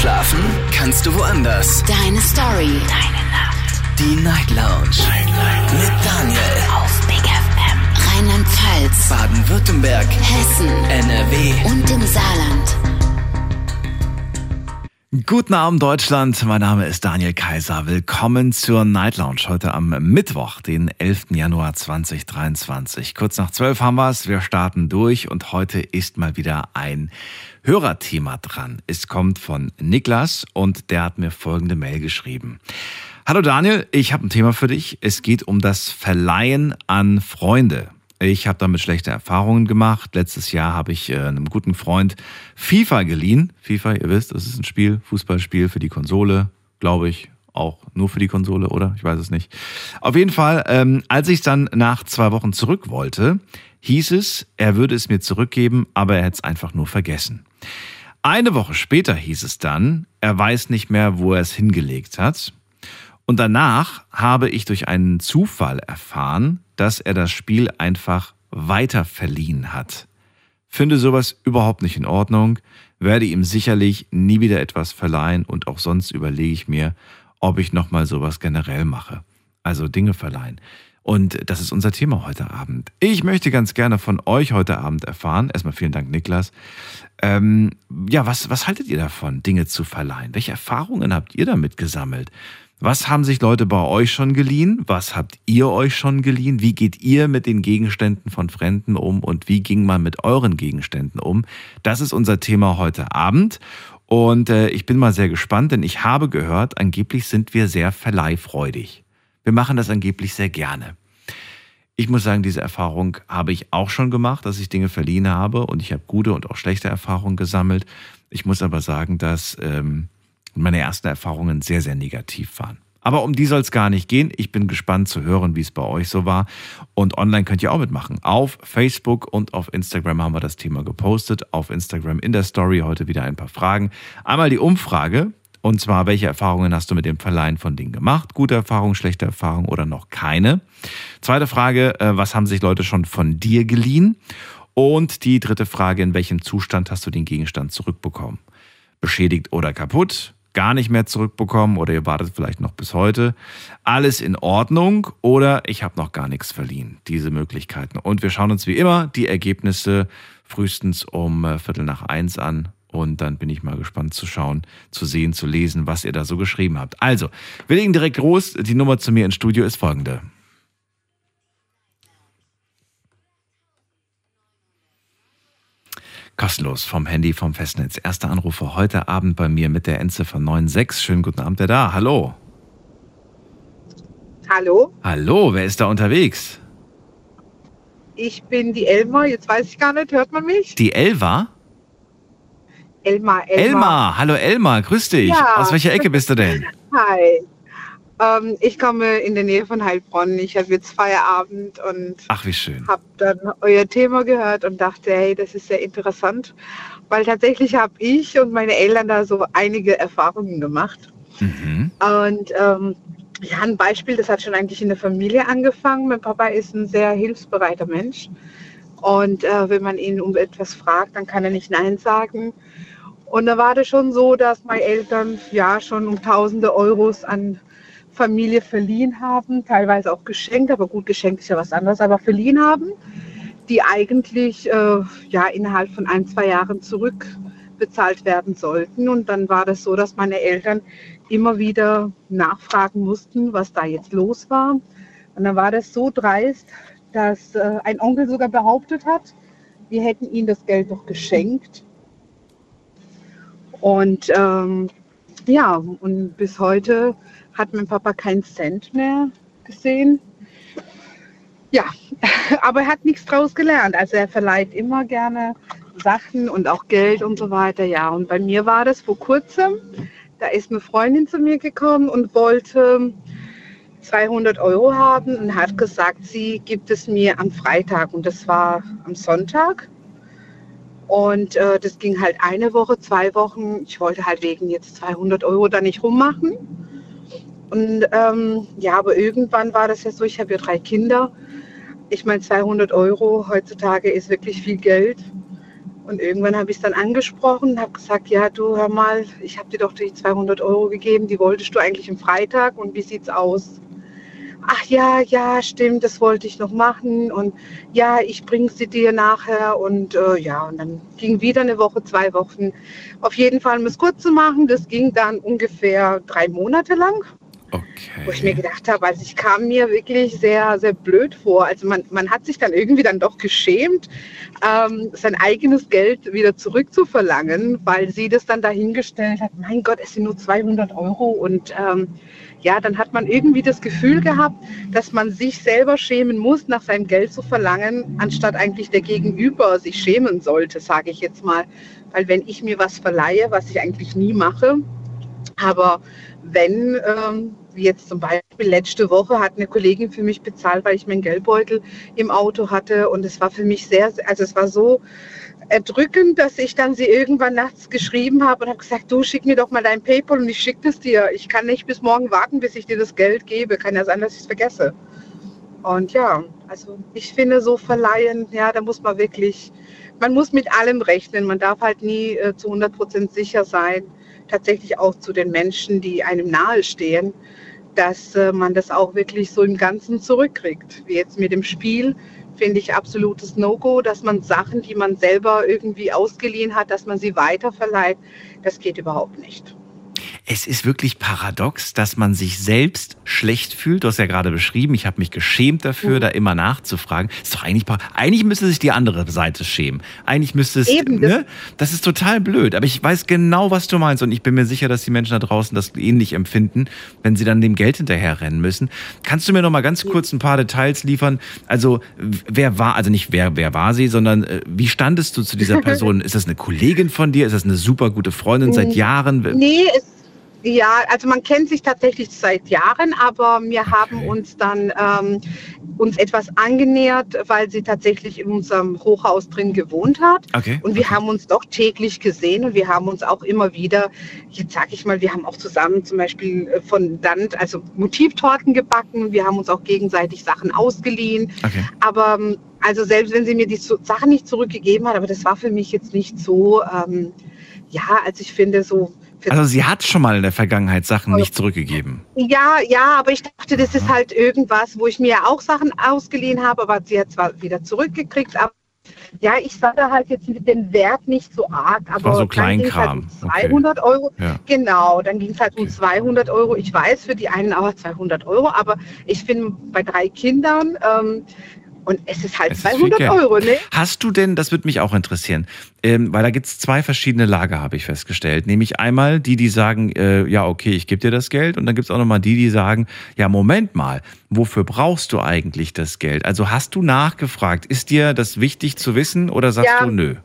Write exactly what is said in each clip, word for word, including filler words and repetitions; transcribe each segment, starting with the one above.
Schlafen kannst du woanders. Deine Story. Deine Nacht. Die Night Lounge. Night, Night. Mit Daniel. Auf Big F M. Rheinland-Pfalz. Baden-Württemberg. Hessen. N R W. Und im Saarland. Guten Abend, Deutschland. Mein Name ist Daniel Kaiser. Willkommen zur Night Lounge heute am Mittwoch, den elften Januar zweitausenddreiundzwanzig. Kurz nach zwölf haben wir es. Wir starten durch und heute ist mal wieder ein Hörerthema dran. Es kommt von Niklas und der hat mir folgende Mail geschrieben. Hallo Daniel, ich habe ein Thema für dich. Es geht um das Verleihen an Freunde. Ich habe damit schlechte Erfahrungen gemacht. Letztes Jahr habe ich äh, einem guten Freund FIFA geliehen. FIFA, ihr wisst, das ist ein Spiel, Fußballspiel für die Konsole, glaube ich. Auch nur für die Konsole, oder? Ich weiß es nicht. Auf jeden Fall, ähm, als ich dann nach zwei Wochen zurück wollte, hieß es, er würde es mir zurückgeben, aber er hätte es einfach nur vergessen. Eine Woche später hieß es dann, er weiß nicht mehr, wo er es hingelegt hat. Und danach habe ich durch einen Zufall erfahren, dass er das Spiel einfach weiter verliehen hat. Finde sowas überhaupt nicht in Ordnung, werde ihm sicherlich nie wieder etwas verleihen und auch sonst überlege ich mir, ob ich nochmal sowas generell mache. Also Dinge verleihen. Und das ist unser Thema heute Abend. Ich möchte ganz gerne von euch heute Abend erfahren, erstmal vielen Dank Niklas, ähm, ja, was, was haltet ihr davon, Dinge zu verleihen? Welche Erfahrungen habt ihr damit gesammelt? Was haben sich Leute bei euch schon geliehen? Was habt ihr euch schon geliehen? Wie geht ihr mit den Gegenständen von Fremden um? Und wie ging man mit euren Gegenständen um? Das ist unser Thema heute Abend. Und äh, ich bin mal sehr gespannt, denn ich habe gehört, angeblich sind wir sehr verleihfreudig. Wir machen das angeblich sehr gerne. Ich muss sagen, diese Erfahrung habe ich auch schon gemacht, dass ich Dinge verliehen habe. Und ich habe gute und auch schlechte Erfahrungen gesammelt. Ich muss aber sagen, dass Ähm, meine ersten Erfahrungen sehr, sehr negativ waren. Aber um die soll es gar nicht gehen. Ich bin gespannt zu hören, wie es bei euch so war. Und online könnt ihr auch mitmachen. Auf Facebook und auf Instagram haben wir das Thema gepostet. Auf Instagram in der Story heute wieder ein paar Fragen. Einmal die Umfrage. Und zwar, welche Erfahrungen hast du mit dem Verleihen von Dingen gemacht? Gute Erfahrungen, schlechte Erfahrungen oder noch keine? Zweite Frage, was haben sich Leute schon von dir geliehen? Und die dritte Frage, in welchem Zustand hast du den Gegenstand zurückbekommen? Beschädigt oder kaputt? Gar nicht mehr zurückbekommen oder ihr wartet vielleicht noch bis heute. Alles in Ordnung oder ich habe noch gar nichts verliehen. Diese Möglichkeiten. Und wir schauen uns wie immer die Ergebnisse frühestens um äh, Viertel nach eins an. Und dann bin ich mal gespannt zu schauen, zu sehen, zu lesen, was ihr da so geschrieben habt. Also, wir legen direkt los. Die Nummer zu mir ins Studio ist folgende. Kostenlos vom Handy, vom Festnetz. Erster Anrufer heute Abend bei mir mit der Endziffer neun sechs. Schönen guten Abend, wer da? Hallo. Hallo. Hallo, wer ist da unterwegs? Ich bin die Elmar, jetzt weiß ich gar nicht, hört man mich? Die Elva? Elmar, Elmar. Elmar, hallo Elmar, grüß dich. Ja. Aus welcher Ecke bist du denn? Hi. Ähm, ich komme in der Nähe von Heilbronn. Ich habe jetzt Feierabend und Ach, wie schön. habe dann euer Thema gehört und dachte, hey, das ist sehr interessant, weil tatsächlich habe ich und meine Eltern da so einige Erfahrungen gemacht. Mhm. Und ähm, ja, ein Beispiel, das hat schon eigentlich in der Familie angefangen. Mein Papa ist ein sehr hilfsbereiter Mensch und äh, wenn man ihn um etwas fragt, dann kann er nicht Nein sagen. Und da war das schon so, dass meine Eltern ja schon um tausende Euros an Familie verliehen haben, teilweise auch geschenkt, aber gut, geschenkt ist ja was anderes, aber verliehen haben, die eigentlich äh, ja innerhalb von ein, zwei Jahren zurückbezahlt werden sollten. Und dann war das so, dass meine Eltern immer wieder nachfragen mussten, was da jetzt los war. Und dann war das so dreist, dass äh, ein Onkel sogar behauptet hat, wir hätten ihnen das Geld doch geschenkt. Und ähm, ja, und bis heute hat mein Papa keinen Cent mehr gesehen. Ja, aber er hat nichts draus gelernt. Also er verleiht immer gerne Sachen und auch Geld und so weiter. Ja, und bei mir war das vor kurzem. Da ist eine Freundin zu mir gekommen und wollte zweihundert Euro haben und hat gesagt, sie gibt es mir am Freitag. Und das war am Sonntag. Und äh, das ging halt eine Woche, zwei Wochen. Ich wollte halt wegen jetzt zweihundert Euro da nicht rummachen. Und ähm, ja, aber irgendwann war das ja so, ich habe ja drei Kinder. Ich meine, zweihundert Euro heutzutage ist wirklich viel Geld. Und irgendwann habe ich es dann angesprochen und habe gesagt, ja du, hör mal, ich habe dir doch die zweihundert Euro gegeben, die wolltest du eigentlich am Freitag und wie sieht's aus? Ach ja, ja, stimmt, das wollte ich noch machen und ja, ich bringe sie dir nachher und äh, ja, und dann ging wieder eine Woche, zwei Wochen. Auf jeden Fall, um es kurz zu machen, das ging dann ungefähr drei Monate lang. Okay. Wo ich mir gedacht habe, also ich kam mir wirklich sehr, sehr blöd vor. Also man, man hat sich dann irgendwie dann doch geschämt, ähm, sein eigenes Geld wieder zurückzuverlangen, weil sie das dann dahingestellt hat, mein Gott, es sind nur zweihundert Euro und ähm, ja, dann hat man irgendwie das Gefühl gehabt, dass man sich selber schämen muss, nach seinem Geld zu verlangen, anstatt eigentlich der Gegenüber sich schämen sollte, sage ich jetzt mal. Weil wenn ich mir was verleihe, was ich eigentlich nie mache, aber wenn, ähm, wie jetzt zum Beispiel letzte Woche hat eine Kollegin für mich bezahlt, weil ich meinen Geldbeutel im Auto hatte und es war für mich sehr, also es war so erdrückend, dass ich dann sie irgendwann nachts geschrieben habe und habe gesagt, du schick mir doch mal dein PayPal und ich schicke das dir. Ich kann nicht bis morgen warten, bis ich dir das Geld gebe. Kann ja sein, dass ich es vergesse. Und ja, also ich finde so verleihen, ja, da muss man wirklich, man muss mit allem rechnen. Man darf halt nie äh, zu hundert Prozent sicher sein, tatsächlich auch zu den Menschen, die einem nahestehen, dass äh, man das auch wirklich so im Ganzen zurückkriegt. Wie jetzt mit dem Spiel, finde ich absolutes No-Go, dass man Sachen, die man selber irgendwie ausgeliehen hat, dass man sie weiterverleiht, das geht überhaupt nicht. Es ist wirklich paradox, dass man sich selbst schlecht fühlt. Du hast ja gerade beschrieben, ich habe mich geschämt dafür, mhm. da immer nachzufragen. Ist doch eigentlich, eigentlich müsste sich die andere Seite schämen. Eigentlich müsste es, Eben, ne? Das ist total blöd. Aber ich weiß genau, was du meinst. Und ich bin mir sicher, dass die Menschen da draußen das ähnlich empfinden, wenn sie dann dem Geld hinterherrennen müssen. Kannst du mir noch mal ganz kurz ein paar Details liefern? Also, wer war, also nicht wer, wer war sie, sondern äh, wie standest du zu dieser Person? Ist das eine Kollegin von dir? Ist das eine super gute Freundin seit Jahren? Nee, es Ja, also man kennt sich tatsächlich seit Jahren, aber wir okay. haben uns dann ähm, uns etwas angenähert, weil sie tatsächlich in unserem Hochhaus drin gewohnt hat. Okay. Und wir okay. haben uns doch täglich gesehen und wir haben uns auch immer wieder, jetzt sage ich mal, wir haben auch zusammen zum Beispiel von Dant, also Motivtorten gebacken. Wir haben uns auch gegenseitig Sachen ausgeliehen. Okay. Aber also selbst wenn sie mir die Sachen nicht zurückgegeben hat, aber das war für mich jetzt nicht so, ähm, ja, also ich finde so, also sie hat schon mal in der Vergangenheit Sachen nicht zurückgegeben. Ja, ja, aber ich dachte, das ist halt irgendwas, wo ich mir auch Sachen ausgeliehen habe, aber sie hat zwar wieder zurückgekriegt, aber ja, ich sah da halt jetzt den Wert nicht so arg, aber war so dann ging es halt um zweihundert okay. Euro. Ja. Genau, dann ging es halt okay. um zweihundert Euro. Ich weiß, für die einen aber zweihundert Euro, aber ich finde bei drei Kindern, ähm, und es ist halt es zweihundert ist Euro, ne? Hast du denn, das würde mich auch interessieren, ähm, weil da gibt es zwei verschiedene Lager, habe ich festgestellt. Nämlich einmal die, die sagen, äh, ja okay, ich gebe dir das Geld. Und dann gibt es auch nochmal die, die sagen, ja Moment mal, wofür brauchst du eigentlich das Geld? Also hast du nachgefragt, ist dir das wichtig zu wissen oder sagst ja. du nö?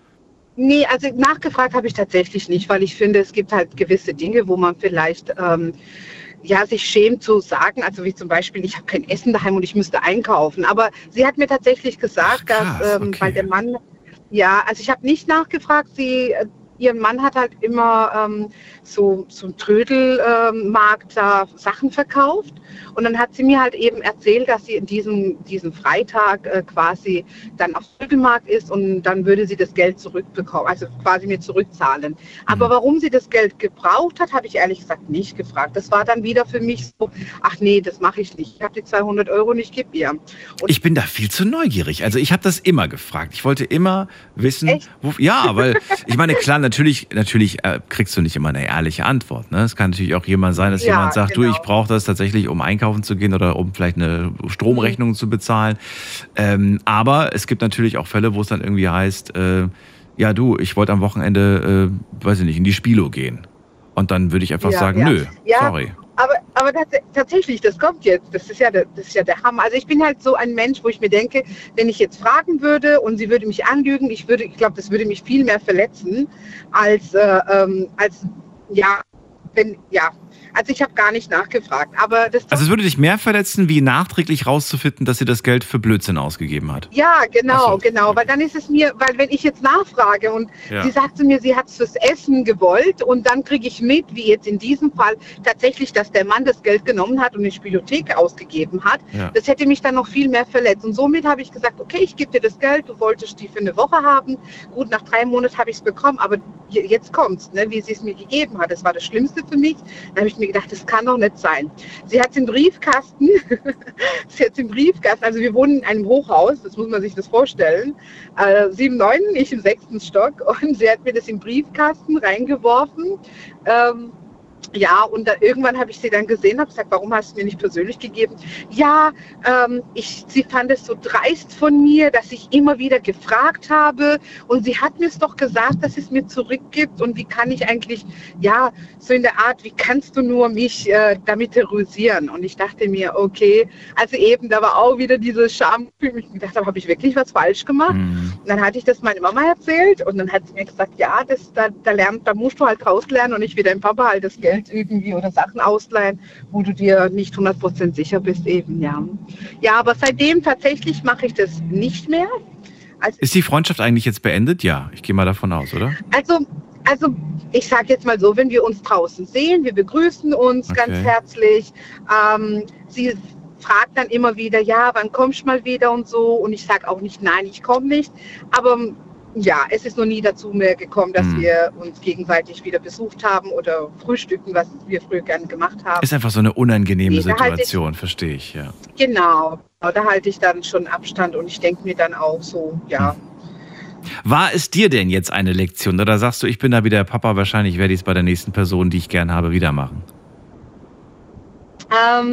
Nee, also nachgefragt habe ich tatsächlich nicht, weil ich finde, es gibt halt gewisse Dinge, wo man vielleicht... Ähm, ja, sich schämt zu sagen, also wie zum Beispiel, ich habe kein Essen daheim und ich müsste einkaufen. Aber sie hat mir tatsächlich gesagt, Ach, krass, dass, ähm, okay. weil der Mann, ja, also ich habe nicht nachgefragt, sie, ihr Mann hat halt immer ähm, so, so einen Trödelmarkt ähm, da Sachen verkauft. Und dann hat sie mir halt eben erzählt, dass sie in diesem, diesem Freitag äh, quasi dann auf Trödelmarkt ist und dann würde sie das Geld zurückbekommen, also quasi mir zurückzahlen. Aber mhm. warum sie das Geld gebraucht hat, habe ich ehrlich gesagt nicht gefragt. Das war dann wieder für mich so, ach nee, das mache ich nicht. Ich habe die zweihundert Euro nicht, gib ihr. Und ich bin da viel zu neugierig. Also ich habe das immer gefragt. Ich wollte immer wissen, wo, ja, weil ich meine, klar, natürlich, natürlich äh, kriegst du nicht immer eine ehrliche Antwort. Ne? Es kann natürlich auch jemand sein, dass ja, jemand sagt, genau. du, ich brauche das tatsächlich, um einkaufen zu gehen oder um vielleicht eine Stromrechnung mhm. zu bezahlen. Ähm, aber es gibt natürlich auch Fälle, wo es dann irgendwie heißt, äh, ja du, ich wollte am Wochenende, äh, weiß ich nicht, in die Spilo gehen. Und dann würde ich einfach ja, sagen, ja. nö, ja, sorry. Aber, aber das, tatsächlich, das kommt jetzt. Das ist, ja der, das ist ja der Hammer. Also ich bin halt so ein Mensch, wo ich mir denke, wenn ich jetzt fragen würde und sie würde mich anlügen, ich würde, ich glaube, das würde mich viel mehr verletzen, als, äh, ähm, als ja, wenn, ja, also ich habe gar nicht nachgefragt. Aber das also es würde dich mehr verletzen, wie nachträglich rauszufinden, dass sie das Geld für Blödsinn ausgegeben hat. Ja, genau, so. genau. Weil dann ist es mir, weil wenn ich jetzt nachfrage und ja. sie sagt zu mir, sie hat es fürs Essen gewollt und dann kriege ich mit, wie jetzt in diesem Fall tatsächlich, dass der Mann das Geld genommen hat und in die Spielothek ausgegeben hat, ja. das hätte mich dann noch viel mehr verletzt. Und somit habe ich gesagt, okay, ich gebe dir das Geld, du wolltest die für eine Woche haben. Gut, nach drei Monaten habe ich es bekommen, aber jetzt kommt's, ne, wie sie es mir gegeben hat. Das war das Schlimmste für mich. Dann habe ich mir gedacht, das kann doch nicht sein. Sie hat es im Briefkasten, sie hat es im Briefkasten, also wir wohnen in einem Hochhaus, das muss man sich das vorstellen, äh, sieben, neun, ich im sechsten Stock und sie hat mir das im Briefkasten reingeworfen. Ähm, Ja, und da, irgendwann habe ich sie dann gesehen, habe gesagt, warum hast du mir nicht persönlich gegeben? Ja, ähm, ich, sie fand es so dreist von mir, dass ich immer wieder gefragt habe und sie hat mir es doch gesagt, dass es mir zurückgibt und wie kann ich eigentlich, ja, so in der Art, wie kannst du nur mich äh, damit terrorisieren? Und ich dachte mir, okay, also eben, da war auch wieder diese Scham, ich gedacht habe, habe ich wirklich was falsch gemacht? Mhm. Und dann hatte ich das meiner Mama erzählt und dann hat sie mir gesagt, ja, das, da, da, lernt, da musst du halt draus lernen und nicht wie dein Papa halt das Geld irgendwie oder Sachen ausleihen, wo du dir nicht hundert Prozent sicher bist eben, ja. Ja, aber seitdem tatsächlich mache ich das nicht mehr. Also, ist die Freundschaft eigentlich jetzt beendet? Ja, ich gehe mal davon aus, oder? Also, also ich sage jetzt mal so, wenn wir uns draußen sehen, wir begrüßen uns okay. ganz herzlich, ähm, sie fragt dann immer wieder, ja, wann kommst du mal wieder und so und ich sage auch nicht, nein, ich komme nicht, aber ja, es ist noch nie dazu mehr gekommen, dass hm. wir uns gegenseitig wieder besucht haben oder frühstücken, was wir früher gerne gemacht haben. Ist einfach so eine unangenehme nee, Situation, ich, verstehe ich, ja. Genau, da halte ich dann schon Abstand und ich denke mir dann auch so, ja. Hm. War es dir denn jetzt eine Lektion oder sagst du, ich bin da wie der Papa, wahrscheinlich werde ich es bei der nächsten Person, die ich gern habe, wieder machen? Ähm,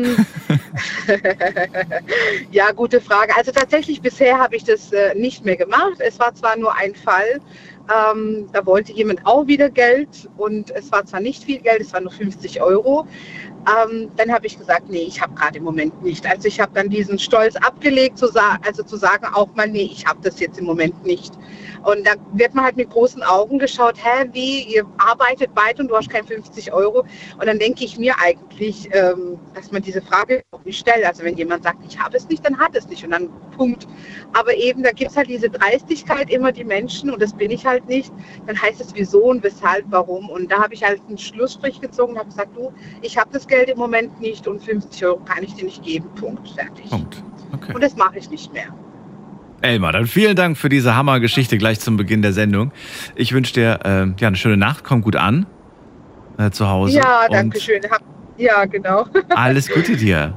ja, gute Frage. Also tatsächlich bisher habe ich das äh, nicht mehr gemacht. Es war zwar nur ein Fall, ähm, da wollte jemand auch wieder Geld und es war zwar nicht viel Geld, es waren nur fünfzig Euro. Ähm, dann habe ich gesagt, nee, ich habe gerade im Moment nicht. Also ich habe dann diesen Stolz abgelegt, zu sa- also zu sagen auch mal, nee, ich habe das jetzt im Moment nicht. Und dann wird man halt mit großen Augen geschaut, hä, wie, ihr arbeitet beide und du hast keine fünfzig Euro. Und dann denke ich mir eigentlich, ähm, dass man diese Frage auch nicht stellt. Also wenn jemand sagt, ich habe es nicht, dann hat es nicht und dann Punkt. Aber eben, da gibt es halt diese Dreistigkeit immer, die Menschen, und das bin ich halt nicht. Dann heißt es wieso und weshalb, warum. Und da habe ich halt einen Schlussstrich gezogen und habe gesagt, du, ich habe das Geld im Moment nicht und fünfzig Euro kann ich dir nicht geben. Punkt. Fertig. Punkt. Okay. Und das mache ich nicht mehr. Elmar, dann vielen Dank für diese Hammergeschichte gleich zum Beginn der Sendung. Ich wünsche dir äh, ja, eine schöne Nacht, komm gut an äh, zu Hause. Ja, danke schön. Ja, genau. Alles Gute dir.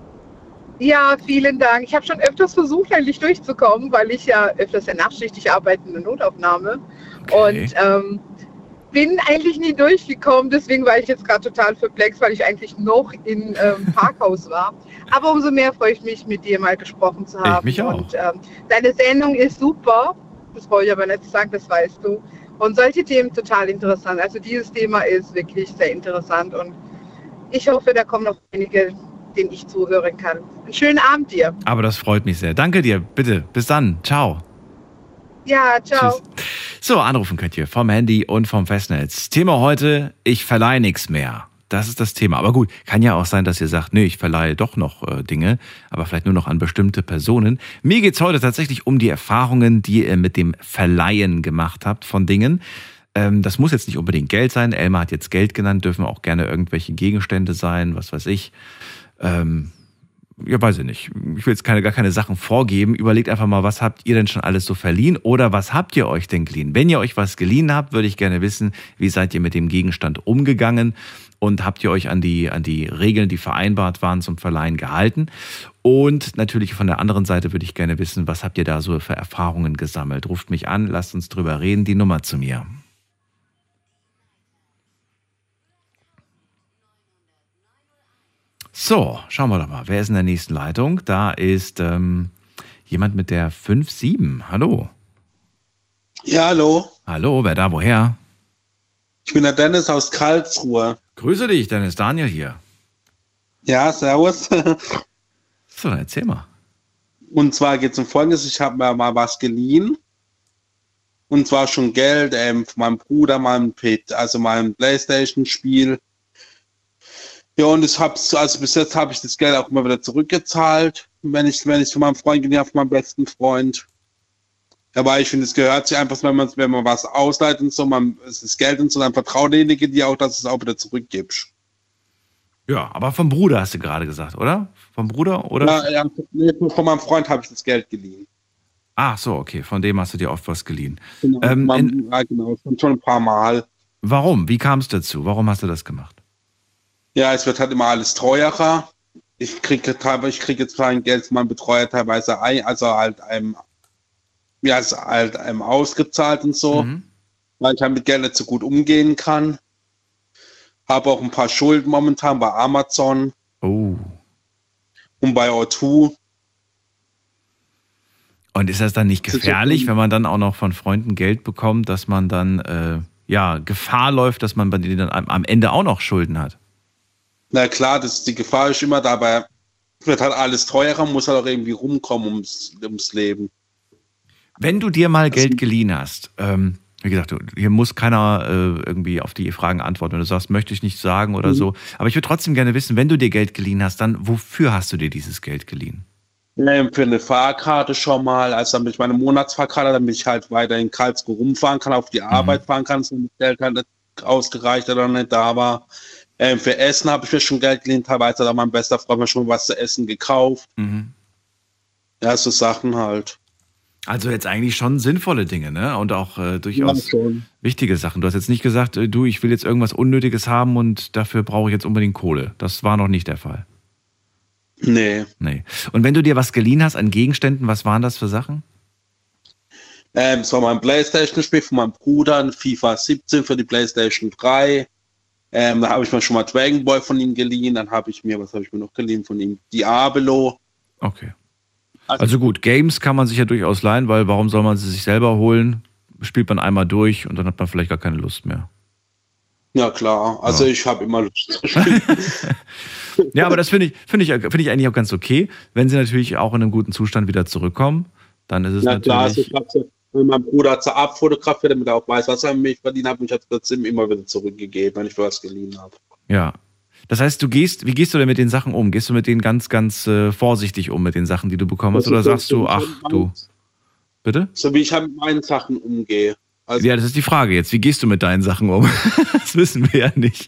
Ja, vielen Dank. Ich habe schon öfters versucht, eigentlich durchzukommen, weil ich ja öfters ja nachtschichtig arbeite in der Notaufnahme. Okay. Und ähm, bin eigentlich nie durchgekommen, deswegen war ich jetzt gerade total perplex, weil ich eigentlich noch im ähm, Parkhaus war. Aber umso mehr freue ich mich, mit dir mal gesprochen zu haben. Ich mich auch. Und ähm, deine Sendung ist super, das brauche ich aber nicht sagen, das weißt du. Und solche Themen total interessant. Also dieses Thema ist wirklich sehr interessant und ich hoffe, da kommen noch einige, denen ich zuhören kann. Einen schönen Abend dir. Aber das freut mich sehr. Danke dir, bitte. Bis dann. Ciao. Ja, ciao. Tschüss. So, anrufen könnt ihr vom Handy und vom Festnetz. Thema heute, ich verleihe nichts mehr. Das ist das Thema. Aber gut, kann ja auch sein, dass ihr sagt, nee, ich verleihe doch noch äh, Dinge, aber vielleicht nur noch an bestimmte Personen. Mir geht's heute tatsächlich um die Erfahrungen, die ihr mit dem Verleihen gemacht habt von Dingen. Ähm, das muss jetzt nicht unbedingt Geld sein. Elmar hat jetzt Geld genannt, dürfen auch gerne irgendwelche Gegenstände sein, was weiß ich. Ähm, ja, weiß ich nicht. Ich will jetzt keine, gar keine Sachen vorgeben. Überlegt einfach mal, was habt ihr denn schon alles so verliehen oder was habt ihr euch denn geliehen? Wenn ihr euch was geliehen habt, würde ich gerne wissen, wie seid ihr mit dem Gegenstand umgegangen und habt ihr euch an die, an die Regeln, die vereinbart waren, zum Verleihen gehalten? Und natürlich von der anderen Seite würde ich gerne wissen, was habt ihr da so für Erfahrungen gesammelt? Ruft mich an, lasst uns drüber reden, die Nummer zu mir. So, schauen wir doch mal. Wer ist in der nächsten Leitung? Da ist ähm, jemand mit der fünf sieben. Hallo. Ja, hallo. Hallo, wer da, woher? Ich bin der Dennis aus Karlsruhe. Grüße dich, Dennis. Daniel hier. Ja, servus. So, dann erzähl mal. Und zwar geht es um Folgendes. Ich habe mir mal was geliehen. Und zwar schon Geld ähm, von meinem Bruder, meinem Pit, also meinem Playstation-Spiel. Ja, und ich hab's, also bis jetzt habe ich das Geld auch immer wieder zurückgezahlt, wenn ich, wenn ich von meinem Freund geliehen habe, von meinem besten Freund. Aber ich finde, es gehört sich einfach, wenn man, wenn man was ausleiht und so, man, es ist Geld und so, dann vertraut derjenige dir auch, dass du es auch wieder zurückgibst. Ja, aber vom Bruder hast du gerade gesagt, oder? Vom Bruder, oder? Ja, ja, nee, von meinem Freund habe ich das Geld geliehen. Ach so, okay, von dem hast du dir oft was geliehen. Genau, Ähm, man, in, ja, genau, schon ein paar Mal. warum? Wie kam es dazu? Warum hast du das gemacht? Ja, es wird halt immer alles teurer. Ich kriege ich krieg jetzt kein Geld von meinem Betreuer teilweise ein, also halt einem, ja, ist halt einem ausgezahlt und so, Mhm. weil ich halt mit Geld nicht so gut umgehen kann. Habe auch ein paar Schulden momentan bei Amazon Oh. und bei O zwei. Und ist das dann nicht Das ist gefährlich, so- wenn man dann auch noch von Freunden Geld bekommt, dass man dann äh, ja Gefahr läuft, dass man bei denen dann am, am Ende auch noch Schulden hat? Na klar, das, die Gefahr ist immer dabei. Es wird halt alles teurer, muss halt auch irgendwie rumkommen ums, ums Leben. Wenn du dir mal Geld geliehen hast, ähm, wie gesagt, du- hier muss keiner äh, irgendwie auf die Fragen antworten, wenn du sagst, möchte ich nicht sagen oder Mhm. so. Aber ich würde trotzdem gerne wissen, wenn du dir Geld geliehen hast, dann wofür hast du dir dieses Geld geliehen? Ähm, Für eine Fahrkarte schon mal, also damit ich meine Monatsfahrkarte, damit ich halt weiter in Karlsruhe rumfahren kann, auf die Arbeit fahren kann, so das Geld halt nicht ausgereicht oder nicht da war. Ähm, für Essen habe ich mir schon Geld geliehen, teilweise hat mein bester Freund mir schon was zu essen gekauft. Mhm. Ja, so Sachen halt. Also jetzt eigentlich schon sinnvolle Dinge, ne? Und auch äh, durchaus schon. wichtige Sachen. Du hast jetzt nicht gesagt, äh, du, ich will jetzt irgendwas Unnötiges haben und dafür brauche ich jetzt unbedingt Kohle. Das war noch nicht der Fall. Nee. Nee. Und wenn du dir was geliehen hast an Gegenständen, was waren das für Sachen? Ähm, es war mein Playstation-Spiel von meinem Bruder, ein FIFA siebzehn für die Playstation drei. Ähm, da habe ich mir schon mal Dragon Ball von ihm geliehen. Dann habe ich mir, was habe ich mir noch geliehen von ihm? Diablo. Okay. Also gut, Games kann man sich ja durchaus leihen, weil warum soll man sie sich selber holen? Spielt man einmal durch und dann hat man vielleicht gar keine Lust mehr. Ja klar, also Ja. ich habe immer Lust zu spielen. Ja, aber das finde ich, finde ich, finde ich eigentlich auch ganz okay. Wenn sie natürlich auch in einem guten Zustand wieder zurückkommen, dann ist es Ja klar, also natürlich... ich habe so, mein Bruder hat sie abfotografiert, damit er auch weiß, was er an mich verdient hat, und ich habe es trotzdem immer wieder zurückgegeben, wenn ich was geliehen habe. Ja. Das heißt, du gehst, wie gehst du denn mit den Sachen um? Gehst du mit denen ganz, ganz äh, vorsichtig um, mit den Sachen, die du bekommen hast? Oder sagst du, ach du, bitte? So wie ich halt mit meinen Sachen umgehe. Also, Ja, das ist die Frage jetzt. Wie gehst du mit deinen Sachen um? Das wissen wir ja nicht.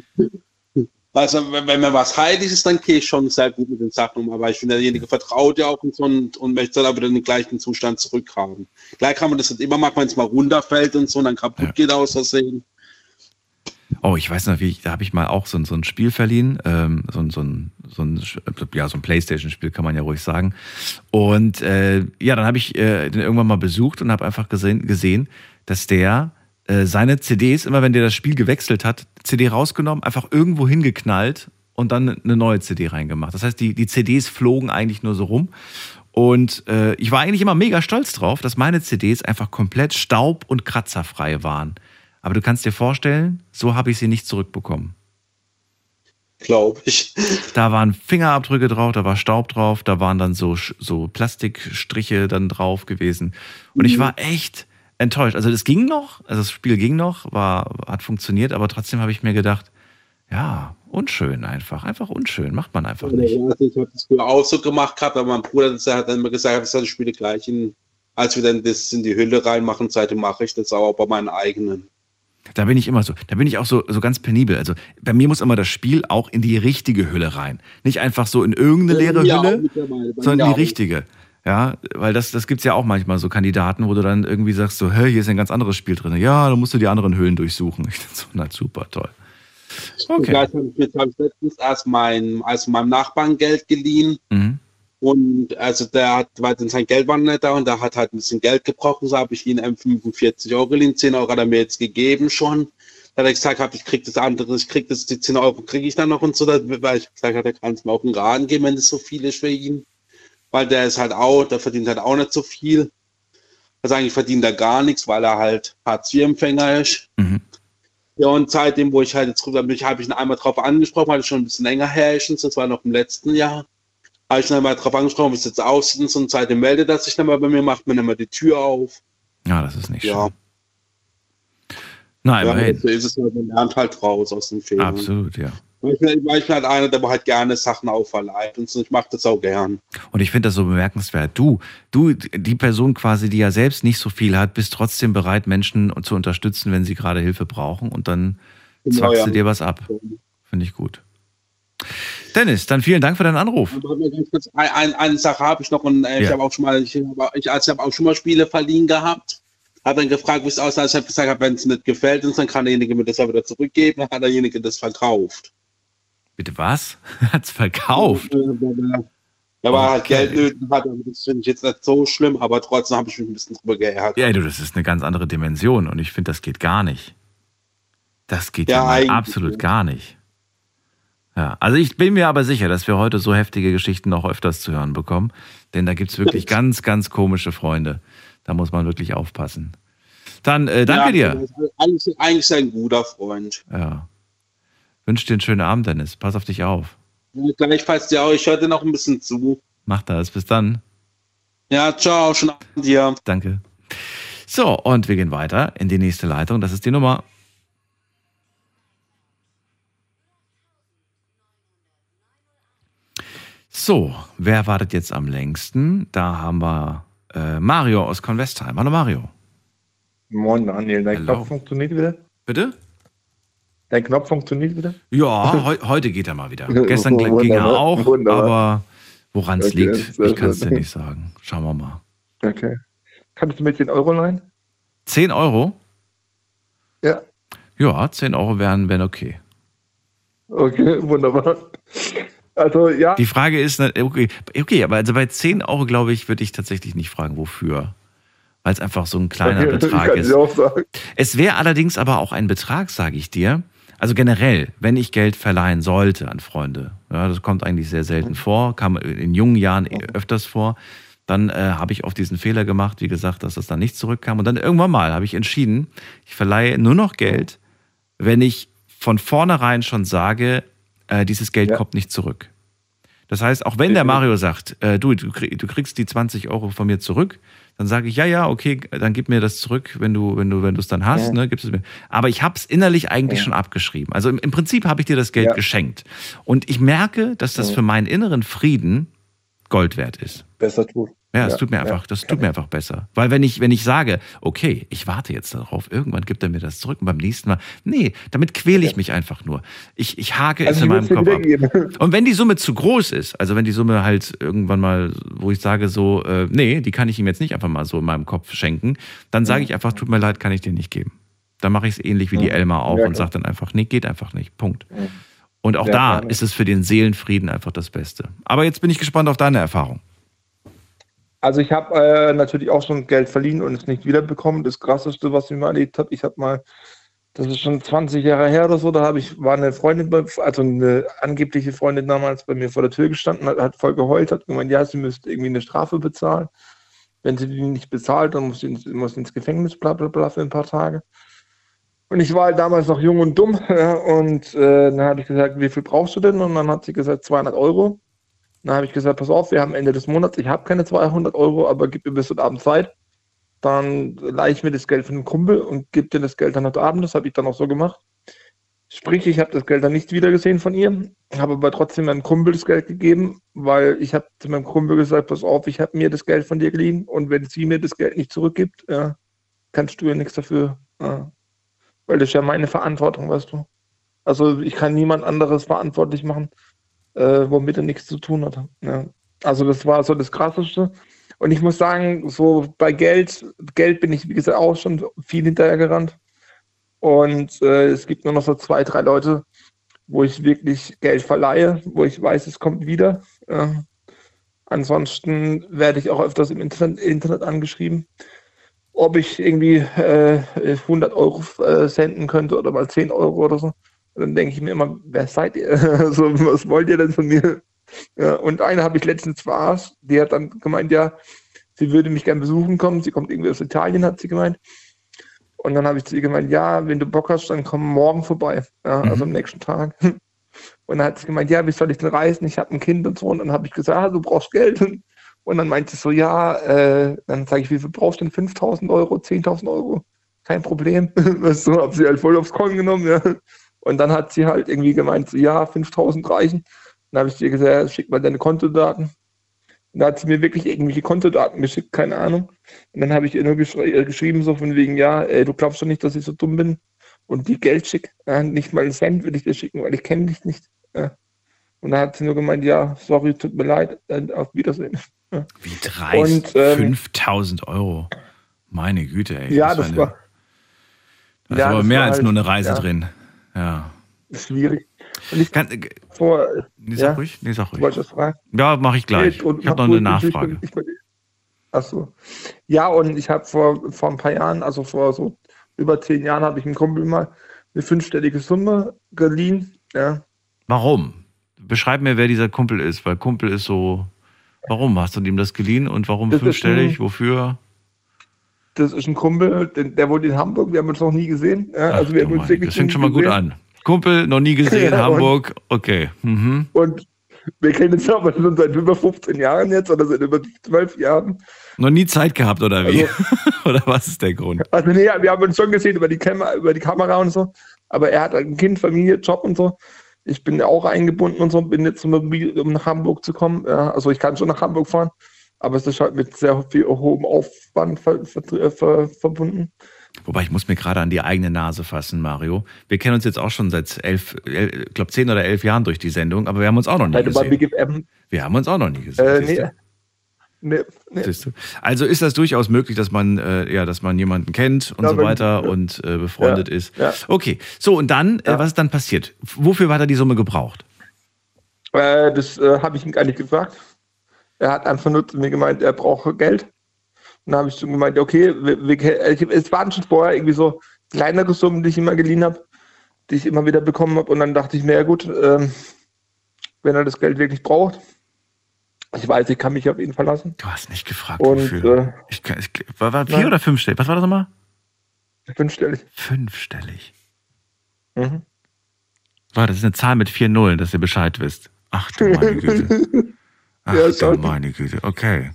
also wenn, wenn mir was heilig ist, dann gehe ich schon sehr gut mit den Sachen um. Aber ich finde, derjenige vertraut ja auch und so und, und möchte dann aber wieder in den gleichen Zustand zurückhaben. Klar kann man das nicht immer machen, wenn es mal runterfällt und so und dann kaputt Ja. geht aus Versehen. Oh, ich weiß noch, wie ich, da habe ich mal auch so, ein- so ein Spiel verliehen, ähm, so, ein- so, ein, so ein, ja, so ein Playstation-Spiel kann man ja ruhig sagen. Und äh, ja, dann habe ich äh, den irgendwann mal besucht und habe einfach gesehen, gesehen, dass der äh, seine C Ds, immer wenn der das Spiel gewechselt hat, C D rausgenommen, einfach irgendwo hingeknallt und dann eine neue C D reingemacht. Das heißt, die, die C Ds flogen eigentlich nur so rum. Und äh, ich war eigentlich immer mega stolz drauf, dass meine C Ds einfach komplett staub- und kratzerfrei waren. Aber du kannst dir vorstellen, so habe ich sie nicht zurückbekommen. Glaube ich. Da waren Fingerabdrücke drauf, da war Staub drauf, da waren dann so, so Plastikstriche dann drauf gewesen. Und ich war echt enttäuscht. Also das ging noch, also das Spiel ging noch, war, hat funktioniert, aber trotzdem habe ich mir gedacht, ja, unschön einfach, einfach unschön, macht man einfach nicht. Also ich habe das früher auch so gemacht gehabt, aber mein Bruder das hat dann immer gesagt, ich soll die Spiele gleich in, als wir dann das in die Hülle reinmachen, seitdem mache ich das auch bei meinen eigenen. Da bin ich immer so, da bin ich auch so, so ganz penibel. Also bei mir muss immer das Spiel auch in die richtige Hülle rein. Nicht einfach so in irgendeine leere Ja, auch Hülle, mittlerweile, bei sondern mir die auch. richtige. Ja, weil das, das gibt's ja auch manchmal so Kandidaten, wo du dann irgendwie sagst so, hey, hier ist ein ganz anderes Spiel drin. Ja, dann musst du die anderen Hüllen durchsuchen. Ich dachte so, na super, toll. Okay. Gleich habe ich, hab ich letztens erst mein, also meinem Nachbarn Geld geliehen. Mhm. Und also der hat, weil dann sein Geld war nicht da und der hat halt ein bisschen Geld gebrochen, so habe ich ihm fünfundvierzig Euro geliehen, zehn Euro hat er mir jetzt gegeben schon. Da hat er gesagt, hab, ich krieg das andere, ich krieg das, die zehn Euro kriege ich dann noch und so, da, weil ich gesagt habe, er kann es mir auch einen Rahmen geben, wenn das so viel ist für ihn. Weil der ist halt auch, der verdient halt auch nicht so viel. Also eigentlich verdient er gar nichts, weil er halt Hartz-vier-Empfänger ist. Mhm. Ja, und seitdem, wo ich halt jetzt rüber bin, habe ich ihn einmal drauf angesprochen, weil es schon ein bisschen länger her ist, das war noch im letzten Jahr. Habe ich ihn einmal drauf angesprochen, wie es jetzt aussieht, und seitdem meldet er sich dann mal bei mir, macht mir dann mal die Tür auf. Ja, das ist nicht Ja. schön. Na, Ja, immerhin. so ist es, man lernt halt raus aus den Fehlern. Absolut, ja. Ich bin, ich bin halt einer, der halt gerne Sachen auferlegt und so, ich mache das auch gern. Und ich finde das so bemerkenswert. Du, du, die Person quasi, die ja selbst nicht so viel hat, bist trotzdem bereit, Menschen zu unterstützen, wenn sie gerade Hilfe brauchen und dann Genau, zwackst ja. du dir was ab. Finde ich gut. Dennis, dann vielen Dank für deinen Anruf. Aber ganz kurz, ein, ein, eine Sache habe ich noch und äh, Ja. ich habe auch schon mal, ich, hab- ich, also ich habe auch schon mal Spiele verliehen gehabt. Habe dann gefragt, wie es aussah. Ich habe gesagt, wenn es nicht gefällt, dann kann derjenige mir das ja wieder zurückgeben. Dann hat derjenige das verkauft. Bitte was? Hat's verkauft? Da war halt Okay. Geld nötig, hat, aber das finde ich jetzt nicht so schlimm, aber trotzdem habe ich mich ein bisschen drüber geärgert. Ja, du, das ist eine ganz andere Dimension und ich finde, das geht gar nicht. Das geht ja, Ja, mal eigentlich, absolut ja. gar nicht. Ja, also ich bin mir aber sicher, dass wir heute so heftige Geschichten noch öfters zu hören bekommen, denn da gibt's wirklich ganz, ganz komische Freunde. Da muss man wirklich aufpassen. Dann äh, danke ja, dir. Eigentlich, eigentlich ein guter Freund. Ja. Wünsche dir einen schönen Abend, Dennis. Pass auf dich auf. Ja, gleichfalls dir auch. Ich höre dir noch ein bisschen zu. Mach das. Bis dann. Ja, ciao, schönen Abend dir. Danke. So, und wir gehen weiter in die nächste Leitung. Das ist die Nummer. So, wer wartet jetzt am längsten? Da haben wir äh, Mario aus Convestheim. Hallo Mario. Moin Daniel, dein Hello. Knopf funktioniert wieder? Bitte? Dein Knopf funktioniert wieder? Ja, heu heute geht er mal wieder. Gestern ging Wunderbar, er auch, wunderbar. aber woran es Okay, liegt, sehr ich kann es schön. dir nicht sagen. Schauen wir mal. Okay. Kannst du mir zehn Euro leihen? zehn Euro? Ja. Ja, zehn Euro wären, wären okay. Okay, wunderbar. Also ja, Die Frage ist, ne, okay, okay, aber also bei zehn Euro, glaube ich, würde ich tatsächlich nicht fragen, wofür. Weil es einfach so ein kleiner ich Betrag kann ist. dir auch sagen. Es wäre allerdings aber auch ein Betrag, sage ich dir. Also generell, wenn ich Geld verleihen sollte an Freunde, ja, das kommt eigentlich sehr selten vor, kam in jungen Jahren öfters vor, dann äh, habe ich oft diesen Fehler gemacht, wie gesagt, dass das dann nicht zurückkam. Und dann irgendwann mal habe ich entschieden, ich verleihe nur noch Geld, wenn ich von vornherein schon sage, äh, dieses Geld Ja. kommt nicht zurück. Das heißt, auch wenn der Mario sagt, äh, du, du krieg- du kriegst die zwanzig Euro von mir zurück, dann sage ich, ja, ja, okay, dann gib mir das zurück, wenn du, wenn du, wenn du es dann hast, Ja. ne, gibst es mir. Aber ich habe es innerlich eigentlich Ja. schon abgeschrieben. Also im, im Prinzip habe ich dir das Geld Ja. geschenkt. Und ich merke, dass das Ja. für meinen inneren Frieden Gold wert ist. Besser tut. Ja, es Ja, tut mir ja, einfach, das kann tut mir einfach besser. Weil wenn ich, wenn ich sage, okay, ich warte jetzt darauf, irgendwann gibt er mir das zurück und beim nächsten Mal, nee, damit quäle ich Ja. mich einfach nur. Ich, ich hake es Also in ich meinem würde Kopf dir ab. wiedergeben. Und wenn die Summe zu groß ist, also wenn die Summe halt irgendwann mal, wo ich sage so, äh, nee, die kann ich ihm jetzt nicht einfach mal so in meinem Kopf schenken, dann sage ich einfach, tut mir leid, kann ich dir nicht geben. Dann mache ich es ähnlich wie die Ja. Elmar auch Ja, und klar. sage dann einfach, nee, geht einfach nicht, Punkt. Ja. Und auch Ja, da klar. ist es für den Seelenfrieden einfach das Beste. Aber jetzt bin ich gespannt auf deine Erfahrung. Also ich habe äh, natürlich auch schon Geld verliehen und es nicht wiederbekommen. Das Krasseste, was ich mal erlebt habe, ich habe mal, das ist schon zwanzig Jahre her oder so, da habe ich, war eine Freundin, bei, also eine angebliche Freundin damals bei mir vor der Tür gestanden, hat, hat voll geheult, hat gemeint, ja, sie müsste irgendwie eine Strafe bezahlen. Wenn sie die nicht bezahlt, dann muss sie ins, muss sie ins Gefängnis, bla bla bla, für ein paar Tage. Und ich war halt damals noch jung und dumm, ja, und äh, dann habe ich gesagt, wie viel brauchst du denn? Und dann hat sie gesagt, zweihundert Euro. Dann habe ich gesagt, pass auf, wir haben Ende des Monats, ich habe keine zweihundert Euro, aber gib mir bis heute Abend Zeit. Dann leihe ich mir das Geld von dem Kumpel und gebe dir das Geld dann heute Abend. Das habe ich dann auch so gemacht. Sprich, ich habe das Geld dann nicht wiedergesehen von ihr, habe aber trotzdem meinem Kumpel das Geld gegeben, weil ich habe zu meinem Kumpel gesagt, pass auf, ich habe mir das Geld von dir geliehen und wenn sie mir das Geld nicht zurückgibt, ja, kannst du ja nichts dafür. Ja. Weil das ist ja meine Verantwortung, weißt du. Also ich kann niemand anderes verantwortlich machen, äh, womit er nichts zu tun hat. Ja. Also das war so das Krasseste. Und ich muss sagen, so bei Geld, Geld bin ich, wie gesagt, auch schon viel hinterhergerannt. Und äh, es gibt nur noch so zwei, drei Leute, wo ich wirklich Geld verleihe, wo ich weiß, es kommt wieder. Ja. Ansonsten werde ich auch öfters im Internet, Internet angeschrieben, ob ich irgendwie äh, hundert Euro äh, senden könnte oder mal zehn Euro oder so. Und dann denke ich mir immer, wer seid ihr? Also, was wollt ihr denn von mir? Ja, und eine habe ich letztens verarscht, die hat dann gemeint, ja, sie würde mich gerne besuchen kommen. Sie kommt irgendwie aus Italien, hat sie gemeint. Und dann habe ich zu ihr gemeint, ja, wenn du Bock hast, dann komm morgen vorbei. Ja, also am nächsten Tag. Und dann hat sie gemeint, ja, wie soll ich denn reisen? Ich habe ein Kind und so. Und dann habe ich gesagt, ah, du brauchst Geld. Und dann meinte sie so, ja, äh, dann sage ich, wie viel brauchst du denn? fünftausend Euro, zehntausend Euro? Kein Problem. So, habe sie halt voll aufs Korn genommen, ja. Und dann hat sie halt irgendwie gemeint, so, ja, fünftausend reichen. Dann habe ich ihr gesagt, ja, schick mal deine Kontodaten. Und da hat sie mir wirklich irgendwelche Kontodaten geschickt, keine Ahnung. Und dann habe ich ihr nur geschri- geschrieben, so von wegen, ja, ey, du glaubst doch nicht, dass ich so dumm bin und die Geld schicke. Ja, nicht mal einen Cent will ich dir schicken, weil ich kenne dich nicht. Ja. Und dann hat sie nur gemeint, ja, sorry, tut mir leid, äh, auf Wiedersehen. Ja. Wie dreist, Und, ähm, fünftausend Euro. Meine Güte, ey. Ja, das das eine, war, da ist ja, aber das mehr war als halt- nur eine Reise ja. drin. Ja. schwierig. Und ich Kann, äh, vor, nee, ja, sag ruhig. Nee, sag du wolltest ruhig. was fragen? Ja, mache ich gleich. Und Ich habe mach noch eine ruhig, ich- Nachfrage. Ich, ich, ach so. Ja, und ich habe vor, vor ein paar Jahren, also vor so über zehn Jahren, habe ich einem Kumpel mal eine fünfstellige Summe geliehen. Ja. Warum? Beschreib mir, wer dieser Kumpel ist, weil Kumpel ist so. Warum hast du ihm das geliehen und warum Das ist fünfstellig? ein- Wofür? Das ist ein Kumpel, der, der wohnt in Hamburg, wir haben uns noch nie gesehen. Ja, also wir Ach, haben du uns meine, wirklich das fängt nie schon mal gut gesehen. an. Kumpel, noch nie gesehen, Ja, und- Hamburg, okay. Mhm. Und wir kennen uns aber schon seit über fünfzehn Jahren jetzt oder seit über zwölf Jahren. Noch nie Zeit gehabt, oder wie? Also- oder was ist der Grund? Also nee, wir haben uns schon gesehen über die, Kamera, über die Kamera und so. Aber er hat halt ein Kind, Familie, Job und so. Ich bin auch eingebunden und so, bin jetzt um, um nach Hamburg zu kommen. Ja, also ich kann schon nach Hamburg fahren, aber es ist halt mit sehr viel hohem Aufwand ver, ver, ver, verbunden. Wobei, ich muss mir gerade an die eigene Nase fassen, Mario. Wir kennen uns jetzt auch schon seit elf, ich glaube zehn oder elf Jahren durch die Sendung, aber wir haben uns auch noch nie Weil du bei gesehen. Big F M, Wir haben uns auch noch nie gesehen. äh, siehst nee, du? nee, nee. Siehst du? Also ist das durchaus möglich, dass man, äh, ja, dass man jemanden kennt und Ja, so wenn- weiter ja. und äh, befreundet Ja, ist. ja. Okay, so und dann, äh, Ja. was ist dann passiert? Wofür hat er die Summe gebraucht? Äh, das äh, habe ich ihm gar nicht gefragt. Er hat einfach nur zu mir gemeint, er braucht Geld. Und dann habe ich schon gemeint, okay, wir, wir, ich, es waren schon vorher irgendwie so kleinere Summen, die ich immer geliehen habe, die ich immer wieder bekommen habe. Und dann dachte ich mir, ja gut, ähm, wenn er das Geld wirklich braucht, ich weiß, ich kann mich auf ihn verlassen. Du hast nicht gefragt, Und wofür. äh, Ich, kann- ich, war, war vier Nein. oder fünfstellig? Was war das nochmal? fünfstellig. Fünfstellig. Mhm. Leute, das ist eine Zahl mit vier Nullen, dass ihr Bescheid wisst. Ach du meine Güte. Ach Ja, du schon. meine Güte. Okay.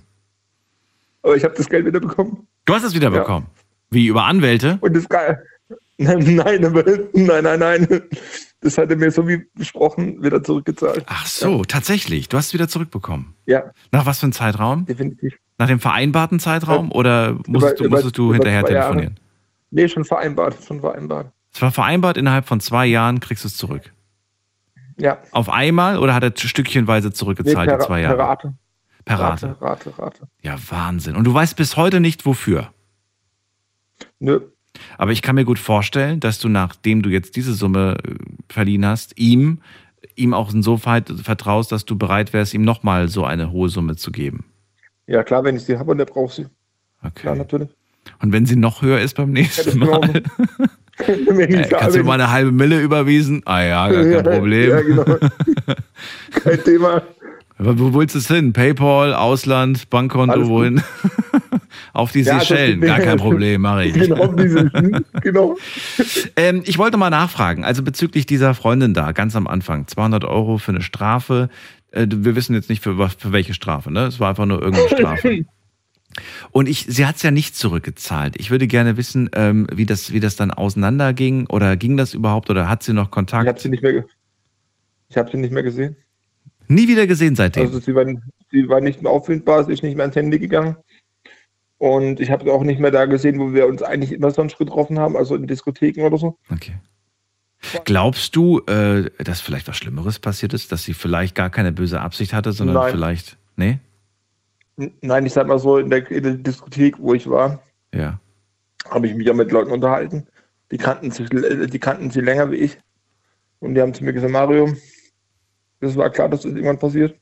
Aber ich habe das Geld wieder bekommen. Du hast es wieder Ja. bekommen. Wie, über Anwälte? Und das geil. Nein, nein, aber- nein, nein, nein. Das hat er mir so wie besprochen wieder zurückgezahlt. Ach so, tatsächlich. Du hast es wieder zurückbekommen. Ja, Nach was für einem Zeitraum? definitiv. Nach dem vereinbarten Zeitraum oder musstest, du, über- musstest du über hinterher zwei Jahre. telefonieren? Nee, schon vereinbart, schon vereinbart. Es war vereinbart, innerhalb von zwei Jahren kriegst du es zurück. Ja. Auf einmal oder hat er stückchenweise zurückgezahlt, per, die zwei per Jahre? Rate. Per Rate. Rate, Rate, Rate. Ja, Wahnsinn. Und du weißt bis heute nicht, wofür. Nö. Aber ich kann mir gut vorstellen, dass du, nachdem du jetzt diese Summe äh, verliehen hast, ihm, ihm auch insoweit vertraust, dass du bereit wärst, ihm nochmal so eine hohe Summe zu geben. Ja, klar, wenn ich sie habe und der braucht sie. Klar, Okay. natürlich. Und wenn sie noch höher ist beim nächsten Ja, das Mal, wenn ich äh, kannst du mir mal eine halbe Mille überwiesen? Ah ja, gar kein Problem. Ja, genau. Kein Thema. Aber wo willst du es hin? PayPal, Ausland, Bankkonto, Alles gut. wohin? Auf die Ja, also, Seychellen, gar kein Problem, mache ich. Genau, diese, genau. Ähm, ich wollte mal nachfragen, also bezüglich dieser Freundin da, ganz am Anfang, zweihundert Euro für eine Strafe. Äh, wir wissen jetzt nicht, für, was- für welche Strafe, ne? Es war einfach nur irgendeine Strafe. Und ich, sie hat es ja nicht zurückgezahlt. Ich würde gerne wissen, ähm, wie, das, wie das dann auseinanderging oder ging das überhaupt oder hat sie noch Ich Kontakt? habe sie nicht mehr, ge- ich habe sie nicht mehr gesehen. Nie wieder gesehen seitdem. Also sie war, sie war nicht mehr auffindbar, sie ist nicht mehr ans Handy gegangen. Und ich habe sie auch nicht mehr da gesehen, wo wir uns eigentlich immer sonst getroffen haben, also in Diskotheken oder so. Okay. Glaubst du, äh, dass vielleicht was Schlimmeres passiert ist, dass sie vielleicht gar keine böse Absicht hatte, sondern Nein. vielleicht, nee? N- Nein, ich sag mal so, in der, in der Diskothek, wo ich war, Ja. habe ich mich ja mit Leuten unterhalten. Die kannten, sich, die kannten sie länger wie ich. Und die haben zu mir gesagt, Mario, das war klar, dass das irgendwann passiert.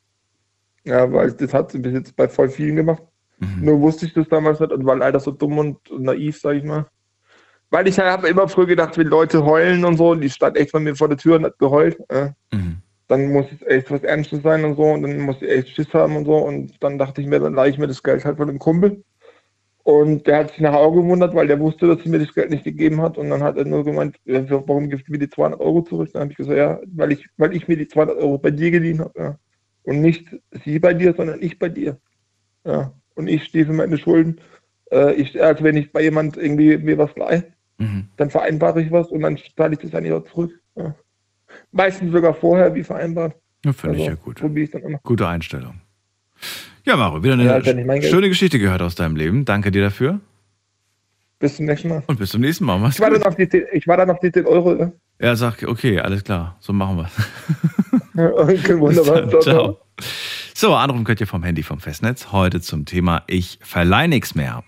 Ja, weil das hat sie bis jetzt bei voll vielen gemacht. Mhm. Nur wusste ich das damals nicht und war leider so dumm und naiv, sag ich mal. Weil ich habe immer früher gedacht, wenn Leute heulen und so, und die stand echt bei mir vor der Tür und hat geheult, äh, Mhm. dann muss es echt was Ernstes sein und so, und dann muss ich echt Schiss haben und so. Und dann dachte ich mir, dann leihe ich mir das Geld halt von dem Kumpel. Und der hat sich nachher auch gewundert, weil der wusste, dass sie mir das Geld nicht gegeben hat. Und dann hat er nur gemeint, ja, warum gibst du mir die zweihundert Euro zurück? Dann habe ich gesagt, ja, weil ich, weil ich mir die zweihundert Euro bei dir geliehen habe. Ja. Und nicht sie bei dir, sondern ich bei dir. Ja. Und ich stehe für meine Schulden. Äh, ich, also wenn ich bei jemand irgendwie mir was leihe, Mhm. dann vereinbare ich was und dann zahle ich das eigentlich auch zurück. Ja. Meistens sogar vorher, wie vereinbart. Ja, finde Also, ich ja gut. probiere ich dann immer. Gute Einstellung. Ja, Maro, wieder eine Ja, ist ja nicht mein Geld. schöne Geschichte gehört aus deinem Leben. Danke dir dafür. Bis zum nächsten Mal. Und bis zum nächsten Mal. Mach's Ich war gut. dann auf die, zehn- ich war dann auf die zehn Euro. Ne? Er sagt, okay, alles klar, so machen wir Ja, okay, wunderbar. es. Ciao. So, anrufen könnt ihr vom Handy vom Festnetz. Heute zum Thema Ich verleih nichts mehr.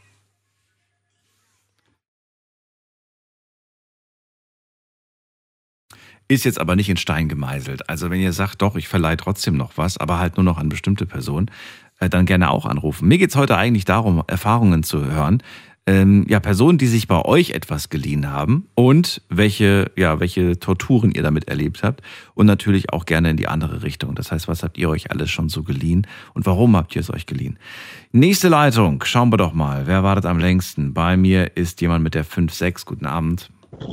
Ist jetzt aber nicht in Stein gemeißelt. Also wenn ihr sagt, doch, ich verleihe trotzdem noch was, aber halt nur noch an bestimmte Personen, äh, dann gerne auch anrufen. Mir geht es heute eigentlich darum, Erfahrungen zu hören. Ähm, ja, Personen, die sich bei euch etwas geliehen haben und welche, ja, welche Torturen ihr damit erlebt habt und natürlich auch gerne in die andere Richtung. Das heißt, was habt ihr euch alles schon so geliehen und warum habt ihr es euch geliehen? Nächste Leitung, schauen wir doch mal. Wer wartet am längsten? Bei mir ist jemand mit der fünf sechs. Guten Abend.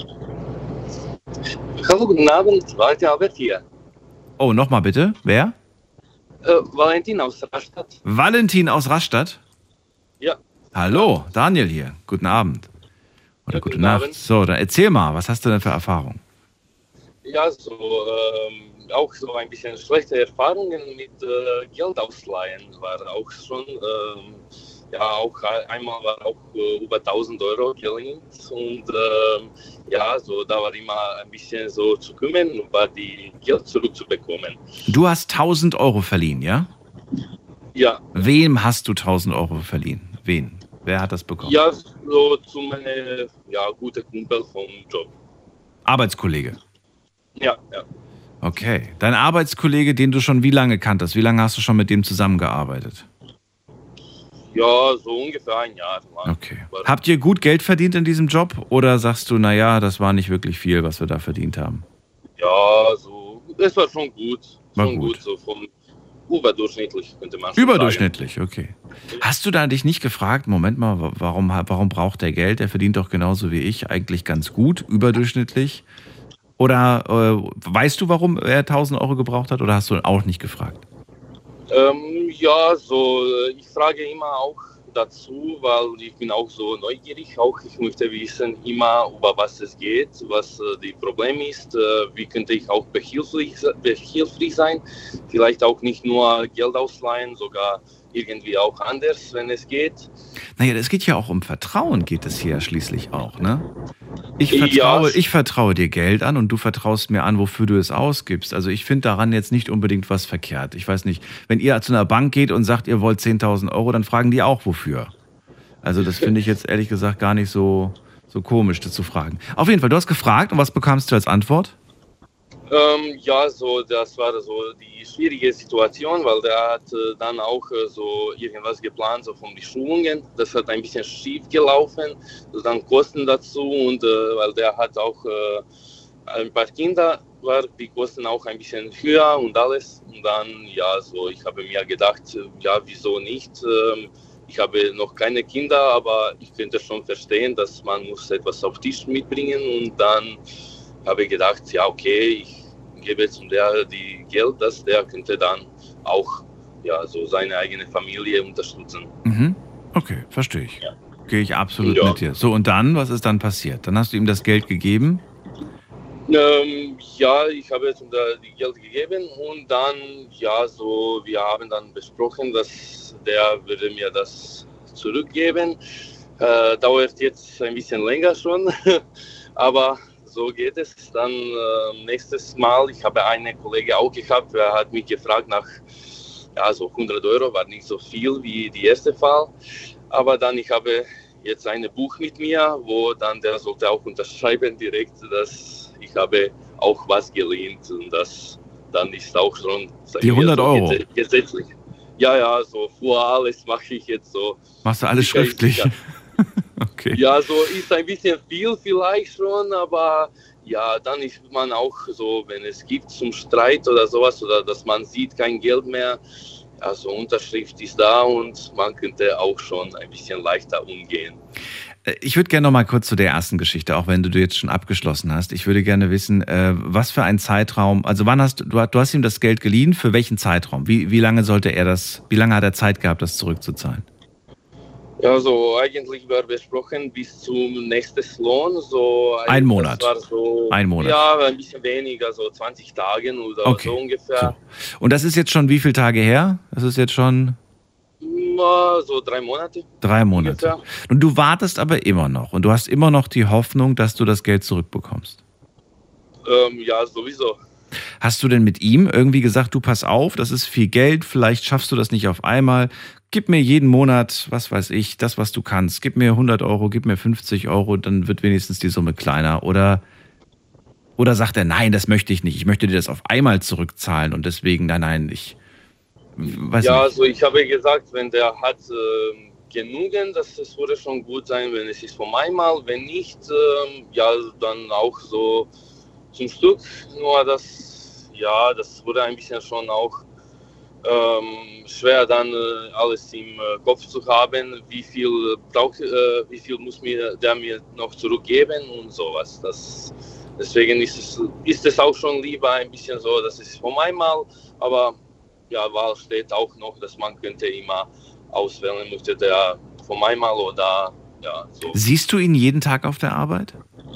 Hallo, guten Abend, Walter Albert hier. Oh, nochmal bitte. Wer? Äh, Valentin aus Rastatt. Valentin aus Rastatt. Ja. Hallo, Daniel hier. Guten Abend. Oder Ja, gute guten Nacht. Abend. So, dann erzähl mal, was hast du denn für Erfahrungen? Ja, so, ähm, auch so ein bisschen schlechte Erfahrungen mit äh, Geldausleihen war auch schon. Ähm, ja, auch einmal war auch äh, über tausend Euro geliehen und ähm, ja, so da war immer ein bisschen so zu kümmern, um die Geld zurückzubekommen. Du hast tausend Euro verliehen, ja? Ja, Wem hast du tausend Euro verliehen? Wen? Wer hat das bekommen? ja, so zu meinem ja, guten Kumpel vom Job. Arbeitskollege. Ja, ja. Okay. Dein Arbeitskollege, den du schon wie lange kanntest? Wie lange hast du schon mit dem zusammengearbeitet? Ja, so ungefähr ein Jahr lang. Okay. Habt ihr gut Geld verdient in diesem Job? Oder sagst du, naja, das war nicht wirklich viel, was wir da verdient haben? Ja, so, das war schon gut. War Schon gut. gut, so von überdurchschnittlich könnte man schon Überdurchschnittlich, okay. Hast du da dich nicht gefragt, Moment mal, warum, warum braucht der Geld? Der verdient doch genauso wie ich, eigentlich ganz gut, überdurchschnittlich. Oder äh, weißt du, warum er tausend Euro gebraucht hat oder hast du auch nicht gefragt? Ähm, ja, so, ich frage immer auch dazu, weil ich bin auch so neugierig, auch ich möchte wissen immer, über was es geht, was äh, die Problem ist, äh, wie könnte ich auch behilflich, behilflich sein, vielleicht auch nicht nur Geld ausleihen, sogar irgendwie auch anders, wenn es geht. Naja, es geht ja auch um Vertrauen, geht es hier schließlich auch, ne? Ich vertraue, Ja. ich vertraue dir Geld an und du vertraust mir an, wofür du es ausgibst. Also ich finde daran jetzt nicht unbedingt was verkehrt. Ich weiß nicht, wenn ihr zu einer Bank geht und sagt, ihr wollt zehntausend Euro, dann fragen die auch, wofür. Also das finde ich jetzt ehrlich gesagt gar nicht so, so komisch, das zu fragen. Auf jeden Fall, du hast gefragt und was bekamst du als Antwort? Ähm, ja, so, das war so die schwierige Situation, weil der hat äh, dann auch äh, so irgendwas geplant, so von den Schulungen. Das hat ein bisschen schief gelaufen, so dann Kosten dazu und äh, weil der hat auch äh, ein paar Kinder, war die Kosten auch ein bisschen höher und alles. Und dann, ja, so, ich habe mir gedacht, äh, ja, wieso nicht? Ähm, ich habe noch keine Kinder, aber ich könnte schon verstehen, dass man muss etwas auf den Tisch mitbringen und dann habe ich gedacht, ja, okay, ich gebe zum der die Geld, dass der könnte dann auch ja, so seine eigene Familie unterstützen. Mhm. Okay, verstehe ich. Ja. Gehe ich absolut Ja. mit dir. So, und dann, was ist dann passiert? Dann hast du ihm das Geld gegeben? Ähm, ja, ich habe jetzt unter die Geld gegeben und dann, ja, so, wir haben dann besprochen, dass der würde mir das zurückgeben. Äh, dauert jetzt ein bisschen länger schon, aber so geht es. Dann äh, nächstes Mal, ich habe einen Kollege auch gehabt, der hat mich gefragt nach, ja, so hundert Euro, war nicht so viel wie die erste Fall, aber dann, ich habe jetzt ein Buch mit mir, wo dann der sollte auch unterschreiben direkt, dass ich habe auch was geliehen und das dann ist auch schon Die hundert Euro? So gesetzlich. Ja, ja, so vor alles mache ich jetzt so. Machst du alles Sicher ist schriftlich? sicher. Okay. Ja, so ist ein bisschen viel vielleicht schon, aber ja, dann ist man auch so, wenn es gibt zum Streit oder sowas oder dass man sieht kein Geld mehr, also Unterschrift ist da und man könnte auch schon ein bisschen leichter umgehen. Ich würde gerne noch mal kurz zu der ersten Geschichte, auch wenn du jetzt schon abgeschlossen hast. Ich würde gerne wissen, äh, was für ein Zeitraum, also wann hast du, du hast ihm das Geld geliehen, für welchen Zeitraum? Wie, wie lange sollte er das, wie lange hat er Zeit gehabt, das zurückzuzahlen? Ja, so eigentlich war besprochen bis zum nächsten Lohn. So ein Monat. Das war so, ein Monat. Ja, ein bisschen weniger, so zwanzig Tagen oder okay. so ungefähr. So. Und das ist jetzt schon wie viele Tage her? Das ist jetzt schon... So drei Monate. Drei Monate. Ungefähr. Und du wartest aber immer noch. Und du hast immer noch die Hoffnung, dass du das Geld zurückbekommst. Ähm, ja, sowieso. Hast du denn mit ihm irgendwie gesagt, du pass auf, das ist viel Geld, vielleicht schaffst du das nicht auf einmal. Gib mir jeden Monat, was weiß ich, das, was du kannst. Gib mir hundert Euro, gib mir fünfzig Euro, dann wird wenigstens die Summe kleiner. Oder, oder sagt er, nein, das möchte ich nicht. Ich möchte dir das auf einmal zurückzahlen und deswegen, nein, nein, ich weiß ja, nicht. also ich habe gesagt, wenn der hat äh, genügend, das, das würde schon gut sein, wenn es ist von einmal. Wenn nicht, äh, ja, dann auch so zum Stück. Nur das, ja, das wurde ein bisschen schon auch ähm, schwer dann äh, alles im äh, Kopf zu haben, wie viel braucht, äh, wie viel muss mir der mir noch zurückgeben und sowas. Das, deswegen ist es, ist es auch schon lieber ein bisschen so, dass es von einmal, aber ja, Wahl steht auch noch, dass man könnte immer auswählen, möchte der von einmal oder ja, so. Siehst du ihn jeden Tag auf der Arbeit?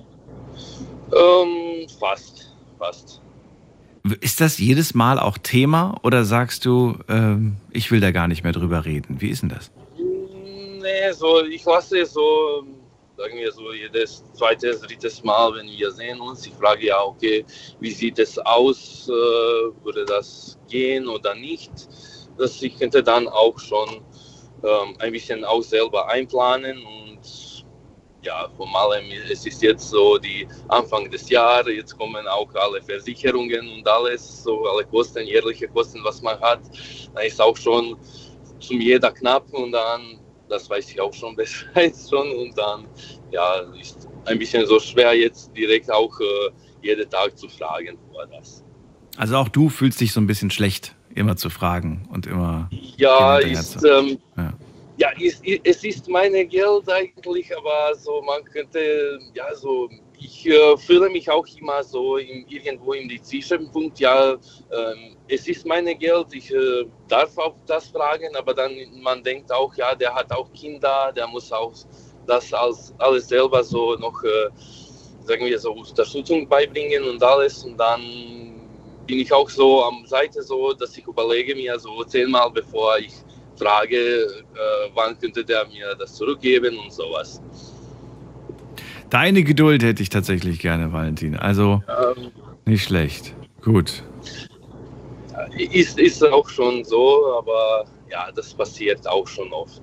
Ähm, fast, fast. Ist das jedes Mal auch Thema oder sagst du, ähm, ich will da gar nicht mehr drüber reden? Wie ist denn das? Nee, so, ich lasse so, sagen wir so, jedes zweites, drittes Mal, wenn wir sehen uns, ich frage ja, okay, wie sieht es aus, äh, würde das gehen oder nicht? Das ich könnte dann auch schon ähm, ein bisschen auch selber einplanen und ja, vor allem, es ist jetzt so die Anfang des Jahres, jetzt kommen auch alle Versicherungen und alles, so alle Kosten, jährliche Kosten, was man hat, dann ist auch schon zum jeder knapp und dann, das weiß ich auch schon Bescheid schon und dann, ja, ist ein bisschen so schwer jetzt direkt auch äh, jeden Tag zu fragen, war das. Also auch du fühlst dich so ein bisschen schlecht, immer zu fragen und immer... Ja, ist... Ähm, ja. Ja, ist, es ist meine Geld eigentlich, aber so man könnte, ja so, ich äh, fühle mich auch immer so im, irgendwo im Zwischenpunkt, ja, ähm, es ist meine Geld, ich äh, darf auch das fragen, aber dann man denkt auch, ja, der hat auch Kinder, der muss auch das als, alles selber so noch, äh, sagen wir so, Unterstützung beibringen und alles und dann bin ich auch so am Seite so, dass ich überlege mir so zehnmal, bevor ich frage, äh, wann könnte der mir das zurückgeben und sowas. Deine Geduld hätte ich tatsächlich gerne, Valentin. Also ähm, nicht schlecht. Gut. Ist, ist auch schon so, aber ja, das passiert auch schon oft.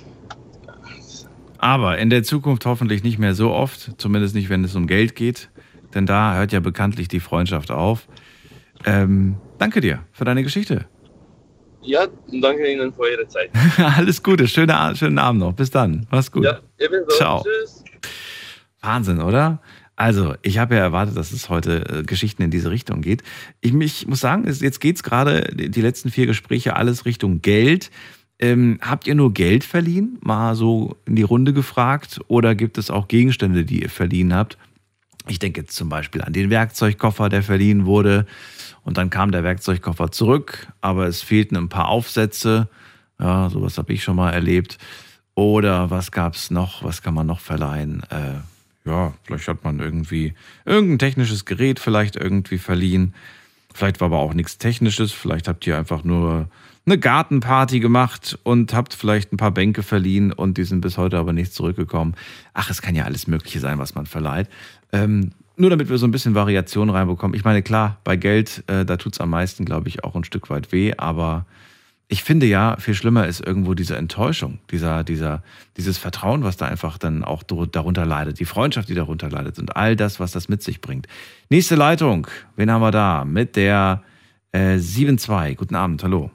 Aber in der Zukunft hoffentlich nicht mehr so oft, zumindest nicht, wenn es um Geld geht, denn da hört ja bekanntlich die Freundschaft auf. Ähm, danke dir für deine Geschichte. Ja, danke Ihnen für Ihre Zeit. Alles Gute, schöne, schönen Abend noch. Bis dann. Mach's gut. Ja, ebenso. Ciao. Tschüss. Wahnsinn, oder? Also, ich habe ja erwartet, dass es heute äh, Geschichten in diese Richtung geht. Ich, ich muss sagen, es, jetzt geht's gerade, die letzten vier Gespräche, alles Richtung Geld. Ähm, habt ihr nur Geld verliehen? Mal so in die Runde gefragt. Oder gibt es auch Gegenstände, die ihr verliehen habt? Ich denke jetzt zum Beispiel an den Werkzeugkoffer, der verliehen wurde. Und dann kam der Werkzeugkoffer zurück, aber es fehlten ein paar Aufsätze. Ja, sowas habe ich schon mal erlebt. Oder was gab es noch? Was kann man noch verleihen? Äh, ja, vielleicht hat man irgendwie irgendein technisches Gerät vielleicht irgendwie verliehen. Vielleicht war aber auch nichts Technisches. Vielleicht habt ihr einfach nur eine Gartenparty gemacht und habt vielleicht ein paar Bänke verliehen und die sind bis heute aber nicht zurückgekommen. Ach, es kann ja alles Mögliche sein, was man verleiht. Ähm, Nur damit wir so ein bisschen Variation reinbekommen. Ich meine, klar, bei Geld, äh, da tut es am meisten, glaube ich, auch ein Stück weit weh. Aber ich finde ja, viel schlimmer ist irgendwo diese Enttäuschung, dieser, dieser, dieses Vertrauen, was da einfach dann auch darunter leidet, die Freundschaft, die darunter leidet und all das, was das mit sich bringt. Nächste Leitung, wen haben wir da? Mit der äh, sieben zwei. Guten Abend, hallo.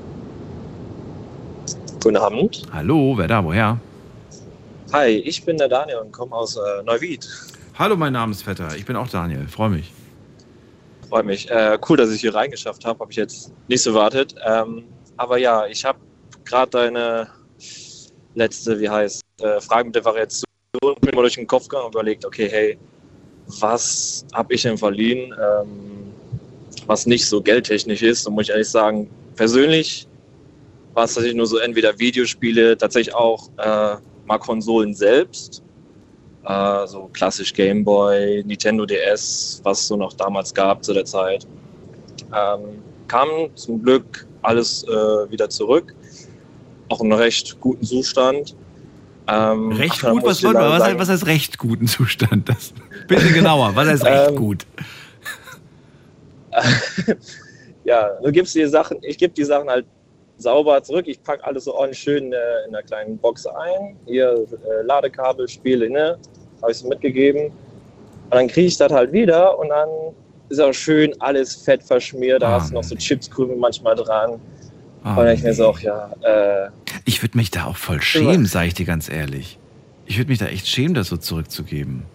Guten Abend. Hallo, wer da, woher? Hi, ich bin der Daniel und komme aus äh, Neuwied. Hallo, mein Namensvetter. Ich bin auch Daniel. Freue mich. Freut mich. Äh, cool, dass ich hier reingeschafft habe. Habe ich jetzt nicht so erwartet. Ähm, aber ja, ich habe gerade deine letzte, wie heißt, äh, Frage mit der Variation mir mal durch den Kopf gegangen und überlegt, okay, hey, was habe ich denn verliehen, ähm, was nicht so geldtechnisch ist? Und muss ich ehrlich sagen, persönlich war es tatsächlich nur so entweder Videospiele, tatsächlich auch äh, mal Konsolen selbst. Äh, so klassisch Game Boy, Nintendo D S, was es so noch damals gab zu der Zeit. Ähm, kam zum Glück alles äh, wieder zurück. Auch in einem recht guten Zustand. Ähm, recht ach, gut? Was, was, was, heißt, was heißt recht guten Zustand? Das, bitte genauer, was heißt recht ähm, gut? Ja, du gibst die Sachen, ich gebe die Sachen halt sauber zurück. Ich packe alles so ordentlich schön äh, in einer kleinen Box ein. Hier äh, Ladekabel, Spiele, ne? Habe ich es mitgegeben. Und dann kriege ich das halt wieder und dann ist auch schön alles fett verschmiert. Da ah, hast du noch so Chipskrümel manchmal dran. Oh, und dann denke ich mir so auch, ja. Äh, ich würde mich da auch voll schämen, sage ich dir ganz ehrlich. Ich würde mich da echt schämen, das so zurückzugeben.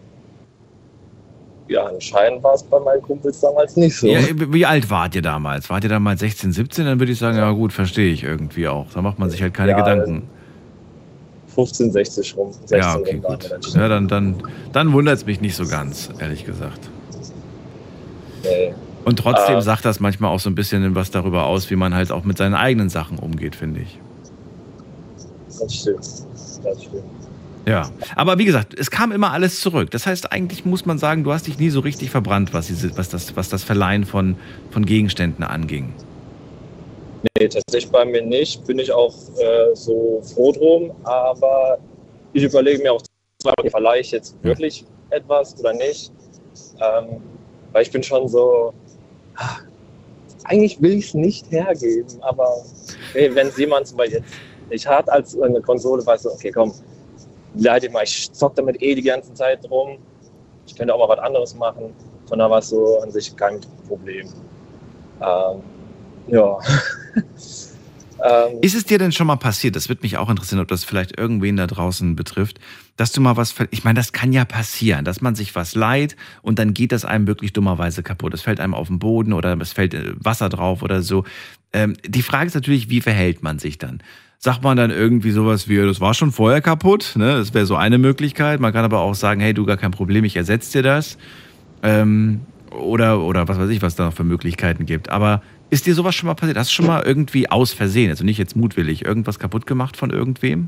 Ja, anscheinend war es bei meinen Kumpels damals nicht so. Ja, wie alt wart ihr damals? Wart ihr damals sechzehn, siebzehn? Dann würde ich sagen, ja gut, verstehe ich irgendwie auch. Da macht man sich halt keine ja, Gedanken. fünfzehn, sechzehn rum. sechzehn ja, okay, rum gut. Dann ja, dann, dann, dann wundert es mich nicht so ganz, ehrlich gesagt. Nee. Und trotzdem ah. sagt das manchmal auch so ein bisschen was darüber aus, wie man halt auch mit seinen eigenen Sachen umgeht, finde ich. Das stimmt. Das stimmt. Ja, aber wie gesagt, es kam immer alles zurück. Das heißt, eigentlich muss man sagen, du hast dich nie so richtig verbrannt, was, diese, was, das, was das Verleihen von, von Gegenständen anging. Nee, tatsächlich bei mir nicht. Bin ich auch äh, so froh drum. Aber ich überlege mir auch, verleihe ich jetzt wirklich ja. etwas oder nicht. Ähm, weil ich bin schon so, ach, eigentlich will ich es nicht hergeben. Aber hey, wenn es jemand zum Beispiel jetzt nicht hat als eine Konsole, weißt du, okay, komm, leite mal, ich zock damit eh die ganze Zeit rum. Ich könnte auch mal was anderes machen. Von da war es so an sich kein Problem. Ähm, ja. ähm, Ist es dir denn schon mal passiert, das würde mich auch interessieren, ob das vielleicht irgendwen da draußen betrifft, dass du mal was, ich meine, das kann ja passieren, dass man sich was leiht und dann geht das einem wirklich dummerweise kaputt. Es fällt einem auf den Boden oder es fällt Wasser drauf oder so. Ähm, die Frage ist natürlich, wie verhält man sich dann? Sagt man dann irgendwie sowas wie, das war schon vorher kaputt, ne? Das wäre so eine Möglichkeit. Man kann aber auch sagen, hey, du, gar kein Problem, ich ersetze dir das. Ähm, oder, oder was weiß ich, was da noch für Möglichkeiten gibt. Aber ist dir sowas schon mal passiert? Hast du schon mal irgendwie aus Versehen, also nicht jetzt mutwillig, irgendwas kaputt gemacht von irgendwem?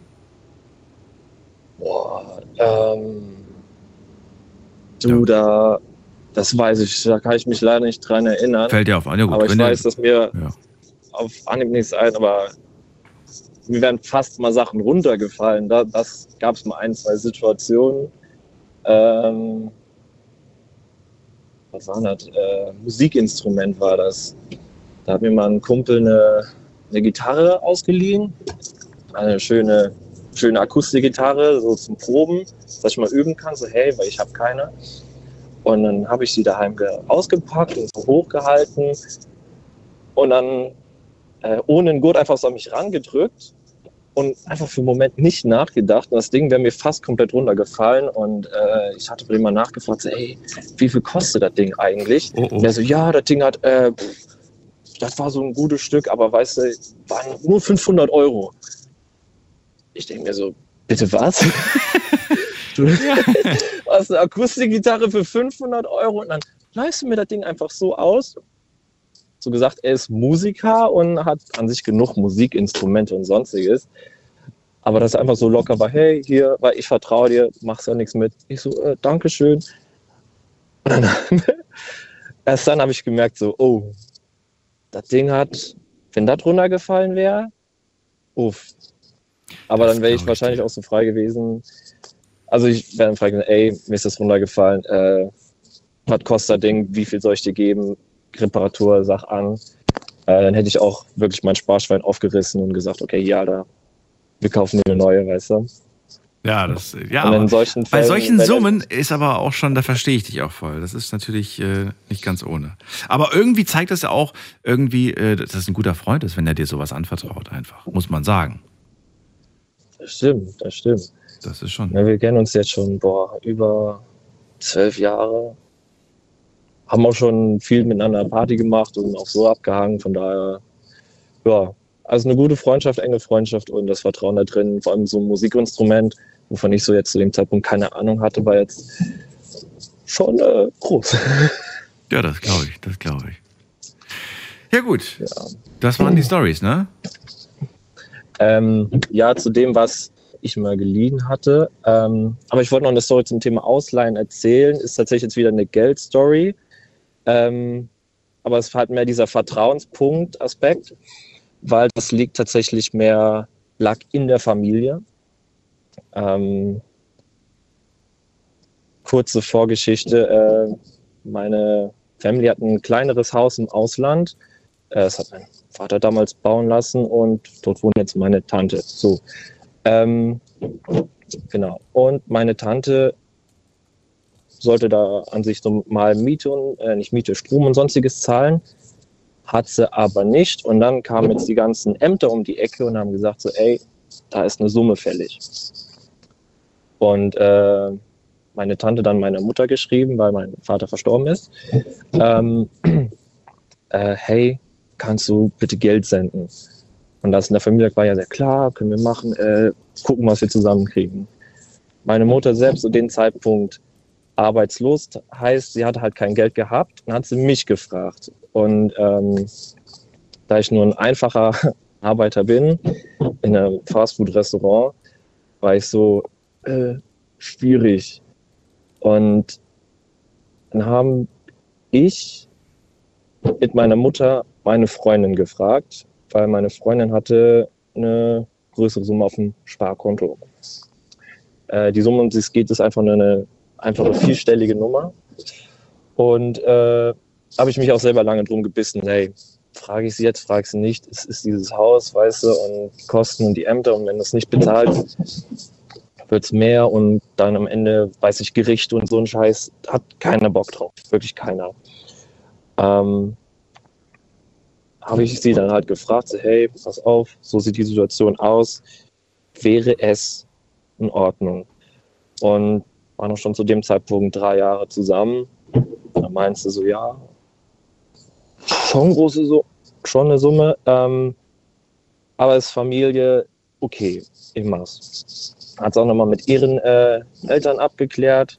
Boah, ähm, du, ja. da, das weiß ich, da kann ich mich leider nicht dran erinnern. Fällt dir auf an, ja gut. Aber ich weiß, der, dass mir ja. auf Anhieb nichts ein, aber mir wären fast mal Sachen runtergefallen. Da, das gab es mal ein, zwei Situationen. Ähm, was war das? Äh, Musikinstrument war das. Da hat mir mal ein Kumpel eine, eine Gitarre ausgeliehen. Eine schöne, schöne Akustikgitarre, so zum Proben, dass ich mal üben kann. So, hey, weil ich habe keine. Und dann habe ich sie daheim ausgepackt und so hochgehalten. Und dann äh, ohne einen Gurt einfach so an mich rangedrückt und einfach für einen Moment nicht nachgedacht. Und das Ding wäre mir fast komplett runtergefallen. Und äh, ich hatte bei ihm mal nachgefragt, so, ey, wie viel kostet das Ding eigentlich? Oh, oh. Und er so, ja, das Ding hat, äh, pff, das war so ein gutes Stück, aber weißt du, waren nur fünfhundert Euro. Ich denke mir so, bitte was? Du hast eine Akustikgitarre für fünfhundert Euro und dann leihst du mir das Ding einfach so aus. So gesagt, er ist Musiker und hat an sich genug Musikinstrumente und sonstiges. Aber das einfach so locker war, hey, hier, weil ich vertraue dir, machst ja nichts mit. Ich so, äh, Dankeschön. Und dann, erst dann habe ich gemerkt, so, oh, das Ding hat, wenn das runtergefallen wäre, uff. Aber das dann wäre ich wahrscheinlich auch so frei gewesen. Also ich wäre dann frei gewesen, ey, mir ist das runtergefallen, äh, was kostet das Ding, wie viel soll ich dir geben? Reparatur, sag an. Äh, dann hätte ich auch wirklich mein Sparschwein aufgerissen und gesagt, okay, ja, da, wir kaufen dir eine neue, weißt du? Ja, das, ja. Aber solchen Fällen, bei solchen Summen ist aber auch schon, da verstehe ich dich auch voll. Das ist natürlich äh, nicht ganz ohne. Aber irgendwie zeigt das ja auch irgendwie, äh, dass es ein guter Freund ist, wenn er dir sowas anvertraut, einfach, muss man sagen. Das stimmt, das stimmt. Das ist schon. Ja, wir kennen uns jetzt schon, boah, über zwölf Jahre. Haben auch schon viel miteinander Party gemacht und auch so abgehangen. Von daher, ja, also eine gute Freundschaft, enge Freundschaft und das Vertrauen da drin. Vor allem so ein Musikinstrument, wovon ich so jetzt zu dem Zeitpunkt keine Ahnung hatte, war jetzt schon äh, groß. Ja, das glaube ich, das glaube ich. Ja gut, ja. Das waren die Storys, ne? Ähm, ja, zu dem, was ich mal geliehen hatte. Ähm, aber ich wollte noch eine Story zum Thema Ausleihen erzählen. Ist tatsächlich jetzt wieder eine Geldstory. Ähm, aber es hat mehr dieser Vertrauenspunkt-Aspekt, weil das liegt tatsächlich mehr, lag in der Familie. Ähm, kurze Vorgeschichte. Äh, meine Family hat ein kleineres Haus im Ausland. Äh, das hat mein Vater damals bauen lassen und dort wohnt jetzt meine Tante. So. Ähm, genau. Und meine Tante sollte da an sich so mal Miete und äh, nicht Miete, Strom und sonstiges zahlen, hat sie aber nicht. Und dann kamen jetzt die ganzen Ämter um die Ecke und haben gesagt so, ey, da ist eine Summe fällig. Und äh, meine Tante dann meiner Mutter geschrieben, weil mein Vater verstorben ist. Ähm, äh, hey, kannst du bitte Geld senden? Und das in der Familie war ja sehr klar, können wir machen, äh, gucken, was wir zusammenkriegen. Meine Mutter selbst zu dem Zeitpunkt arbeitslos, heißt, sie hatte halt kein Geld gehabt, dann hat sie mich gefragt. Und ähm, da ich nur ein einfacher Arbeiter bin, in einem Fastfood-Restaurant, war ich so äh, schwierig. Und dann haben ich mit meiner Mutter meine Freundin gefragt, weil meine Freundin hatte eine größere Summe auf dem Sparkonto. Äh, die Summe, um die es geht, ist einfach nur eine einfache vierstellige Nummer. Und äh, habe ich mich auch selber lange drum gebissen, hey, frage ich sie jetzt, frage ich sie nicht, es ist dieses Haus, weißt du, und die Kosten und die Ämter, und wenn das nicht bezahlt, wird es mehr, und dann am Ende, weiß ich, Gericht und so ein Scheiß, hat keiner Bock drauf, wirklich keiner. Ähm, habe ich sie dann halt gefragt, so, hey, pass auf, so sieht die Situation aus, wäre es in Ordnung? Und waren auch schon zu dem Zeitpunkt drei Jahre zusammen. Da meinst du so, ja, schon große, so, schon eine Summe, ähm, aber als Familie, okay, ich mach's. Hat es auch nochmal mit ihren äh, Eltern abgeklärt,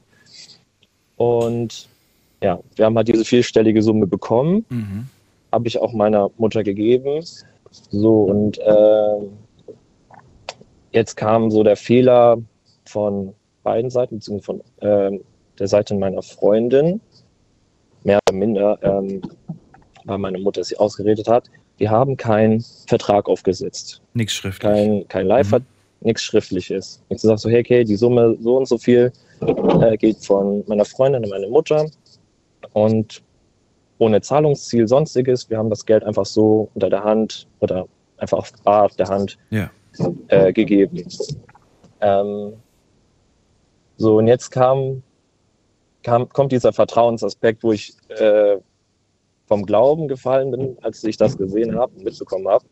und ja, wir haben halt diese vierstellige Summe bekommen. Mhm. Habe ich auch meiner Mutter gegeben. So, und äh, jetzt kam so der Fehler von beiden Seiten, beziehungsweise von äh, der Seite meiner Freundin, mehr oder minder, ähm, weil meine Mutter sie ausgeredet hat. Wir haben keinen Vertrag aufgesetzt. Nichts schriftlich. Kein, kein Live-Vertrag, mhm. Nichts Schriftliches. Jetzt sagst du, hey, okay, die Summe so und so viel äh, geht von meiner Freundin an meine Mutter, und ohne Zahlungsziel, sonstiges. Wir haben das Geld einfach so unter der Hand oder einfach auf bar auf der Hand ja. äh, gegeben. Ähm, so, und jetzt kam, kam, kommt dieser Vertrauensaspekt, wo ich äh, vom Glauben gefallen bin, als ich das gesehen habe und mitbekommen habe.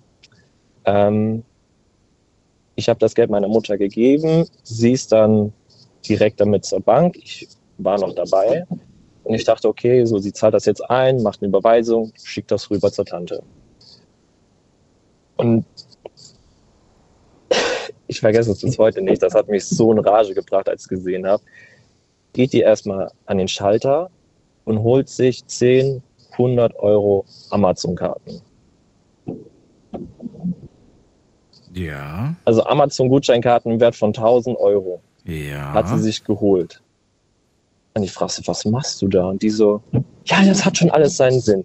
Ähm, ich habe das Geld meiner Mutter gegeben, sie ist dann direkt damit zur Bank. Ich war noch dabei. Und ich dachte, okay, so, sie zahlt das jetzt ein, macht eine Überweisung, schickt das rüber zur Tante. Und ich vergesse es bis heute nicht, das hat mich so in Rage gebracht, als ich es gesehen habe. Geht die erstmal an den Schalter und holt sich zehn, hundert Euro Amazon-Karten. Ja. Also Amazon-Gutscheinkarten im Wert von tausend Euro. Ja. Hat sie sich geholt. Und ich frage sie, was machst du da? Und die so, ja, das hat schon alles seinen Sinn.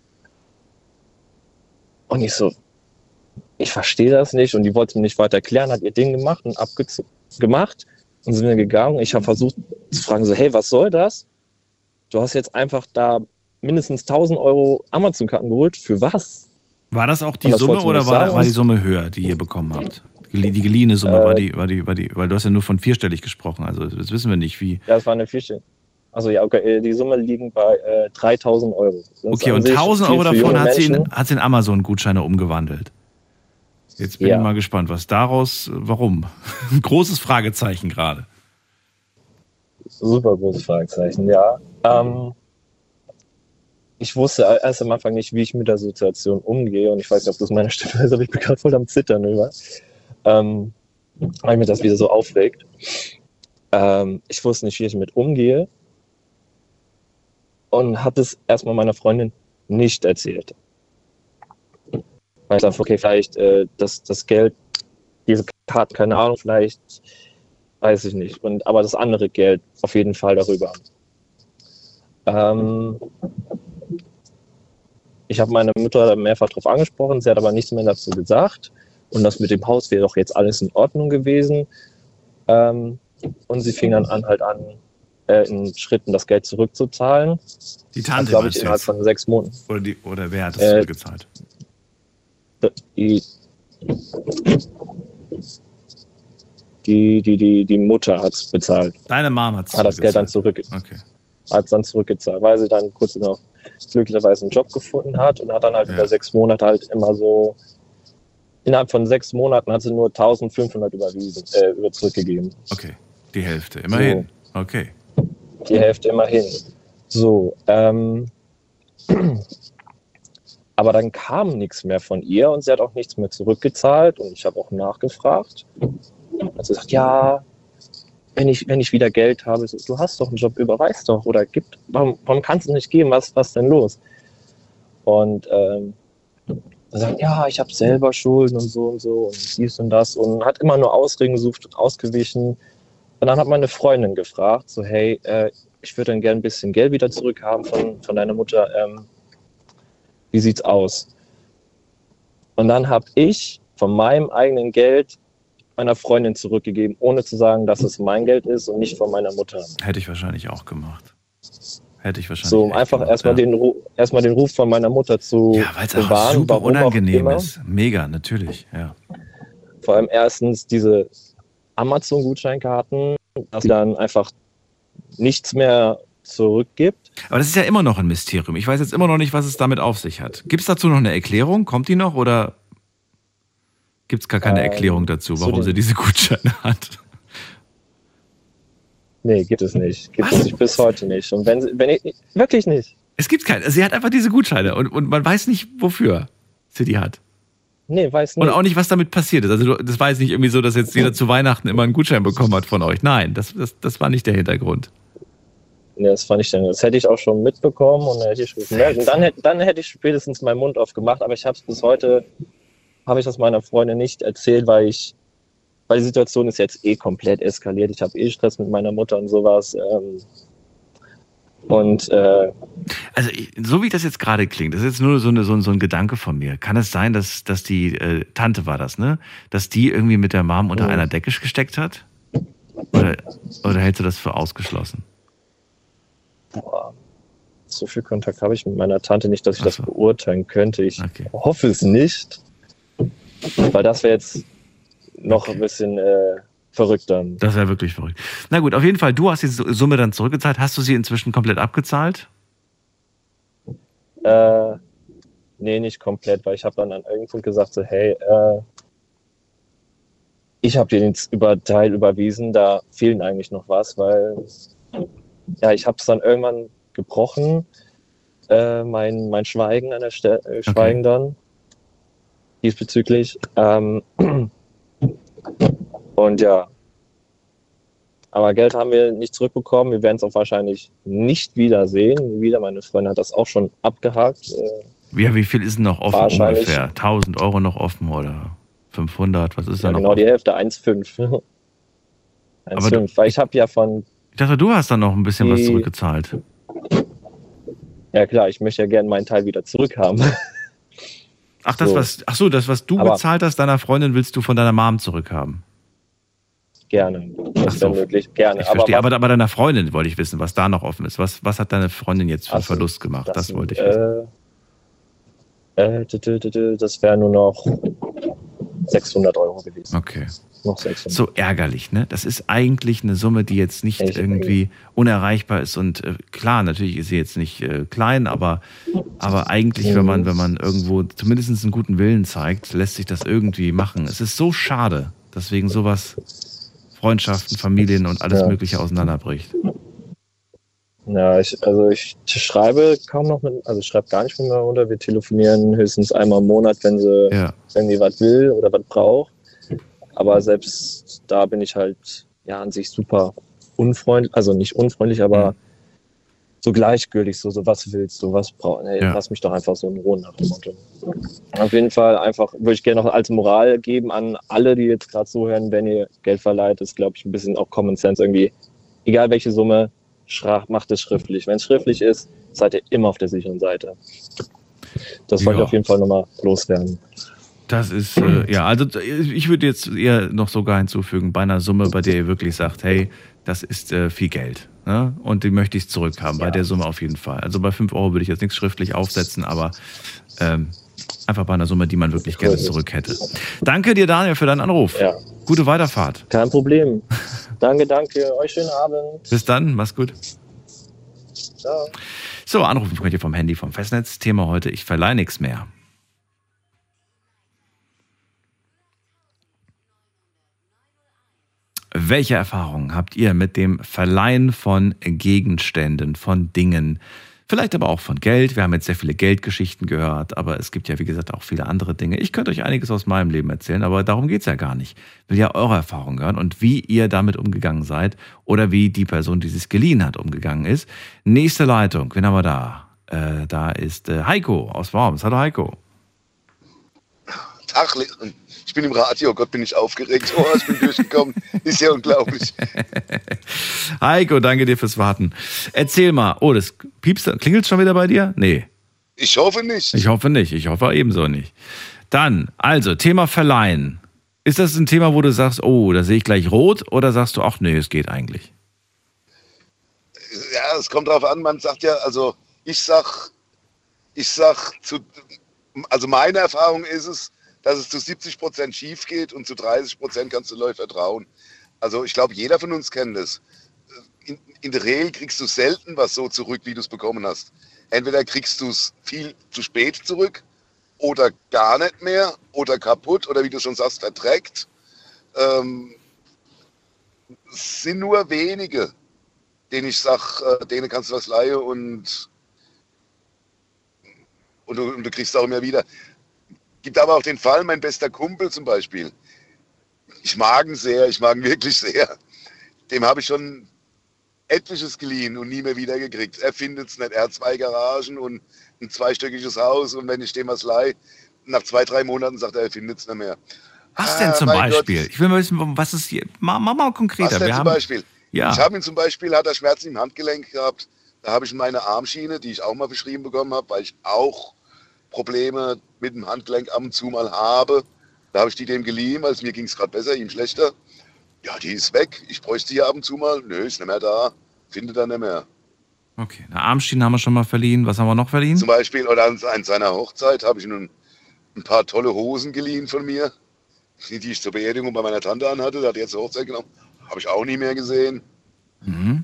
Und ich so, ich verstehe das nicht. Und die wollte mir nicht weiter erklären, hat ihr Ding gemacht und abgemacht und sind wir gegangen. Ich habe versucht zu fragen, so, hey, was soll das? Du hast jetzt einfach da mindestens tausend Euro Amazon-Karten geholt. Für was? War das auch die Summe oder war, war die Summe höher, die ihr bekommen habt? Die geliehene Summe, äh, war, die, war, die, war die, weil du hast ja nur von vierstellig gesprochen, also das wissen wir nicht, wie. Ja, es war eine vierstellige. Also ja, okay, die Summe liegen bei äh, dreitausend Euro. Das okay, und tausend Euro davon hat sie, in, hat sie in Amazon-Gutscheine umgewandelt. Jetzt bin ja. ich mal gespannt, was daraus, warum? Ein großes Fragezeichen gerade. Super großes Fragezeichen, ja. Ähm, ich wusste erst am Anfang nicht, wie ich mit der Situation umgehe, und ich weiß nicht, ob das meine Stimme ist, aber ich bin gerade voll am Zittern über. Ähm, weil mir das wieder so aufregt. Ähm, ich wusste nicht, wie ich damit umgehe, und habe es erstmal meiner Freundin nicht erzählt. Weil Weil ich dachte, okay, vielleicht äh, das, das Geld, diese Karte, keine Ahnung, vielleicht, weiß ich nicht. Und, aber das andere Geld auf jeden Fall darüber. Ähm, ich habe meine Mutter mehrfach darauf angesprochen, sie hat aber nichts mehr dazu gesagt. Und das mit dem Haus wäre doch jetzt alles in Ordnung gewesen. Ähm, und sie fing dann an, halt an, äh, in Schritten das Geld zurückzuzahlen. Die Tante, glaube ich, innerhalb von sechs Monaten. Oder, die, oder wer hat das äh, zurückgezahlt? Die, die, die, die, die Mutter hat es bezahlt. Deine Mom hat es Hat das Geld dann zurück, okay. hat es dann zurückgezahlt, weil sie dann kurz noch glücklicherweise einen Job gefunden hat und hat dann halt ja. über sechs Monate halt immer so, innerhalb von sechs Monaten hat sie nur eintausendfünfhundert überwiesen, äh, über zurückgegeben. Okay, die Hälfte, immerhin. So. Okay. Die Hälfte immerhin. So, ähm, aber dann kam nichts mehr von ihr und sie hat auch nichts mehr zurückgezahlt und ich habe auch nachgefragt. Hat sie gesagt, ja, wenn ich, wenn ich wieder Geld habe, so, du hast doch einen Job, überweis doch oder gib, warum, warum kannst du nicht geben, was, was denn los? Und ähm, er sagt, ja, ich habe selber Schulden und so und so und dies und das und hat immer nur Ausreden gesucht und ausgewichen. Und dann hat meine Freundin gefragt, so hey, äh, ich würde dann gerne ein bisschen Geld wieder zurückhaben von, von deiner Mutter, ähm, wie sieht's aus? Und dann habe ich von meinem eigenen Geld meiner Freundin zurückgegeben, ohne zu sagen, dass es mein Geld ist und nicht von meiner Mutter. Hätte ich wahrscheinlich auch gemacht. Hätte ich wahrscheinlich So, um einfach gemacht, erstmal ja. den, Ru- erstmal den Ruf von meiner Mutter zu ja, weil es auch bewahren. super warum unangenehm auch ist. Mega, natürlich, ja. Vor allem erstens diese Amazon-Gutscheinkarten, dass sie dann einfach nichts mehr zurückgibt. Aber das ist ja immer noch ein Mysterium. Ich weiß jetzt immer noch nicht, was es damit auf sich hat. Gibt es dazu noch eine Erklärung? Kommt die noch oder gibt es gar keine Ähm, Erklärung dazu, warum zu sie diese Gutscheine hat? Nee, gibt es nicht. Gibt Was? es nicht bis heute nicht. Und wenn, sie- wenn ich, wirklich nicht. Es gibt keine. Sie hat einfach diese Gutscheine und, und man weiß nicht, wofür sie die hat. Nee, weiß nicht. Und auch nicht, was damit passiert ist. Also du- das war jetzt nicht irgendwie so, dass jetzt jeder zu Weihnachten immer einen Gutschein bekommen hat von euch. Nein, das, das, das war nicht der Hintergrund. Nee, das fand ich dann. Das hätte ich auch schon mitbekommen und dann hätte ich schon gemerkt. Und dann, hätte- dann hätte ich spätestens meinen Mund aufgemacht, aber ich habe es bis heute, habe ich das meiner Freundin nicht erzählt, weil ich, weil die Situation ist jetzt eh komplett eskaliert. Ich habe eh Stress mit meiner Mutter und sowas. Ähm, und äh, Also ich- so wie das jetzt gerade klingt, das ist jetzt nur so, eine, so, ein, so ein Gedanke von mir. Kann es sein, dass, dass die äh, Tante war das, ne? Dass die irgendwie mit der Mom unter Mhm. einer Decke gesteckt hat? Oder, oder hältst du das für ausgeschlossen? boah, so viel Kontakt habe ich mit meiner Tante nicht, dass ich Ach das so. beurteilen könnte. Ich Okay. hoffe es nicht, weil das wäre jetzt noch ein bisschen äh, verrückter. Das wäre wirklich verrückt. Na gut, auf jeden Fall, du hast die Summe dann zurückgezahlt. Hast du sie inzwischen komplett abgezahlt? Äh, nee, nicht komplett, weil ich habe dann an irgendeinem Punkt gesagt, so, hey, äh, ich habe dir den über Teil überwiesen, da fehlen eigentlich noch was, weil ja, ich habe es dann irgendwann gebrochen, äh, mein, mein Schweigen an der Stelle, äh, Schweigen dann diesbezüglich. Ähm, und ja, aber Geld haben wir nicht zurückbekommen. Wir werden es auch wahrscheinlich nicht wiedersehen. Wieder, meine Freundin hat das auch schon abgehakt. Äh, Ja, wie viel ist denn noch offen Wahrscheinlich. ungefähr? tausend Euro noch offen oder fünfhundert? Was ist da ja, noch genau offen? die Hälfte, eins Komma fünf. eins Aber Komma fünf, weil ich habe ja von, Ich dachte, du hast dann noch ein bisschen was Die- zurückgezahlt. ja klar, ich möchte ja gerne meinen Teil wieder zurückhaben. Ach, das, So. was, ach so, das, was du Aber- bezahlt hast, deiner Freundin, willst du von deiner Mom zurückhaben. Gerne, Ach das so. wäre möglich, gerne. Ich verstehe. was- Aber bei deiner Freundin wollte ich wissen, was da noch offen ist. Was, was hat deine Freundin jetzt für einen Ach so, Verlust gemacht? Das, sind, wollte ich wissen. Äh, äh, tü- tü- tü- tü, das wäre nur noch sechshundert Euro gewesen. Okay. Noch sechshundert. So ärgerlich, ne? Das ist eigentlich eine Summe, die jetzt nicht Echt irgendwie unerreichbar ist. Und äh, klar, natürlich ist sie jetzt nicht äh, klein, aber, aber eigentlich, wenn man, wenn man irgendwo zumindest einen guten Willen zeigt, lässt sich das irgendwie machen. Es ist so schade, dass wegen sowas Freundschaften, Familien und alles Ja. Mögliche auseinanderbricht. Ja, ich, also ich schreibe kaum noch mit, also ich schreibe gar nicht mit meiner Mutter. Wir telefonieren höchstens einmal im Monat, wenn sie Ja. irgendwie was will oder was braucht. Aber selbst da bin ich halt ja an sich super unfreundlich, also nicht unfreundlich, aber so gleichgültig, so, so was willst du, was brauchst hey, Ja. lass mich doch einfach so in Ruhe nach dem Motto. Auf jeden Fall einfach, würde ich gerne noch als Moral geben an alle, die jetzt gerade zuhören, wenn ihr Geld verleiht, ist, glaube ich, ein bisschen auch Common Sense irgendwie. Egal welche Summe, schra- macht es schriftlich. Wenn es schriftlich ist, seid ihr immer auf der sicheren Seite. Das wollte Ja. ich auf jeden Fall nochmal loswerden. Das ist, äh, ja, also ich würde jetzt eher noch sogar hinzufügen, bei einer Summe, bei der ihr wirklich sagt, hey, das ist äh, viel Geld, ne? Und die möchte ich zurückhaben, bei der Summe auf jeden Fall. Also bei fünf Euro würde ich jetzt nichts schriftlich aufsetzen, aber ähm, einfach bei einer Summe, die man wirklich gerne zurück hätte. Danke dir, Daniel, für deinen Anruf. Ja. Gute Weiterfahrt. Kein Problem. Danke, danke. Euch schönen Abend. Bis dann, mach's gut. Ciao. So, anrufen könnt ihr vom Handy, vom Festnetz. Thema heute, ich verleihe nichts mehr. Welche Erfahrungen habt ihr mit dem Verleihen von Gegenständen, von Dingen, vielleicht aber auch von Geld? Wir haben jetzt sehr viele Geldgeschichten gehört, aber es gibt ja, wie gesagt, auch viele andere Dinge. Ich könnte euch einiges aus meinem Leben erzählen, aber darum geht's ja gar nicht. Ich will ja eure Erfahrungen hören und wie ihr damit umgegangen seid oder wie die Person, die es geliehen hat, umgegangen ist. Nächste Leitung, wen haben wir da? Äh, da ist äh, Heiko aus Worms. Hallo Heiko. Tag, ich bin im Radio, Gott, bin ich aufgeregt. Oh, ich bin durchgekommen. Ist ja unglaublich. Heiko, danke dir fürs Warten. Erzähl mal. Oh, das piepst, klingelt schon wieder bei dir? Nee. Ich hoffe nicht. Ich hoffe nicht. Ich hoffe ebenso nicht. Dann, also, Thema Verleihen. Ist das ein Thema, wo du sagst, oh, da sehe ich gleich rot? Oder sagst du, ach nee, es geht eigentlich? Ja, es kommt drauf an, man sagt ja, also ich sag, ich sag, zu, also meine Erfahrung ist es, dass es zu siebzig Prozent schief geht und zu dreißig Prozent kannst du Leuten vertrauen. Also ich glaube, jeder von uns kennt das. In, in der Regel kriegst du selten was so zurück, wie du es bekommen hast. Entweder kriegst du es viel zu spät zurück oder gar nicht mehr oder kaputt oder wie du schon sagst, verdreckt. Ähm, es sind nur wenige, denen ich sage, äh, denen kannst du was leihen und, und, du, und du kriegst es auch immer wieder. Gibt aber auch den Fall, mein bester Kumpel zum Beispiel. Ich mag ihn sehr, ich mag ihn wirklich sehr. Dem habe ich schon etliches geliehen und nie mehr wieder gekriegt. Er findet es nicht. Er hat zwei Garagen und ein zweistöckiges Haus und wenn ich dem was leihe, nach zwei, drei Monaten sagt er, er findet es nicht mehr. Was denn zum mein Beispiel? Gott. Ich will mal wissen, was ist hier? Mach mal, mal konkreter. Was denn Wir zum haben, Beispiel? Ja. Ich habe ihn zum Beispiel, hat er Schmerzen im Handgelenk gehabt. Da habe ich meine Armschiene, die ich auch mal verschrieben bekommen habe, weil ich auch Probleme mit dem Handgelenk ab und zu mal habe. Da habe ich die dem geliehen, weil es mir ging es gerade besser, ihm schlechter. Ja, die ist weg. Ich bräuchte die ab und zu mal. Nö, ist nicht mehr da. Findet er nicht mehr. Okay, eine Armschiene haben wir schon mal verliehen. Was haben wir noch verliehen? Zum Beispiel, oder an, an seiner Hochzeit habe ich nun ein paar tolle Hosen geliehen von mir, die, die ich zur Beerdigung bei meiner Tante anhatte. Da hat er jetzt zur Hochzeit genommen. Habe ich auch nie mehr gesehen. Mhm.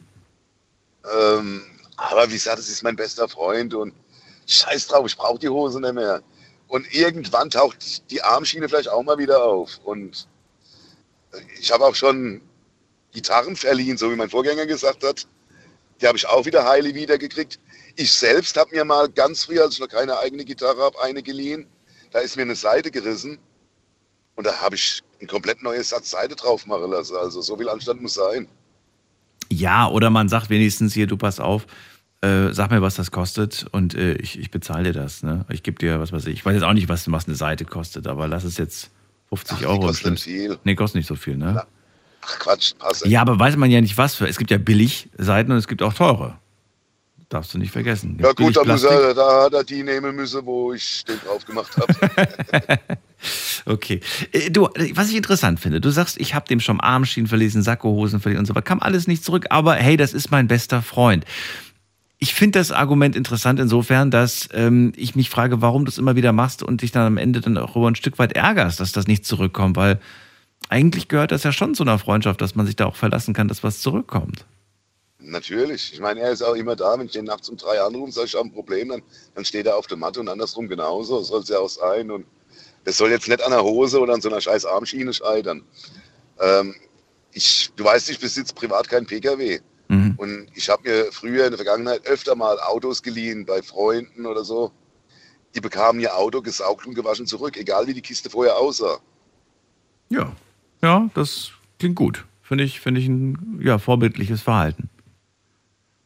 Ähm, aber wie gesagt, das ist mein bester Freund und scheiß drauf, ich brauche die Hose nicht mehr. Und irgendwann taucht die Armschiene vielleicht auch mal wieder auf. Und ich habe auch schon Gitarren verliehen, so wie mein Vorgänger gesagt hat. Die habe ich auch wieder heile wiedergekriegt. Ich selbst habe mir mal ganz früh, als ich noch keine eigene Gitarre habe, eine geliehen. Da ist mir eine Seite gerissen. Und da habe ich ein komplett neues Satz Seite drauf machen lassen. Also so viel Anstand muss sein. Ja, oder man sagt wenigstens hier, du pass auf, äh, sag mir, was das kostet und äh, ich, ich bezahle dir das. Ne? Ich gebe dir, was weiß ich, ich weiß jetzt auch nicht, was, was eine Seite kostet, aber lass es jetzt fünfzig Ach, die Euro. kostet nicht viel. Nee, kostet nicht so viel, ne? Na, ach Quatsch, passt. Ja, aber weiß man ja nicht, was für. Es gibt ja billig Seiten und es gibt auch teure. Darfst du nicht vergessen. Ja gut, da, muss Plastik. er, da hat er die nehmen müssen, wo ich den drauf gemacht habe. Okay. Äh, Du, was ich interessant finde, du sagst, ich habe dem schon Armschienen verlesen, Sakkohosen verlesen und so weiter, kam alles nicht zurück, aber hey, das ist mein bester Freund. Ich finde das Argument interessant insofern, dass ähm, ich mich frage, warum du es immer wieder machst und dich dann am Ende dann auch über ein Stück weit ärgerst, dass das nicht zurückkommt, weil eigentlich gehört das ja schon zu einer Freundschaft, dass man sich da auch verlassen kann, dass was zurückkommt. Natürlich. Ich meine, er ist auch immer da, wenn ich den nachts um drei anrufe, sage ich, ich habe ein Problem, dann, dann steht er auf der Matte und andersrum genauso, soll es ja auch sein. Und das soll jetzt nicht an der Hose oder an so einer scheiß Armschiene scheitern. Ähm, ich, du weißt, ich besitze privat keinen P K W. Mhm. Und ich habe mir früher in der Vergangenheit öfter mal Autos geliehen bei Freunden oder so. Die bekamen ihr Auto gesaugt und gewaschen zurück, egal wie die Kiste vorher aussah. Ja, ja, das klingt gut. Finde ich, finde ich ein ja, vorbildliches Verhalten.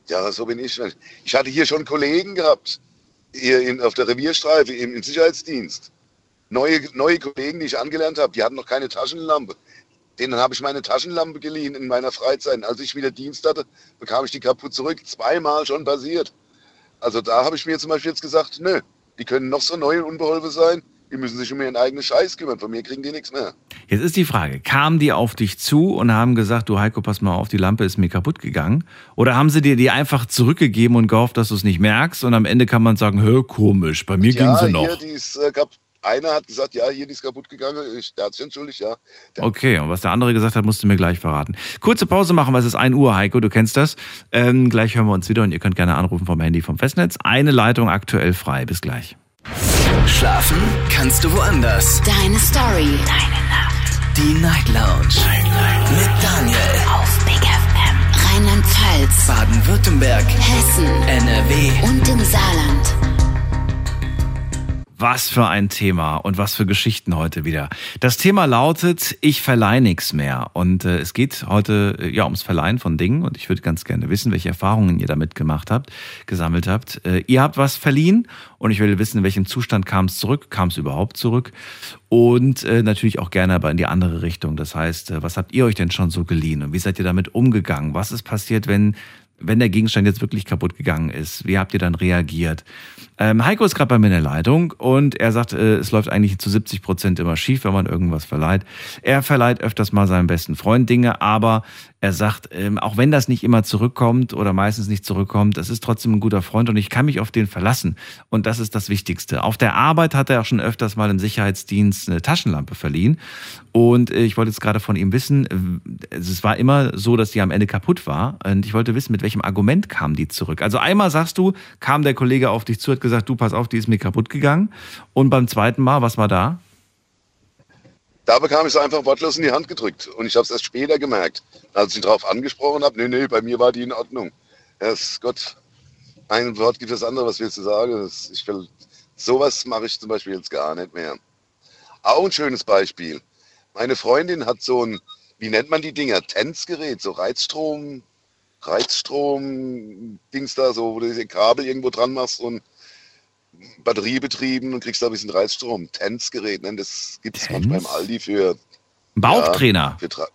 Ja, so bin ich. Ich hatte hier schon Kollegen gehabt, hier in, auf der Revierstreife im, im Sicherheitsdienst. Neue, neue Kollegen, die ich angelernt habe, die hatten noch keine Taschenlampe. Denen habe ich meine Taschenlampe geliehen in meiner Freizeit. Als ich wieder Dienst hatte, bekam ich die kaputt zurück. Zweimal schon passiert. Also da habe ich mir zum Beispiel jetzt gesagt, nö, die können noch so neu und unbeholfen sein. Die müssen sich um ihren eigenen Scheiß kümmern. Von mir kriegen die nichts mehr. Jetzt ist die Frage, kamen die auf dich zu und haben gesagt, du Heiko, pass mal auf, die Lampe ist mir kaputt gegangen? Oder haben sie dir die einfach zurückgegeben und gehofft, dass du es nicht merkst? Und am Ende kann man sagen, hör, komisch, bei mir ja, ging sie noch. Hier, die ist, äh, kap- einer hat gesagt, ja, hier, die ist kaputt gegangen. Ich, der hat sich entschuldigt, ja. Der Okay, und was der andere gesagt hat, musst du mir gleich verraten. Kurze Pause machen, weil es ist ein Uhr, Heiko, du kennst das. Ähm, gleich hören wir uns wieder und ihr könnt gerne anrufen vom Handy vom Festnetz. Eine Leitung aktuell frei. Bis gleich. Schlafen kannst du woanders. Deine Story. Deine Nacht. Die Night Lounge. Night, Night. Mit Daniel. Auf Big F M. Rheinland-Pfalz. Baden-Württemberg. Hessen. N R W. Und im Saarland. Was für ein Thema und was für Geschichten heute wieder. Das Thema lautet, ich verleihe nichts mehr. Und äh, es geht heute äh, ja ums Verleihen von Dingen. Und ich würde ganz gerne wissen, welche Erfahrungen ihr damit gemacht habt, gesammelt habt. Äh, ihr habt was verliehen und ich will wissen, in welchem Zustand kam es zurück, kam es überhaupt zurück. Und äh, natürlich auch gerne aber in die andere Richtung. Das heißt, äh, was habt ihr euch denn schon so geliehen und wie seid ihr damit umgegangen? Was ist passiert, wenn... wenn der Gegenstand jetzt wirklich kaputt gegangen ist? Wie habt ihr dann reagiert? Ähm, Heiko ist gerade bei mir in der Leitung und er sagt, äh, es läuft eigentlich zu siebzig Prozent immer schief, wenn man irgendwas verleiht. Er verleiht öfters mal seinem besten Freund Dinge, aber er sagt, ähm, auch wenn das nicht immer zurückkommt oder meistens nicht zurückkommt, das ist trotzdem ein guter Freund und ich kann mich auf den verlassen. Und das ist das Wichtigste. Auf der Arbeit hat er auch schon öfters mal im Sicherheitsdienst eine Taschenlampe verliehen. Und äh, ich wollte jetzt gerade von ihm wissen, äh, es war immer so, dass die am Ende kaputt war. Und ich wollte wissen, mit welchem Argument kam die zurück? Also einmal sagst du, kam der Kollege auf dich zu, hat gesagt, du pass auf, die ist mir kaputt gegangen. Und beim zweiten Mal, was war da? Da bekam ich es einfach wortlos in die Hand gedrückt. Und ich habe es erst später gemerkt, als ich ihn darauf angesprochen habe. Nee, nee, bei mir war die in Ordnung. Herr's Gott, ein Wort gibt das andere, was willst du sagen? Das, ich will, sowas mache ich zum Beispiel jetzt gar nicht mehr. Auch ein schönes Beispiel. Meine Freundin hat so ein, wie nennt man die Dinger? Tänzgerät, so Reizstrom, Reizstrom-Dings da, so, wo du diese Kabel irgendwo dran machst und batteriebetrieben und kriegst da ein bisschen Reizstrom. Tänzgerät, ne? Das gibt es manchmal im Aldi für... Ein Bauchtrainer? Ja, für Tra-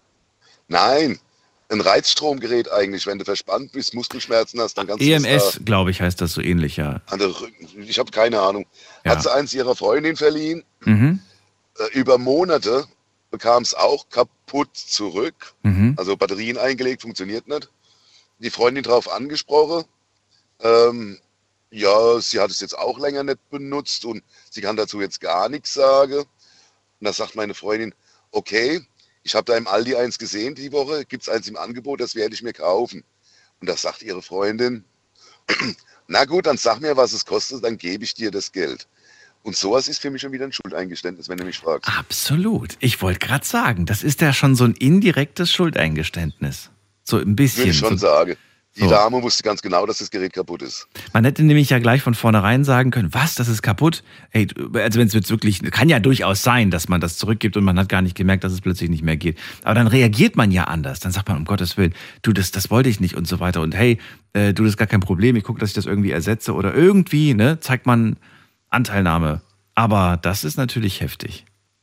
Nein, ein Reizstromgerät eigentlich. Wenn du verspannt bist, Muskelschmerzen hast, dann kannst du E M S, das da, glaube ich, heißt das so ähnlich, ja. an der Rücken, ich habe keine Ahnung. Ja. Hat sie eins ihrer Freundin verliehen. Mhm. Äh, über Monate bekam es auch kaputt zurück. Mhm. Also Batterien eingelegt, funktioniert nicht. Die Freundin drauf angesprochen. Ähm, ja, sie hat es jetzt auch länger nicht benutzt und sie kann dazu jetzt gar nichts sagen. Und da sagt meine Freundin, okay, ich habe da im Aldi eins gesehen die Woche, gibt es eins im Angebot, das werde ich mir kaufen. Und da sagt ihre Freundin, na gut, dann sag mir, was es kostet, dann gebe ich dir das Geld. Und sowas ist für mich schon wieder ein Schuldeingeständnis, wenn du mich fragst. Absolut. Ich wollte gerade sagen, das ist ja schon so ein indirektes Schuldeingeständnis. So ein bisschen. Würde ich schon so, sagen. Die so. Dame wusste ganz genau, dass das Gerät kaputt ist. Man hätte nämlich ja gleich von vornherein sagen können, was, das ist kaputt? Hey, also wenn es jetzt wirklich, kann ja durchaus sein, dass man das zurückgibt und man hat gar nicht gemerkt, dass es plötzlich nicht mehr geht. Aber dann reagiert man ja anders. Dann sagt man, um Gottes Willen, du, das, das wollte ich nicht und so weiter. Und hey, äh, du, das ist gar kein Problem, ich gucke, dass ich das irgendwie ersetze. Oder irgendwie, ne, zeigt man Anteilnahme. Aber das ist natürlich heftig.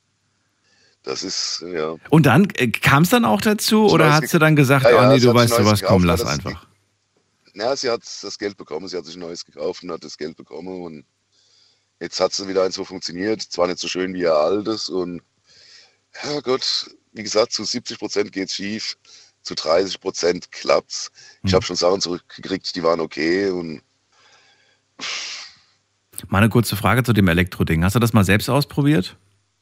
Das ist, ja. Und dann, äh, kam es dann auch dazu? Ich oder weiß hat nicht. sie dann gesagt, Ja, ja, oh nee, sie du hat sich weißt du Neues was, komm, gekauft, lass hat das- einfach. Ja, sie hat das Geld bekommen, sie hat sich ein neues gekauft und hat das Geld bekommen und jetzt hat sie wieder eins, wo funktioniert. Zwar nicht so schön wie ihr altes und ja Gott, wie gesagt, zu siebzig Prozent geht's schief, zu dreißig Prozent klappt's. Ich Hm. habe schon Sachen zurückgekriegt, die waren okay und Mal eine kurze Frage zu dem Elektroding. Hast du das mal selbst ausprobiert?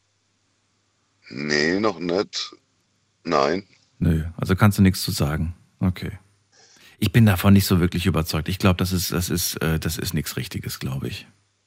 nee, noch nicht. Nein. Nö, also kannst du nichts zu sagen. Okay. Ich bin davon nicht so wirklich überzeugt. Ich glaube, das ist, das ist, äh, das ist nichts Richtiges, glaube ich.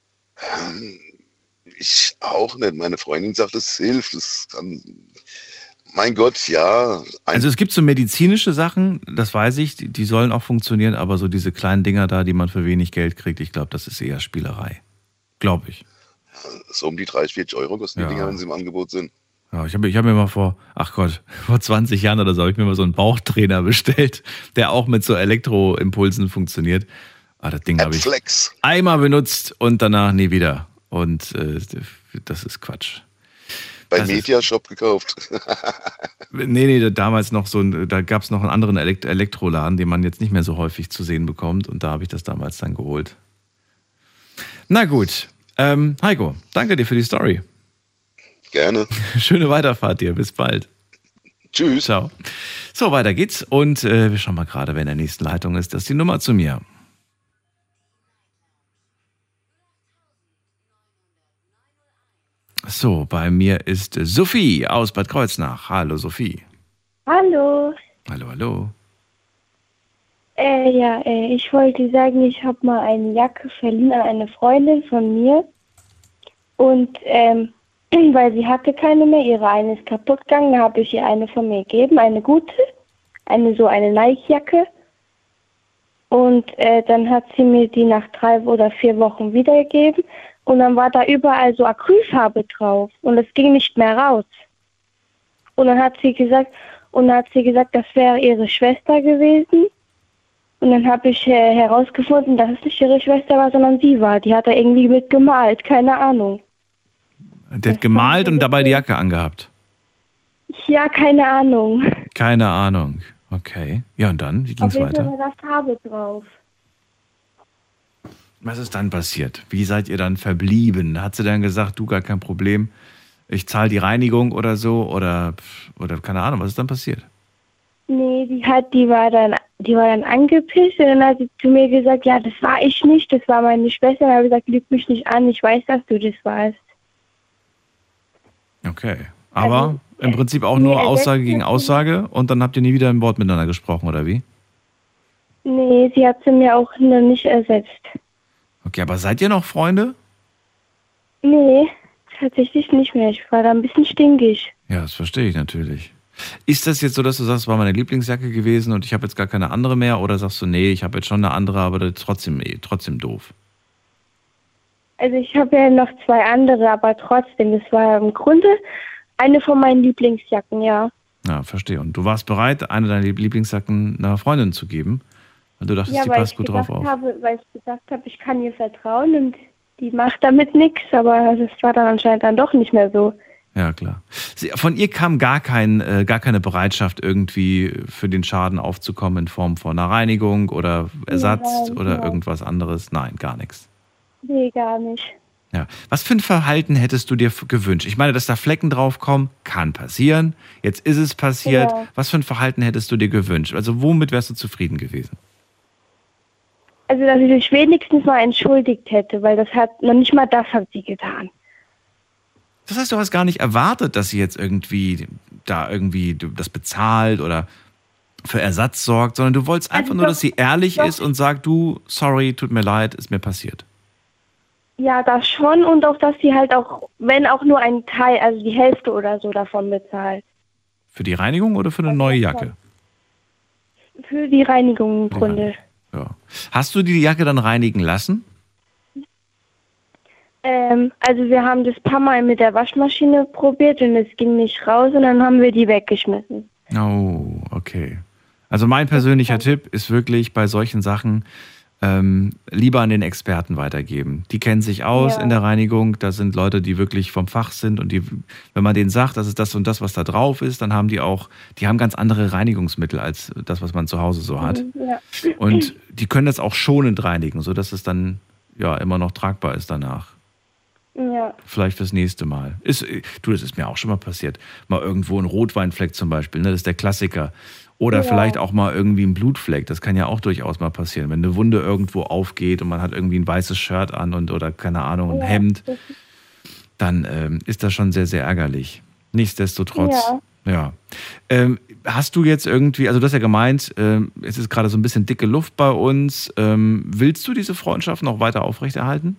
Ich auch nicht. Meine Freundin sagt, es hilft. Das kann, mein Gott, ja. Ein, Also es gibt so medizinische Sachen, das weiß ich, die, die sollen auch funktionieren, aber so diese kleinen Dinger da, die man für wenig Geld kriegt, ich glaube, das ist eher Spielerei. Glaube ich. so um die dreißig, vierzig Euro kosten Ja. die Dinger, wenn sie im Angebot sind. Ja, ich habe ich hab mir mal vor, ach Gott, vor zwanzig Jahren oder so, habe ich mir mal so einen Bauchtrainer bestellt, der auch mit so Elektroimpulsen funktioniert. Ah, das Ding habe ich Flex. einmal benutzt und danach nie wieder. Und äh, das ist Quatsch. Bei das Mediashop ist, gekauft. nee, nee, damals noch so ein, da gab es noch einen anderen Elekt- Elektroladen, den man jetzt nicht mehr so häufig zu sehen bekommt. Und da habe ich das damals dann geholt. Na gut. Ähm, Heiko, danke dir für die Story. Gerne. Schöne Weiterfahrt dir. Bis bald. Tschüss. Ciao. So, weiter geht's. Und äh, wir schauen mal gerade, wer in der nächsten Leitung ist. Das ist die Nummer zu mir. So, bei mir ist Sophie aus Bad Kreuznach. Hallo Sophie. Hallo. Hallo, hallo. Äh, ja, äh, ich wollte sagen, ich habe mal eine Jacke verliehen an eine Freundin von mir. Und ähm, weil sie hatte keine mehr, ihre eine ist kaputt gegangen, da habe ich ihr eine von mir gegeben, eine gute, eine so eine Nike-Jacke. Und äh, dann hat sie mir die nach drei oder vier Wochen wiedergegeben. Und dann war da überall so Acrylfarbe drauf und es ging nicht mehr raus. Und dann hat sie gesagt, und dann hat sie gesagt, das wäre ihre Schwester gewesen. Und dann habe ich äh, herausgefunden, dass es nicht ihre Schwester war, sondern sie war. Die hat da irgendwie mit gemalt, keine Ahnung. Der hat gemalt und dabei die Jacke angehabt? Ja, keine Ahnung. Keine Ahnung. Okay. Ja, und dann? Wie ging es weiter? Auf jeden Fall war da Farbe drauf. Was ist dann passiert? Wie seid ihr dann verblieben? Hat sie dann gesagt, du, gar kein Problem, ich zahle die Reinigung oder so? Oder, oder keine Ahnung, was ist dann passiert? Nee, die hat, die war dann, die war dann angepisst und dann hat sie zu mir gesagt, ja, das war ich nicht, das war meine Schwester. Und dann habe ich gesagt, lüg mich nicht an, ich weiß, dass du das warst. Okay, aber also, im Prinzip auch nur Aussage gegen Aussage und dann habt ihr nie wieder ein Wort miteinander gesprochen, oder wie? Nee, sie hat sie mir auch noch nicht ersetzt. Okay, aber seid ihr noch Freunde? Nee, tatsächlich nicht mehr. Ich war da ein bisschen stinkig. Ja, das verstehe ich natürlich. Ist das jetzt so, dass du sagst, war meine Lieblingsjacke gewesen und ich habe jetzt gar keine andere mehr? Oder sagst du, nee, ich habe jetzt schon eine andere, aber das ist trotzdem, trotzdem doof? Also ich habe ja noch zwei andere, aber trotzdem, das war im Grunde eine von meinen Lieblingsjacken, ja. Ja, verstehe. Und du warst bereit, eine deiner Lieblingsjacken einer Freundin zu geben? Und du dachtest, ja, die weil passt ich gut drauf auf. Habe, weil ich gesagt habe, ich kann ihr vertrauen und die macht damit nichts, aber das war dann anscheinend dann doch nicht mehr so. Ja, klar. Sie, von ihr kam gar, kein, äh, gar keine Bereitschaft, irgendwie für den Schaden aufzukommen in Form von einer Reinigung oder Ersatz Nein, oder ja. irgendwas anderes? Nein, gar nichts. Nee, gar nicht. Ja. Was für ein Verhalten hättest du dir f- gewünscht? Ich meine, dass da Flecken draufkommen, kann passieren. Jetzt ist es passiert. Ja. Was für ein Verhalten hättest du dir gewünscht? Also womit wärst du zufrieden gewesen? Also, dass sie sich wenigstens mal entschuldigt hätte, weil das hat, noch nicht mal das hat sie getan. Das heißt, du hast gar nicht erwartet, dass sie jetzt irgendwie da irgendwie das bezahlt oder für Ersatz sorgt, sondern du wolltest einfach Also nur, doch, dass sie ehrlich doch. ist und sagt, du, sorry, tut mir leid, ist mir passiert. Ja, das schon und auch, dass sie halt auch, wenn auch nur einen Teil, also die Hälfte oder so davon bezahlt. Für die Reinigung oder für eine neue Jacke? Für die Reinigung im Die Grunde. Ja. Hast du die Jacke dann reinigen lassen? Ähm, also wir haben das paar Mal mit der Waschmaschine probiert und es ging nicht raus und dann haben wir die weggeschmissen. Oh, okay. Also mein persönlicher Tipp ist wirklich bei solchen Sachen ähm, lieber an den Experten weitergeben. Die kennen sich aus Ja. in der Reinigung. Da sind Leute, die wirklich vom Fach sind und die, wenn man denen sagt, das ist das und das, was da drauf ist, dann haben die auch, die haben ganz andere Reinigungsmittel als das, was man zu Hause so hat. Ja. Und die können das auch schonend reinigen, sodass es dann ja immer noch tragbar ist danach. Ja. Vielleicht fürs nächste Mal. Ist, du, das ist mir auch schon mal passiert. Mal irgendwo ein Rotweinfleck zum Beispiel, ne? Das ist der Klassiker. Oder Ja. vielleicht auch mal irgendwie ein Blutfleck. Das kann ja auch durchaus mal passieren. Wenn eine Wunde irgendwo aufgeht und man hat irgendwie ein weißes Shirt an und oder keine Ahnung, ein Ja, Hemd, das dann ähm, ist das schon sehr, sehr ärgerlich. Nichtsdestotrotz. Ja. Ja. Ähm, hast du jetzt irgendwie, also du hast ja gemeint, ähm, es ist gerade so ein bisschen dicke Luft bei uns. Ähm, willst du diese Freundschaft noch weiter aufrechterhalten?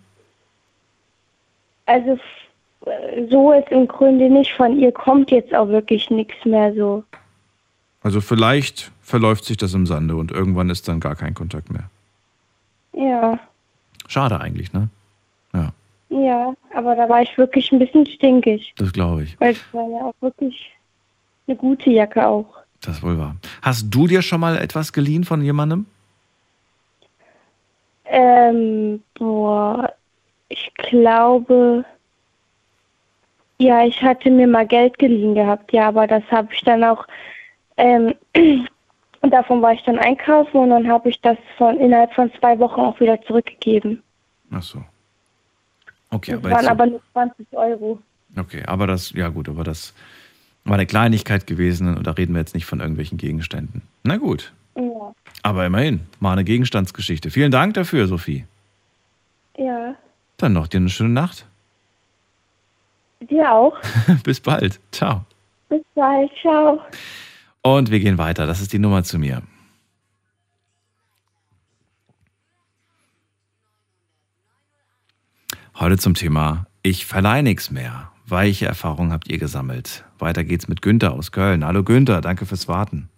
Also f- so ist im Grunde nicht, von ihr kommt jetzt auch wirklich nichts mehr so. Also vielleicht verläuft sich das im Sande und irgendwann ist dann gar kein Kontakt mehr. Ja. Schade eigentlich, ne? Ja. Ja, aber da war ich wirklich ein bisschen stinkig. Das glaube ich. Weil es war ja auch wirklich eine gute Jacke auch. Das wohl wahr. Hast du dir schon mal etwas geliehen von jemandem? Ähm, boah, ich glaube, ja, ich hatte mir mal Geld geliehen gehabt, ja, aber das habe ich dann auch, ähm, und davon war ich dann einkaufen und dann habe ich das von innerhalb von zwei Wochen auch wieder zurückgegeben. Ach so. Okay, Das aber waren jetzt, aber nur zwanzig Euro. okay, aber das, ja gut, aber das war eine Kleinigkeit gewesen und da reden wir jetzt nicht von irgendwelchen Gegenständen. Na gut. Ja. Aber immerhin, mal eine Gegenstandsgeschichte. Vielen Dank dafür, Sophie. Ja. Dann noch dir eine schöne Nacht. Dir auch. Bis bald. Ciao. Bis bald. Ciao. Und wir gehen weiter. Das ist die Nummer zu mir. Heute zum Thema Ich verleihe nichts mehr. Weiche Erfahrungen habt ihr gesammelt. Weiter geht's mit Günther aus Köln. Hallo Günther, danke fürs Warten.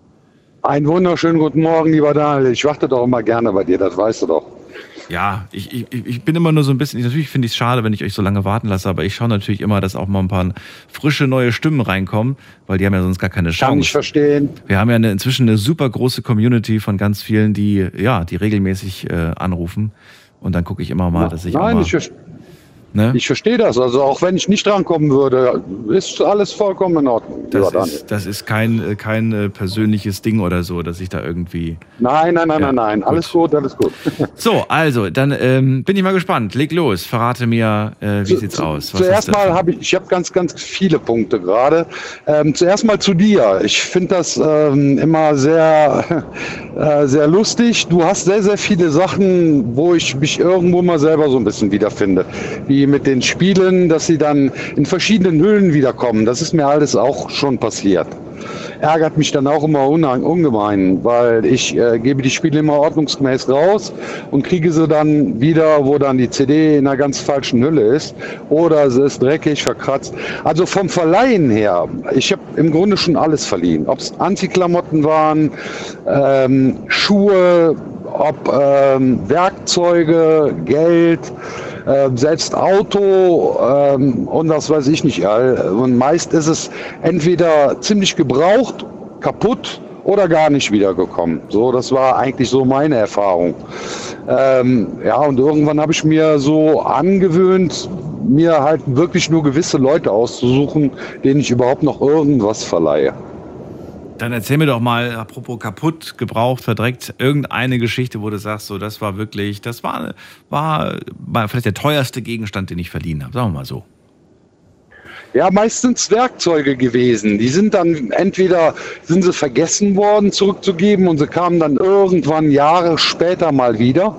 Einen wunderschönen guten Morgen, lieber Daniel. Ich warte doch immer gerne bei dir, das weißt du doch. Ja, ich, ich, ich bin immer nur so ein bisschen, natürlich finde ich es schade, wenn ich euch so lange warten lasse, aber ich schaue natürlich immer, dass auch mal ein paar frische neue Stimmen reinkommen, weil die haben ja sonst gar keine Chance. Kann ich verstehen. Wir haben ja eine, inzwischen eine super große Community von ganz vielen, die ja, die regelmäßig äh, anrufen und dann gucke ich immer mal, dass ich Nein, auch mal, ich verstehe. Ne? Ich verstehe das. Also auch wenn ich nicht drankommen würde, ist alles vollkommen in Ordnung. Das ist, das ist kein, kein persönliches Ding oder so, dass ich da irgendwie... Nein, nein, nein, ja, nein, nein. gut. Alles gut, alles gut. So, also, dann ähm, bin ich mal gespannt. Leg los, verrate mir, äh, wie Zu, sieht's zu, aus? Was zuerst ist das? mal habe ich, ich habe ganz, ganz viele Punkte gerade. Ähm, zuerst mal zu dir. Ich finde das ähm, immer sehr, äh, sehr lustig. Du hast sehr, sehr viele Sachen, wo ich mich irgendwo mal selber so ein bisschen wiederfinde. Wie mit den Spielen, dass sie dann in verschiedenen Hüllen wiederkommen. Das ist mir alles auch schon passiert. Ärgert mich dann auch immer ungemein, weil ich äh, gebe die Spiele immer ordnungsgemäß raus und kriege sie dann wieder, wo dann die C D in einer ganz falschen Hülle ist oder sie ist dreckig, verkratzt. Also vom Verleihen her, ich habe im Grunde schon alles verliehen. Ob es Anziklamotten waren, ähm, Schuhe, ob ähm, Werkzeuge, Geld, äh, selbst Auto ähm, und was weiß ich nicht. Und meist ist es entweder ziemlich gebraucht, kaputt oder gar nicht wiedergekommen. So, das war eigentlich so meine Erfahrung. Ähm, ja, und irgendwann habe ich mir so angewöhnt, mir halt wirklich nur gewisse Leute auszusuchen, denen ich überhaupt noch irgendwas verleihe. Dann erzähl mir doch mal, apropos kaputt, gebraucht, verdreckt, irgendeine Geschichte, wo du sagst, so, das war wirklich, das war, war, war vielleicht der teuerste Gegenstand, den ich verliehen habe. Sagen wir mal so. Ja, meistens Werkzeuge gewesen. Die sind dann entweder, sind sie vergessen worden zurückzugeben und sie kamen dann irgendwann Jahre später mal wieder.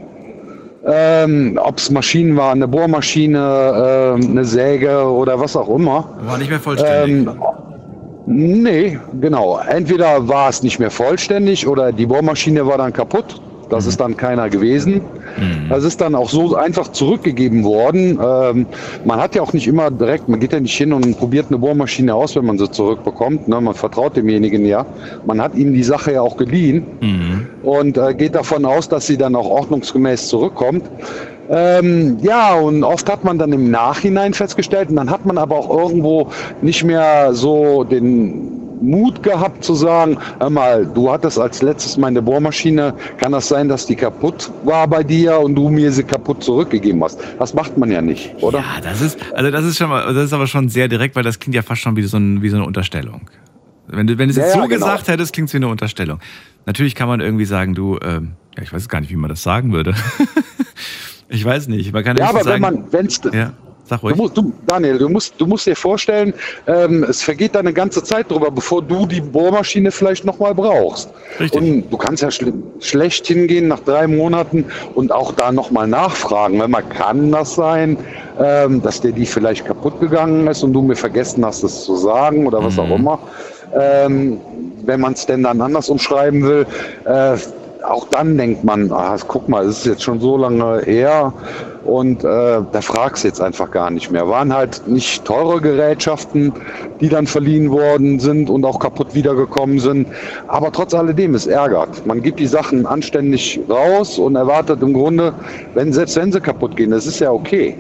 Ähm, ob es Maschinen waren, eine Bohrmaschine, äh, eine Säge oder was auch immer. War nicht mehr vollständig. Ähm, Nee, genau. Entweder war es nicht mehr vollständig oder die Bohrmaschine war dann kaputt. Das ist dann keiner gewesen. Das ist dann auch so einfach zurückgegeben worden. Ähm, man hat ja auch nicht immer direkt, man geht ja nicht hin und probiert eine Bohrmaschine aus, wenn man sie zurückbekommt. Ne? Man vertraut demjenigen ja. Man hat ihm die Sache ja auch geliehen mhm. und äh, geht davon aus, dass sie dann auch ordnungsgemäß zurückkommt. Ähm, ja, und oft hat man dann im Nachhinein festgestellt, und dann hat man aber auch irgendwo nicht mehr so den Mut gehabt zu sagen, hör mal, du hattest als letztes meine Bohrmaschine, kann das sein, dass die kaputt war bei dir und du mir sie kaputt zurückgegeben hast? Das macht man ja nicht, oder? Ja, das ist, also das ist schon mal, das ist aber schon sehr direkt, weil das klingt ja fast schon wie so, ein, wie so eine Unterstellung. Wenn du, wenn du es jetzt ja, so ja, genau. gesagt hättest, klingt es wie eine Unterstellung. Natürlich kann man irgendwie sagen, du, ähm, ja, ich weiß gar nicht, wie man das sagen würde. Ich weiß nicht. Man kann ja, aber sagen, wenn man, wenn's, ja, sag ruhig. Du musst, du, Daniel, du musst, du musst dir vorstellen, ähm, es vergeht da eine ganze Zeit drüber, bevor du die Bohrmaschine vielleicht nochmal brauchst. Richtig. Und du kannst ja schl- schlecht hingehen nach drei Monaten und auch da nochmal nachfragen. Wenn man kann das sein, ähm, dass dir die vielleicht kaputt gegangen ist und du mir vergessen hast, es zu sagen oder was mhm. auch immer. Ähm, wenn man es denn dann anders umschreiben will, äh, auch dann denkt man, ah, guck mal, es ist jetzt schon so lange her und äh, da fragst du jetzt einfach gar nicht mehr. Waren halt nicht teure Gerätschaften, die dann verliehen worden sind und auch kaputt wiedergekommen sind. Aber trotz alledem, es ärgert. Man gibt die Sachen anständig raus und erwartet im Grunde, wenn, selbst wenn sie kaputt gehen, das ist ja okay.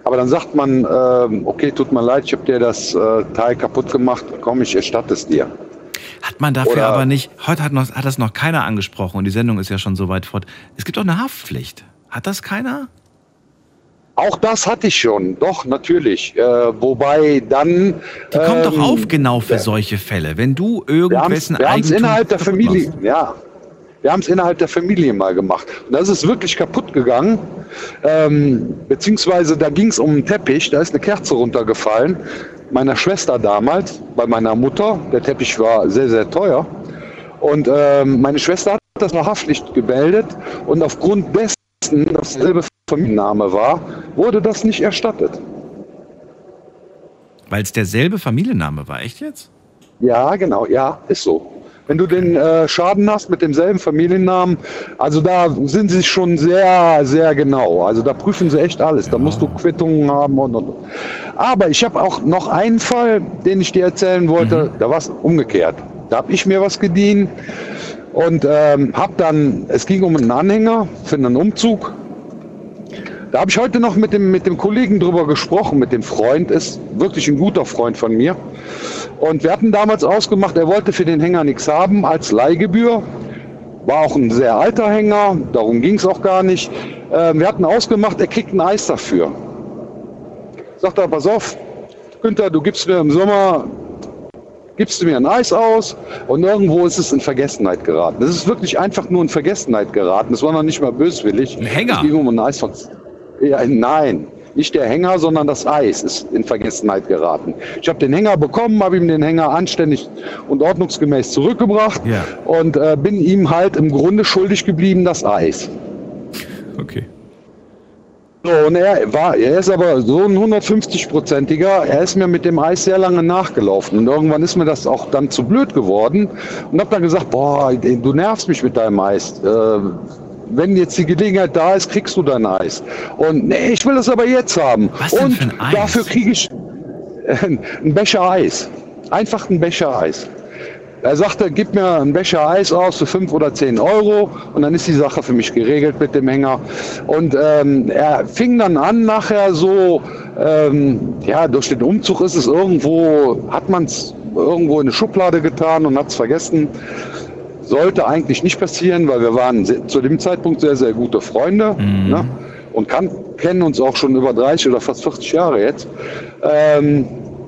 Aber dann sagt man, äh, okay, tut mir leid, ich habe dir das äh, Teil kaputt gemacht, komm, ich erstatte es dir. Hat man dafür Oder, aber nicht, heute hat, noch, hat das noch keiner angesprochen und die Sendung ist ja schon so weit fort. Es gibt auch eine Haftpflicht. Hat das keiner? Auch das hatte ich schon, doch, natürlich. Äh, wobei dann... Die kommt ähm, doch auf genau für solche Fälle. Wenn du irgendwessen Wir haben es innerhalb der Familie, machst. ja. Wir haben es innerhalb der Familie mal gemacht. Und das ist wirklich kaputt gegangen. Ähm, beziehungsweise da ging es um einen Teppich, da ist eine Kerze runtergefallen. Meiner Schwester damals, bei meiner Mutter. Der Teppich war sehr, sehr teuer. Und ähm, meine Schwester hat das nach Haftpflicht gemeldet. Und aufgrund dessen, dass dasselbe Familienname war, wurde das nicht erstattet. Weil es derselbe Familienname war, echt jetzt? Ja, genau, ja, ist so. Wenn du den äh, Schaden hast mit demselben Familiennamen, also da sind sie schon sehr, sehr genau. Also da prüfen sie echt alles. Da musst du Quittungen haben und, und. Aber ich habe auch noch einen Fall, den ich dir erzählen wollte. Mhm. Da war es umgekehrt. Da habe ich mir was geliehen und ähm, habe dann, es ging um einen Anhänger für einen Umzug. Da habe ich heute noch mit dem, mit dem Kollegen drüber gesprochen, mit dem Freund, ist wirklich ein guter Freund von mir. Und wir hatten damals ausgemacht, er wollte für den Hänger nichts haben als Leihgebühr. War auch ein sehr alter Hänger, darum ging es auch gar nicht. Äh, wir hatten ausgemacht, er kriegt ein Eis dafür. Sagt er, pass auf, Günther, du gibst mir im Sommer, gibst du mir ein Eis aus und irgendwo ist es in Vergessenheit geraten. Das ist wirklich einfach nur in Vergessenheit geraten. Das war noch nicht mal böswillig. Ein Hänger? Es ging um ein Eis von... Ja, nein, nicht der Hänger, sondern das Eis ist in Vergessenheit geraten. Ich habe den Hänger bekommen, habe ihm den Hänger anständig und ordnungsgemäß zurückgebracht ja. und äh, bin ihm halt im Grunde schuldig geblieben, das Eis. Okay. So, und er war, er ist aber so ein hundertfünfzig-prozentiger, er ist mir mit dem Eis sehr lange nachgelaufen und irgendwann ist mir das auch dann zu blöd geworden und habe dann gesagt, boah, du nervst mich mit deinem Eis. Äh, Wenn jetzt die Gelegenheit da ist, kriegst du dein Eis. Und nee, ich will das aber jetzt haben. Was denn und für ein Eis? Dafür kriege ich einen Becher Eis. Einfach einen Becher Eis. Er sagte, gib mir einen Becher Eis aus für fünf oder zehn Euro und dann ist die Sache für mich geregelt mit dem Hänger. Und ähm, er fing dann an nachher so, ähm, ja, durch den Umzug ist es irgendwo, hat man es irgendwo in eine Schublade getan und hat es vergessen. Sollte eigentlich nicht passieren, weil wir waren sehr, zu dem Zeitpunkt sehr, sehr gute Freunde mhm. ne? und kann, kennen uns auch schon über dreißig oder fast vierzig Jahre jetzt. Ähm,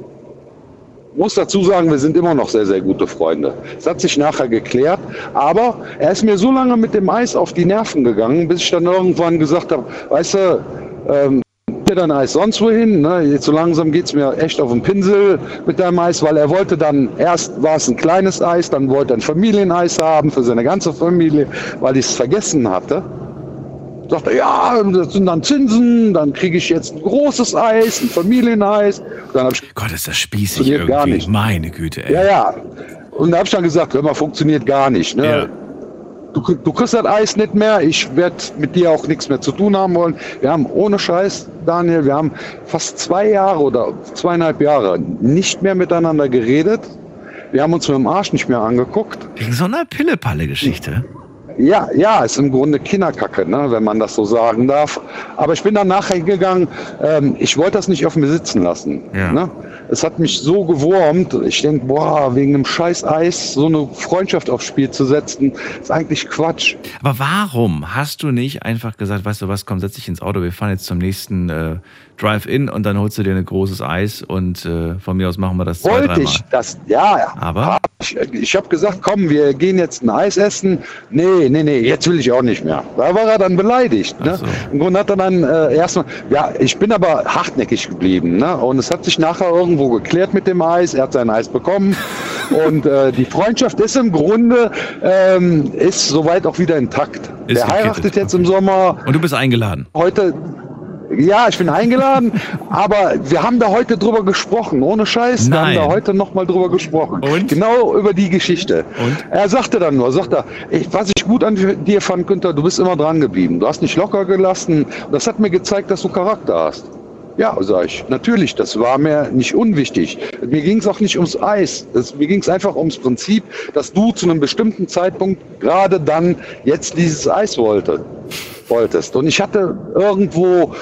muss dazu sagen, wir sind immer noch sehr, sehr gute Freunde. Es hat sich nachher geklärt, aber er ist mir so lange mit dem Eis auf die Nerven gegangen, bis ich dann irgendwann gesagt habe, weißt du, ähm, dein Eis sonst wohin, ne? Jetzt so langsam geht es mir echt auf den Pinsel mit deinem Eis, weil er wollte dann, erst war es ein kleines Eis, dann wollte er ein Familieneis haben für seine ganze Familie, weil ich es vergessen hatte. Sagt er, ja, das sind dann Zinsen, dann kriege ich jetzt ein großes Eis, ein Familieneis. Dann hab ich Gott, ist das spießig irgendwie, gar nicht. Meine Güte, ey. Ja, ja. Und da habe ich dann gesagt, hör mal, funktioniert gar nicht, ne? Ja. Du, du kriegst das Eis nicht mehr, ich werde mit dir auch nichts mehr zu tun haben wollen. Wir haben ohne Scheiß, Daniel, wir haben fast zwei Jahre oder zweieinhalb Jahre nicht mehr miteinander geredet. Wir haben uns mit dem Arsch nicht mehr angeguckt. Wegen so einer Pille-Palle-Geschichte? Ja, ja, ist im Grunde Kinderkacke, ne, wenn man das so sagen darf. Aber ich bin dann nachher gegangen, ähm, ich wollte das nicht auf mir sitzen lassen. Ja. Ne? Es hat mich so gewurmt. Ich denke, boah, wegen einem scheiß Eis so eine Freundschaft aufs Spiel zu setzen, ist eigentlich Quatsch. Aber warum hast du nicht einfach gesagt, weißt du was, komm, setz dich ins Auto, wir fahren jetzt zum nächsten äh, Drive-In und dann holst du dir ein großes Eis und äh, von mir aus machen wir das zwei, Wollte dreimal. ich das, ja. Aber? Ich, ich habe gesagt, komm, wir gehen jetzt ein Eis essen. Nee, nee, nee, jetzt will ich auch nicht mehr. Da war er dann beleidigt. Ne? So. Im Grunde hat er dann äh, erstmal, ja, ich bin aber hartnäckig geblieben. Ne? Und es hat sich nachher irgendwo geklärt mit dem Eis. Er hat sein Eis bekommen. Und äh, die Freundschaft ist im Grunde, ähm, ist soweit auch wieder intakt. Ist Der heiratet gekittet. jetzt im Sommer. Und du bist eingeladen? Heute... Ja, ich bin eingeladen, aber wir haben da heute drüber gesprochen, ohne Scheiß. Nein. Wir haben da heute nochmal drüber gesprochen. Und? Genau über die Geschichte. Und? Er sagte dann nur, sagt er, ich, was ich gut an dir fand, Günther, du bist immer dran geblieben. Du hast nicht locker gelassen. Das hat mir gezeigt, dass du Charakter hast. Ja, sag ich, natürlich, das war mir nicht unwichtig. Mir ging es auch nicht ums Eis. Es, mir ging es einfach ums Prinzip, dass du zu einem bestimmten Zeitpunkt gerade dann jetzt dieses Eis wollte, wolltest. Und ich hatte irgendwo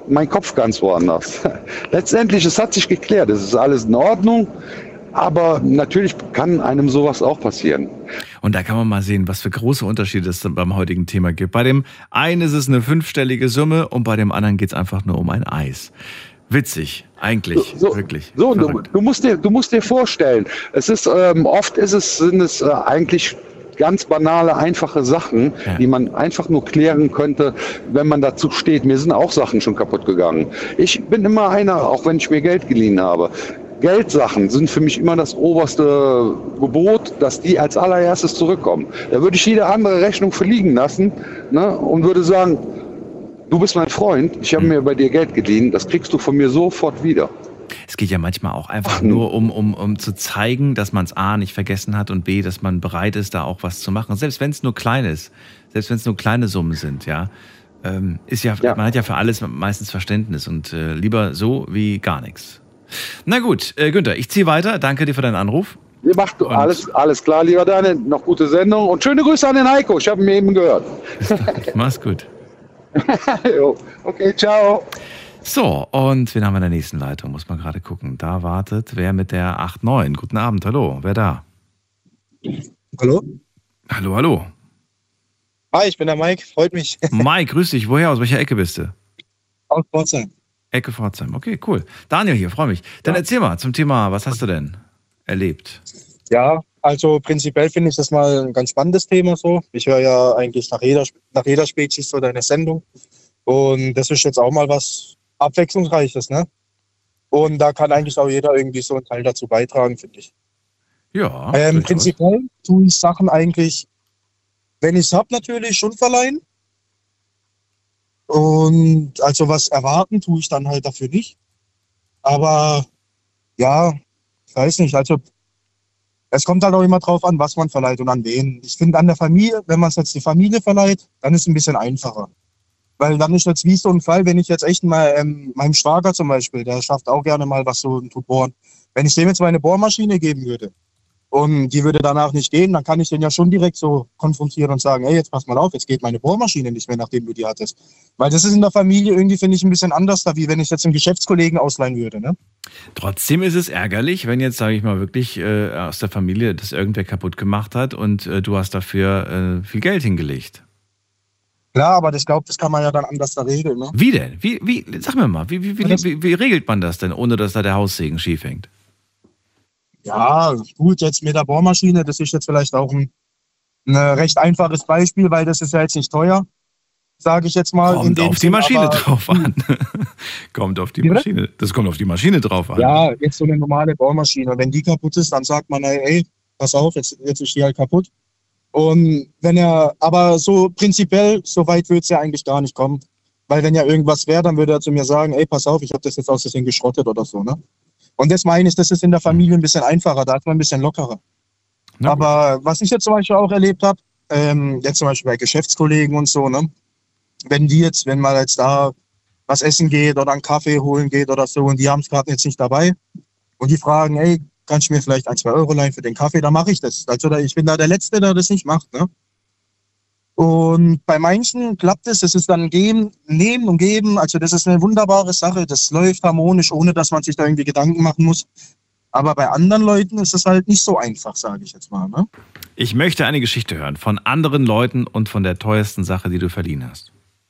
mein Kopf ganz woanders. Letztendlich, es hat sich geklärt, es ist alles in Ordnung, aber natürlich kann einem sowas auch passieren. Und da kann man mal sehen, was für große Unterschiede es beim heutigen Thema gibt. Bei dem einen ist es eine fünfstellige Summe und bei dem anderen geht es einfach nur um ein Eis. Witzig, eigentlich, so, so, wirklich. So, du, du, musst dir, du musst dir vorstellen, es ist, ähm, oft ist es, sind es äh, eigentlich ganz banale, einfache Sachen, ja. die man einfach nur klären könnte, wenn man dazu steht. Mir sind auch Sachen schon kaputt gegangen. Ich bin immer einer, auch wenn ich mir Geld geliehen habe. Geldsachen sind für mich immer das oberste Gebot, dass die als allererstes zurückkommen. Da würde ich jede andere Rechnung verliegen lassen, ne, und würde sagen, du bist mein Freund, ich habe mir bei dir Geld geliehen, das kriegst du von mir sofort wieder. Es geht ja manchmal auch einfach nur um, um, um zu zeigen, dass man es A nicht vergessen hat und B, dass man bereit ist, da auch was zu machen. Selbst wenn es nur klein ist, selbst wenn es nur kleine Summen sind, ja, ähm, ist ja, ja, man hat ja für alles meistens Verständnis und äh, lieber so wie gar nichts. Na gut, äh, Günther, ich ziehe weiter. Danke dir für deinen Anruf. Ihr macht alles, alles klar, lieber Daniel. Noch gute Sendung und schöne Grüße an den Heiko. Ich habe ihn eben gehört. Mach's gut. Jo, okay, ciao. So, und wen haben wir in der nächsten Leitung? Muss man gerade gucken. Da wartet wer mit der acht neun. Guten Abend, hallo. Wer da? Hallo? Hallo, hallo. Hi, ich bin der Mike. Freut mich. Mike, grüß dich. Woher? Aus welcher Ecke bist du? Aus Pforzheim. Ecke Pforzheim. Okay, cool. Daniel hier, freue mich. Dann ja. Erzähl mal zum Thema, was hast du denn erlebt? Ja, also prinzipiell finde ich das mal ein ganz spannendes Thema so. Ich höre ja eigentlich nach jeder, nach jeder Spezies so deine Sendung. Und das ist jetzt auch mal was Abwechslungsreiches, ne? Und da kann eigentlich auch jeder irgendwie so einen Teil dazu beitragen, finde ich. Ja. Ähm, prinzipiell tue ich Sachen eigentlich, wenn ich es habe, natürlich schon verleihen. Und also was erwarten tue ich dann halt dafür nicht. Aber ja, ich weiß nicht, also es kommt halt auch immer drauf an, was man verleiht und an wen. Ich finde an der Familie, wenn man es jetzt die Familie verleiht, dann ist es ein bisschen einfacher. Weil dann ist jetzt wie so ein Fall, wenn ich jetzt echt mal, ähm, meinem Schwager zum Beispiel, der schafft auch gerne mal was so tut bohren. Wenn ich dem jetzt meine Bohrmaschine geben würde und die würde danach nicht gehen, dann kann ich den ja schon direkt so konfrontieren und sagen, ey, jetzt pass mal auf, jetzt geht meine Bohrmaschine nicht mehr, nachdem du die hattest. Weil das ist in der Familie irgendwie, finde ich, ein bisschen anders da, wie wenn ich jetzt einen Geschäftskollegen ausleihen würde, ne? Trotzdem ist es ärgerlich, wenn jetzt, sage ich mal, wirklich äh, aus der Familie das irgendwer kaputt gemacht hat und äh, du hast dafür äh, viel Geld hingelegt. Klar, aber ich glaube, das kann man ja dann anders da regeln, ne? Wie denn? Wie, wie, sag mir mal, wie, wie, wie, wie, wie regelt man das denn, ohne dass da der Haussegen schief hängt? Ja, gut, jetzt mit der Bohrmaschine, das ist jetzt vielleicht auch ein, ein recht einfaches Beispiel, weil das ist ja jetzt nicht teuer, sage ich jetzt mal. Kommt auf die Sinn, Maschine aber, drauf an. kommt auf die Wie Maschine. Das kommt auf die Maschine drauf an. Ja, jetzt so eine normale Bohrmaschine. Wenn die kaputt ist, dann sagt man, ey, ey pass auf, jetzt, jetzt ist die halt kaputt. Und wenn er, aber so prinzipiell, so weit würde es ja eigentlich gar nicht kommen. Weil wenn ja irgendwas wäre, dann würde er zu mir sagen, ey, pass auf, ich habe das jetzt aus Versehen geschrottet oder so, ne? Und das meine ich, das ist in der Familie ein bisschen einfacher, da ist man ein bisschen lockerer. Na, aber was ich jetzt zum Beispiel auch erlebt habe, ähm, jetzt zum Beispiel bei Geschäftskollegen und so, ne? Wenn die jetzt, wenn man jetzt da was essen geht oder einen Kaffee holen geht oder so und die haben es gerade jetzt nicht dabei und die fragen, ey, kannst du mir vielleicht ein, zwei Euro leihen für den Kaffee, dann mache ich das. Also ich bin da der Letzte, der das nicht macht, ne? Und bei manchen klappt es, das ist dann geben, nehmen und geben, also das ist eine wunderbare Sache, das läuft harmonisch, ohne dass man sich da irgendwie Gedanken machen muss. Aber bei anderen Leuten ist es halt nicht so einfach, sage ich jetzt mal, ne? Ich möchte eine Geschichte hören von anderen Leuten und von der teuersten Sache, die du verliehen hast.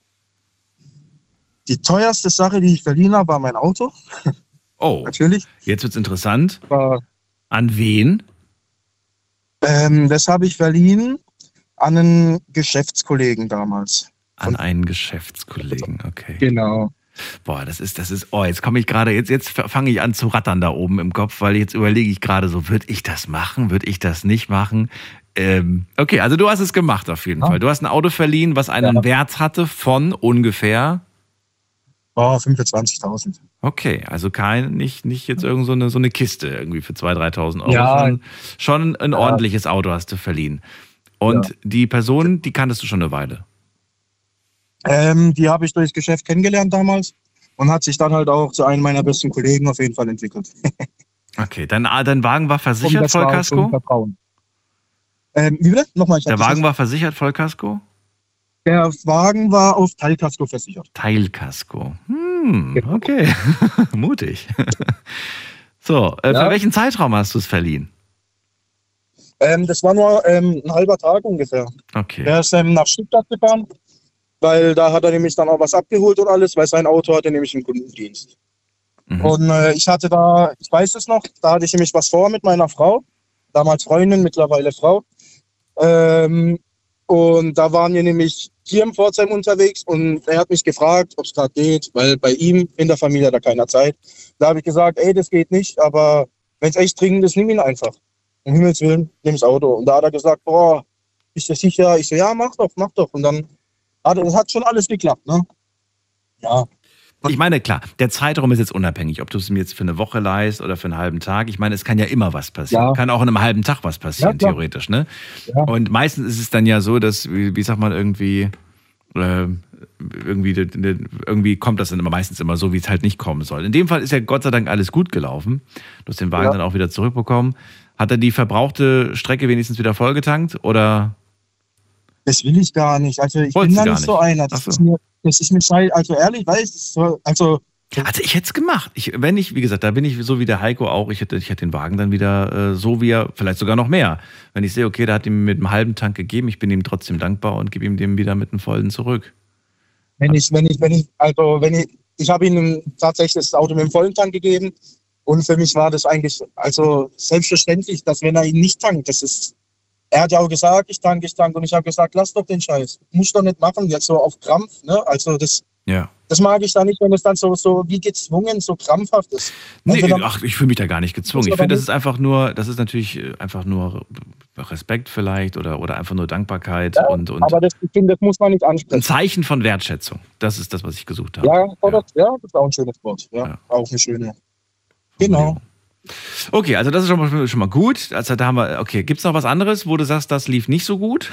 Die teuerste Sache, die ich verliehen habe, war mein Auto. Oh, natürlich. Jetzt wird's interessant. Aber, an wen? Ähm, das habe ich verliehen an einen Geschäftskollegen damals. An einen Geschäftskollegen, okay. Genau. Boah, das ist, das ist, oh, jetzt komme ich gerade, jetzt, jetzt fange ich an zu rattern da oben im Kopf, weil jetzt überlege ich gerade so, würde ich das machen, würde ich das nicht machen? Ähm, okay, also du hast es gemacht auf jeden ja. Fall. Du hast ein Auto verliehen, was einen ja. Wert hatte von ungefähr? Oh, fünfundzwanzigtausend. Okay, also kein, nicht, nicht jetzt irgend so eine, so eine Kiste irgendwie für zweitausend, dreitausend Euro. Ja. Schon, schon ein ja. ordentliches Auto hast du verliehen. Und ja. die Person, die kanntest du schon eine Weile? Ähm, die habe ich durchs Geschäft kennengelernt damals und hat sich dann halt auch zu einem meiner besten Kollegen auf jeden Fall entwickelt. Okay, dein, dein Wagen war versichert, Vollkasko? Ähm, wie bitte? Nochmal. Der Wagen war versichert, Vollkasko? Der Wagen war auf Teilkasko versichert. Teilkasko. Hm, Hm, okay, mutig. So, äh, Ja. für welchen Zeitraum hast du es verliehen? Ähm, das war nur ähm, ein halber Tag ungefähr. Okay. Er ist ähm, nach Stuttgart gefahren, weil da hat er nämlich dann auch was abgeholt und alles, weil sein Auto hatte nämlich einen Kundendienst. Mhm. Und äh, ich hatte da, ich weiß es noch, da hatte ich nämlich was vor mit meiner Frau, damals Freundin, mittlerweile Frau. Ähm, und da waren wir nämlich hier im Pforzheim unterwegs und er hat mich gefragt, ob es gerade geht, weil bei ihm in der Familie hat er keiner Zeit. Da habe ich gesagt, ey, das geht nicht, aber wenn es echt dringend ist, nimm ihn einfach. Um Himmels Willen, nimm das Auto. Und da hat er gesagt, boah, ist das sicher? Ich so, ja, mach doch, mach doch. Und dann hat es hat schon alles geklappt, ne? Ja. Ich meine, klar, der Zeitraum ist jetzt unabhängig, ob du es mir jetzt für eine Woche leihst oder für einen halben Tag. Ich meine, es kann ja immer was passieren. Ja. Kann auch in einem halben Tag was passieren, Ja, klar. theoretisch, ne? Ja. Und meistens ist es dann ja so, dass, wie, wie sagt man, irgendwie, äh, irgendwie, irgendwie kommt das dann immer meistens immer so, wie es halt nicht kommen soll. In dem Fall ist ja Gott sei Dank alles gut gelaufen. Du hast den Wagen Ja. dann auch wieder zurückbekommen. Hat er die verbrauchte Strecke wenigstens wieder vollgetankt oder? Das will ich gar nicht. Also ich Wolltest bin da du nicht gar so nicht? einer. Das Ach so. ist mir, das ist mir scheiße. Also ehrlich, weißt du, so, also Also ich hätte es gemacht. Ich, wenn ich, wie gesagt, da bin ich so wie der Heiko auch, ich hätte, ich hätte den Wagen dann wieder äh, so wie er, vielleicht sogar noch mehr. Wenn ich sehe, okay, der hat ihm mit einem halben Tank gegeben, ich bin ihm trotzdem dankbar und gebe ihm den wieder mit einem vollen zurück. wenn ich, wenn ich, wenn ich, also wenn ich, ich habe ihm tatsächlich das Auto mit dem vollen Tank gegeben und für mich war das eigentlich, also selbstverständlich, dass wenn er ihn nicht tankt, das ist, er hat ja auch gesagt, ich tanke, ich tanke und ich habe gesagt, lass doch den Scheiß, muss doch nicht machen, jetzt so auf Krampf, ne, also das, Ja. das mag ich da nicht, wenn es dann so, so wie gezwungen, so krampfhaft ist. Nee, Entweder- ach, ich fühle mich da gar nicht gezwungen. Muss Ich finde, aber das ist einfach nur, das ist natürlich äh, einfach nur Respekt vielleicht oder, oder einfach nur Dankbarkeit Ja, und, und aber das, ich finde, das muss man nicht ein ansprechen. Zeichen von Wertschätzung. Das ist das, was ich gesucht habe. Ja, oder, ja, das ist auch ein schönes Wort. Ja, Ja. auch eine schöne. Genau. Okay, also das ist schon mal, schon mal gut. Also da haben wir, okay, gibt es noch was anderes, wo du sagst, das lief nicht so gut?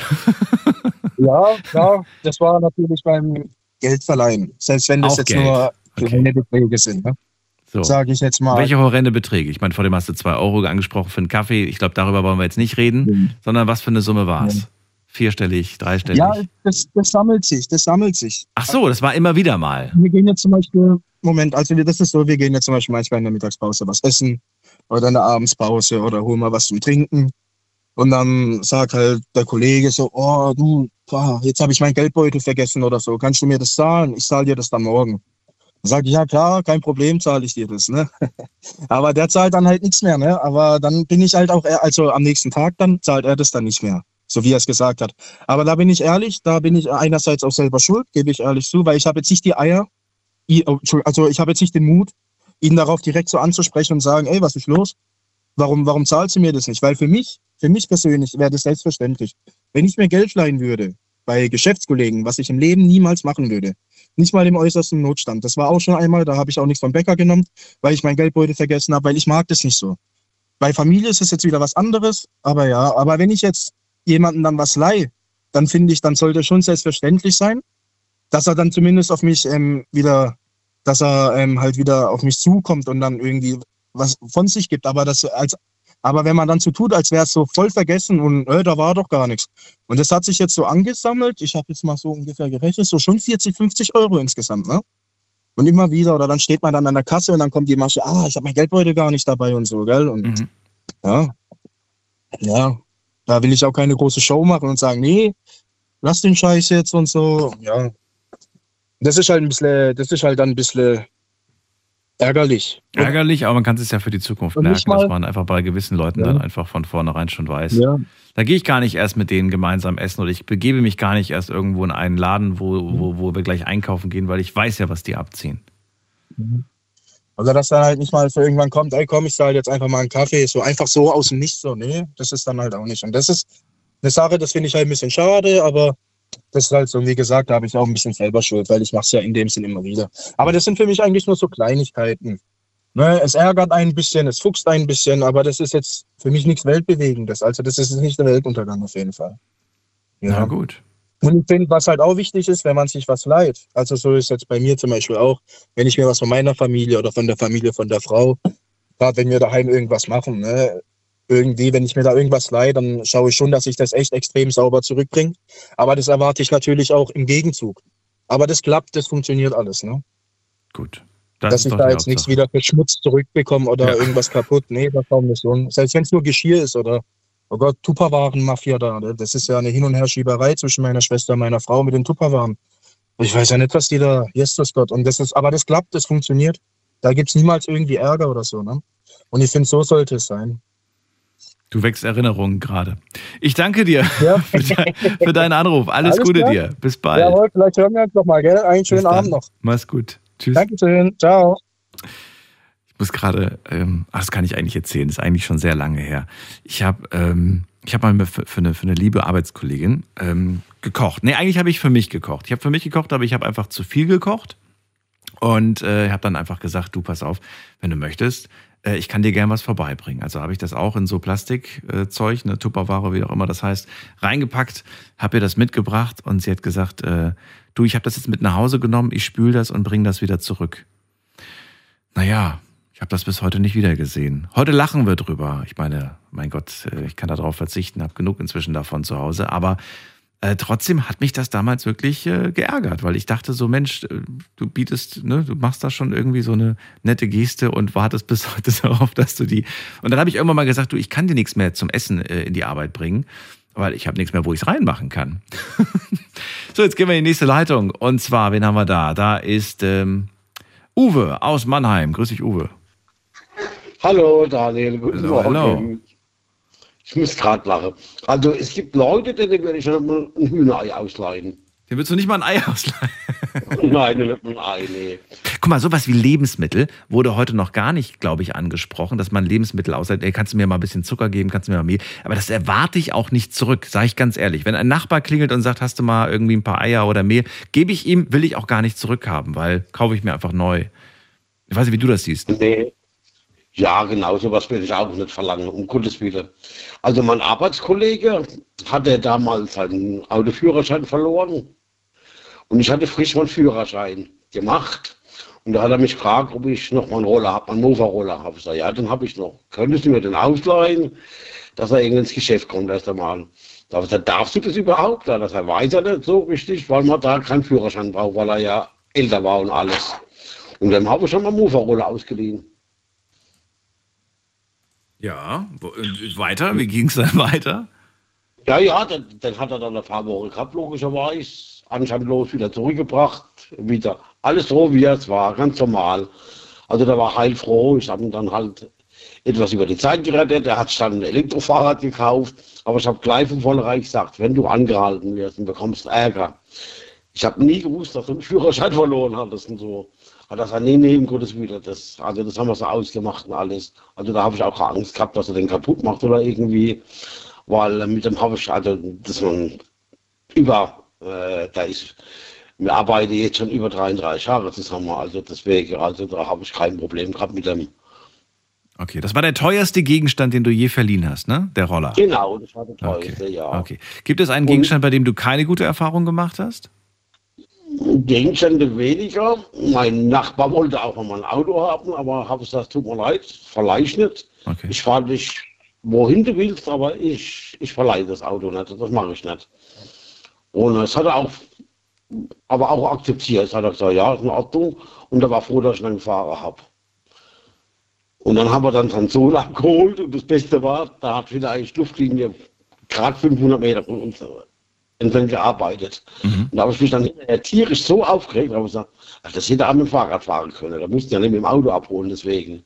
Ja, ja, das war natürlich beim Geldverleihen. Selbst wenn das Auch jetzt Geld. nur Okay. kleine Beträge sind, ne? So. Sage ich jetzt mal. Welche horrende Beträge? Ich meine, vor dem hast du zwei Euro angesprochen für einen Kaffee. Ich glaube, darüber wollen wir jetzt nicht reden, Mhm. sondern was für eine Summe war es? Mhm. Vierstellig, dreistellig? Ja, das, das sammelt sich, das sammelt sich. Ach so, das war immer wieder mal. Wir gehen jetzt zum Beispiel, Moment, also wir- das ist so, wir gehen jetzt zum Beispiel manchmal in der Mittagspause was essen oder in der Abendspause oder holen mal was zum Trinken. Und dann sagt halt der Kollege so, oh du, boah, jetzt habe ich meinen Geldbeutel vergessen oder so, kannst du mir das zahlen? Ich zahle dir das dann morgen. Dann sage ich, ja klar, kein Problem, zahle ich dir das. Ne? Aber der zahlt dann halt nichts mehr. Ne? Aber dann bin ich halt auch, also am nächsten Tag, dann zahlt er das dann nicht mehr, so wie er es gesagt hat. Aber da bin ich ehrlich, da bin ich einerseits auch selber schuld, gebe ich ehrlich zu, weil ich habe jetzt nicht die Eier, i- oh, Entschuldigung, also ich habe jetzt nicht den Mut, ihn darauf direkt so anzusprechen und sagen, ey, was ist los? Warum, warum zahlst du mir das nicht? Weil für mich, für mich persönlich wäre das selbstverständlich. Wenn ich mir Geld leihen würde bei Geschäftskollegen, was ich im Leben niemals machen würde, nicht mal im äußersten Notstand. Das war auch schon einmal, da habe ich auch nichts vom Bäcker genommen, weil ich mein Geldbeutel vergessen habe, weil ich mag das nicht so. Bei Familie ist es jetzt wieder was anderes, aber ja, aber wenn ich jetzt jemanden dann was leihe, dann finde ich, dann sollte schon selbstverständlich sein, dass er dann zumindest auf mich ähm, wieder, dass er ähm, halt wieder auf mich zukommt und dann irgendwie was von sich gibt. Aber das als, aber wenn man dann so tut, als wäre es so voll vergessen und äh, da war doch gar nichts. Und das hat sich jetzt so angesammelt. Ich habe jetzt mal so ungefähr gerechnet, so schon vierzig, fünfzig Euro insgesamt, ne? Und immer wieder, oder dann steht man dann an der Kasse und dann kommt die Masche, ah, ich habe mein Geldbeutel gar nicht dabei und so, gell? Und Mhm. ja, ja, da will ich auch keine große Show machen und sagen, nee, lass den Scheiß jetzt und so. Ja, das ist halt ein bisschen, das ist halt dann ein bisschen ärgerlich. Ärgerlich, aber man kann es ja für die Zukunft Und merken, nicht mal- dass man einfach bei gewissen Leuten Ja. dann einfach von vornherein schon weiß. Ja. Da gehe ich gar nicht erst mit denen gemeinsam essen oder ich begebe mich gar nicht erst irgendwo in einen Laden, wo, wo, wo wir gleich einkaufen gehen, weil ich weiß ja, was die abziehen. Also, dass dann halt nicht mal für irgendwann kommt, ey, komm, ich zahle jetzt einfach mal einen Kaffee, so einfach so aus dem Nichts, so, nee, das ist dann halt auch nicht. Und das ist eine Sache, das finde ich halt ein bisschen schade, aber das ist halt so, wie gesagt, da habe ich auch ein bisschen selber Schuld, weil ich mache es ja in dem Sinn immer wieder. Aber das sind für mich eigentlich nur so Kleinigkeiten. Ne, es ärgert ein bisschen, es fuchst ein bisschen, aber das ist jetzt für mich nichts Weltbewegendes. Also das ist nicht der Weltuntergang auf jeden Fall. Ja, gut. Und ich finde, was halt auch wichtig ist, wenn man sich was leiht, also so ist jetzt bei mir zum Beispiel auch, wenn ich mir was von meiner Familie oder von der Familie von der Frau, gerade wenn wir daheim irgendwas machen, ne, irgendwie, wenn ich mir da irgendwas leihe, dann schaue ich schon, dass ich das echt extrem sauber zurückbringe. Aber das erwarte ich natürlich auch im Gegenzug. Aber das klappt, das funktioniert alles, ne? Gut. Das Das dass ist ich doch da die jetzt nichts Hauptsache. wieder für Schmutz zurückbekomme oder Ja. irgendwas kaputt. Nee, das kaum nicht so. Selbst wenn es nur Geschirr ist oder, oh Gott, Tupperwaren-Mafia da. ne? Das ist ja eine Hin- und Herschieberei zwischen meiner Schwester und meiner Frau mit den Tupperwaren. Ich weiß ja nicht, was die da, Jesus Gott. Und das ist, aber das klappt, das funktioniert. Da gibt es niemals irgendwie Ärger oder so. Ne? Und ich finde, so sollte es sein. Du wächst Erinnerungen gerade. Ich danke dir Ja. für, de für deinen Anruf. Alles, Alles Gute klar. dir. Bis bald. Jawohl, vielleicht hören wir uns noch mal, gell? Einen schönen Bis dann. Abend noch. Mach's gut. Tschüss. Dankeschön. Ciao. Ich muss gerade, ähm, ach, das kann ich eigentlich erzählen, das ist eigentlich schon sehr lange her. Ich habe ähm, ich hab mal für, für, eine, für eine liebe Arbeitskollegin ähm, gekocht. Nee, eigentlich habe ich für mich gekocht. Ich habe für mich gekocht, aber ich habe einfach zu viel gekocht und äh, habe dann einfach gesagt, du, pass auf, wenn du möchtest, äh, ich kann dir gern was vorbeibringen. Also habe ich das auch in so Plastikzeug, äh, eine Tupperware, wie auch immer das heißt, reingepackt, habe ihr das mitgebracht und sie hat gesagt, äh, du, ich habe das jetzt mit nach Hause genommen, ich spüle das und bringe das wieder zurück. Naja, ich habe das bis heute nicht wieder gesehen. Heute lachen wir drüber. Ich meine, mein Gott, ich kann darauf verzichten, habe genug inzwischen davon zu Hause. Aber äh, trotzdem hat mich das damals wirklich äh, geärgert, weil ich dachte so, Mensch, äh, du bietest, ne, du machst da schon irgendwie so eine nette Geste und wartest bis heute darauf, dass du die... Und dann habe ich irgendwann mal gesagt, du, ich kann dir nichts mehr zum Essen äh, in die Arbeit bringen, weil ich habe nichts mehr, wo ich es reinmachen kann. So, jetzt gehen wir in die nächste Leitung. Und zwar, wen haben wir da? Da ist... Ähm, Uwe aus Mannheim. Grüß dich, Uwe. Hallo, Daniel. Guten Hello, Morgen. hello. Ich muss gerade lachen. Also, es gibt Leute, denen würde ich schon mal ein Hühnerei ausleihen. Dem willst du nicht mal ein Ei ausleihen? Nein, nicht ein Ei, nee. Guck mal, sowas wie Lebensmittel wurde heute noch gar nicht, glaube ich, angesprochen, dass man Lebensmittel ausleiht. Ey, kannst du mir mal ein bisschen Zucker geben, kannst du mir mal Mehl. Aber das erwarte ich auch nicht zurück, sage ich ganz ehrlich. Wenn ein Nachbar klingelt und sagt, hast du mal irgendwie ein paar Eier oder Mehl, gebe ich ihm, will ich auch gar nicht zurückhaben, weil kaufe ich mir einfach neu. Ich weiß nicht, wie du das siehst. Nee. Ja, genau, sowas will ich auch nicht verlangen, um Gottes Willen. Also mein Arbeitskollege hatte damals seinen Autoführerschein verloren und ich hatte frisch meinen Führerschein gemacht. Und da hat er mich gefragt, ob ich noch mal einen Roller habe, einen Mofa-Roller habe. Ich sage, ja, den habe ich noch. Könntest du mir den ausleihen, dass er irgendwie ins Geschäft kommt erst einmal? Da habe ich gesagt, darfst du das überhaupt? Da das weiß er nicht so richtig, weil man da keinen Führerschein braucht, weil er ja älter war und alles. Und dann habe ich schon mal einen Mofa-Roller ausgeliehen. Ja, und weiter? Wie ging es dann weiter? Ja, ja, dann, dann hat er dann ein paar Wochen gehabt, logischerweise. Anscheinend wieder zurückgebracht, wieder. Alles so, wie es war, ganz normal. Also der war heilfroh. Ich habe ihm dann halt etwas über die Zeit gerettet. Er hat dann ein Elektrofahrrad gekauft. Aber ich habe gleich von vornherein gesagt, wenn du angehalten wirst und bekommst Ärger. Ich habe nie gewusst, dass du einen Führerschein verloren hattest und so. Hat er gesagt, nee, nee, um Gottes Willen. Das, also das haben wir so ausgemacht und alles. Also da habe ich auch Angst gehabt, dass er den kaputt macht oder irgendwie. Weil mit dem habe ich, also das man über, äh, da ist, wir arbeiten jetzt schon über dreiunddreißig Jahre zusammen. Also deswegen, also da habe ich kein Problem gehabt mit dem. Okay, das war der teuerste Gegenstand, den du je verliehen hast, ne? Der Roller. Genau, das war der teuerste, okay. ja. Okay. Gibt es einen Gegenstand, bei dem du keine gute Erfahrung gemacht hast? Gegenstände weniger. Mein Nachbar wollte auch mal ein Auto haben, aber habe gesagt, tut mir leid, verleih ich nicht. Okay. Ich fahre dich, wohin du willst, aber ich, ich verleihe das Auto nicht, das mache ich nicht. Und das hat er auch, aber auch akzeptiert. Es hat er gesagt, ja, ist in Ordnung. Und er war froh, dass ich einen Fahrer habe. Und dann haben wir dann seinen Sohn abgeholt und das Beste war, da hat wieder eigentlich Luftlinie gerade fünfhundert Meter von uns entfernt gearbeitet. Mhm. Und da habe ich mich dann tierisch so aufgeregt, da habe ich gesagt, das hätte er mit dem Fahrrad fahren können. Da musste ich ja nicht mit dem Auto abholen, deswegen.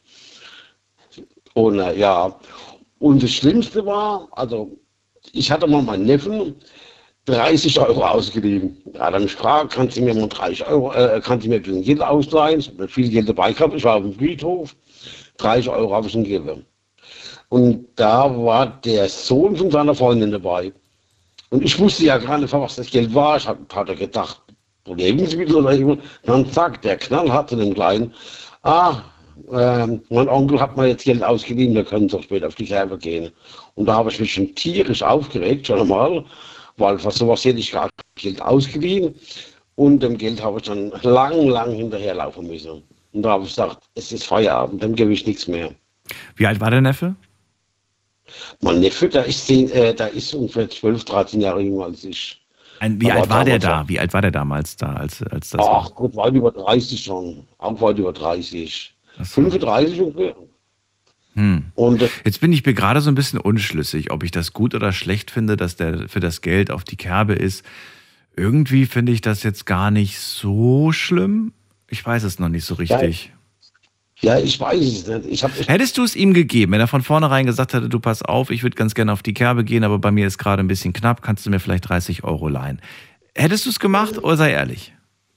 Und äh, ja, und das Schlimmste war, also ich hatte mal meinen Neffen dreißig Euro ausgeliehen. Er hat mich gefragt, kannst du mir mal dreißig Euro, äh, kannst du mir ein bisschen Geld ausleihen? Ich habe nicht viel Geld dabei gehabt, ich war auf dem Friedhof. dreißig Euro habe ich ihm gegeben. Und da war der Sohn von seiner Freundin dabei. Und ich wusste ja gar nicht, was das Geld war. Ich hatte gedacht, Lebensmittel oder irgendwas. Dann sagt der Knallhart zu dem Kleinen, ah, äh, mein Onkel hat mir jetzt Geld ausgeliehen, wir können doch später auf die Kerbe gehen. Und da habe ich mich schon tierisch aufgeregt, schon einmal, weil für sowas hätte ich gar kein Geld ausgeliehen. Und dem Geld habe ich dann lang, lang hinterherlaufen müssen. Und da habe ich gesagt, es ist Feierabend, dann gebe ich nichts mehr. Wie alt war der Neffe? Mein Neffe, der ist, zehn, äh, der ist ungefähr zwölf, dreizehn Jahre jünger als ich. Ein, wie Aber alt war der damals da? Wie alt war der damals da, als, als das Ach war? Gott, weit über dreißig schon. Auch weit über dreißig. fünfunddreißig ungefähr. Hm. Und äh, Jetzt bin ich mir gerade so ein bisschen unschlüssig, ob ich das gut oder schlecht finde, dass der für das Geld auf die Kerbe ist. Irgendwie finde ich das jetzt gar nicht so schlimm. Ich weiß es noch nicht so richtig. Ja, ich weiß es nicht. Ich hab, ich Hättest du es ihm gegeben, wenn er von vornherein gesagt hätte, du pass auf, ich würde ganz gerne auf die Kerbe gehen, aber bei mir ist gerade ein bisschen knapp, kannst du mir vielleicht dreißig Euro leihen? Hättest du es gemacht oder sei ehrlich?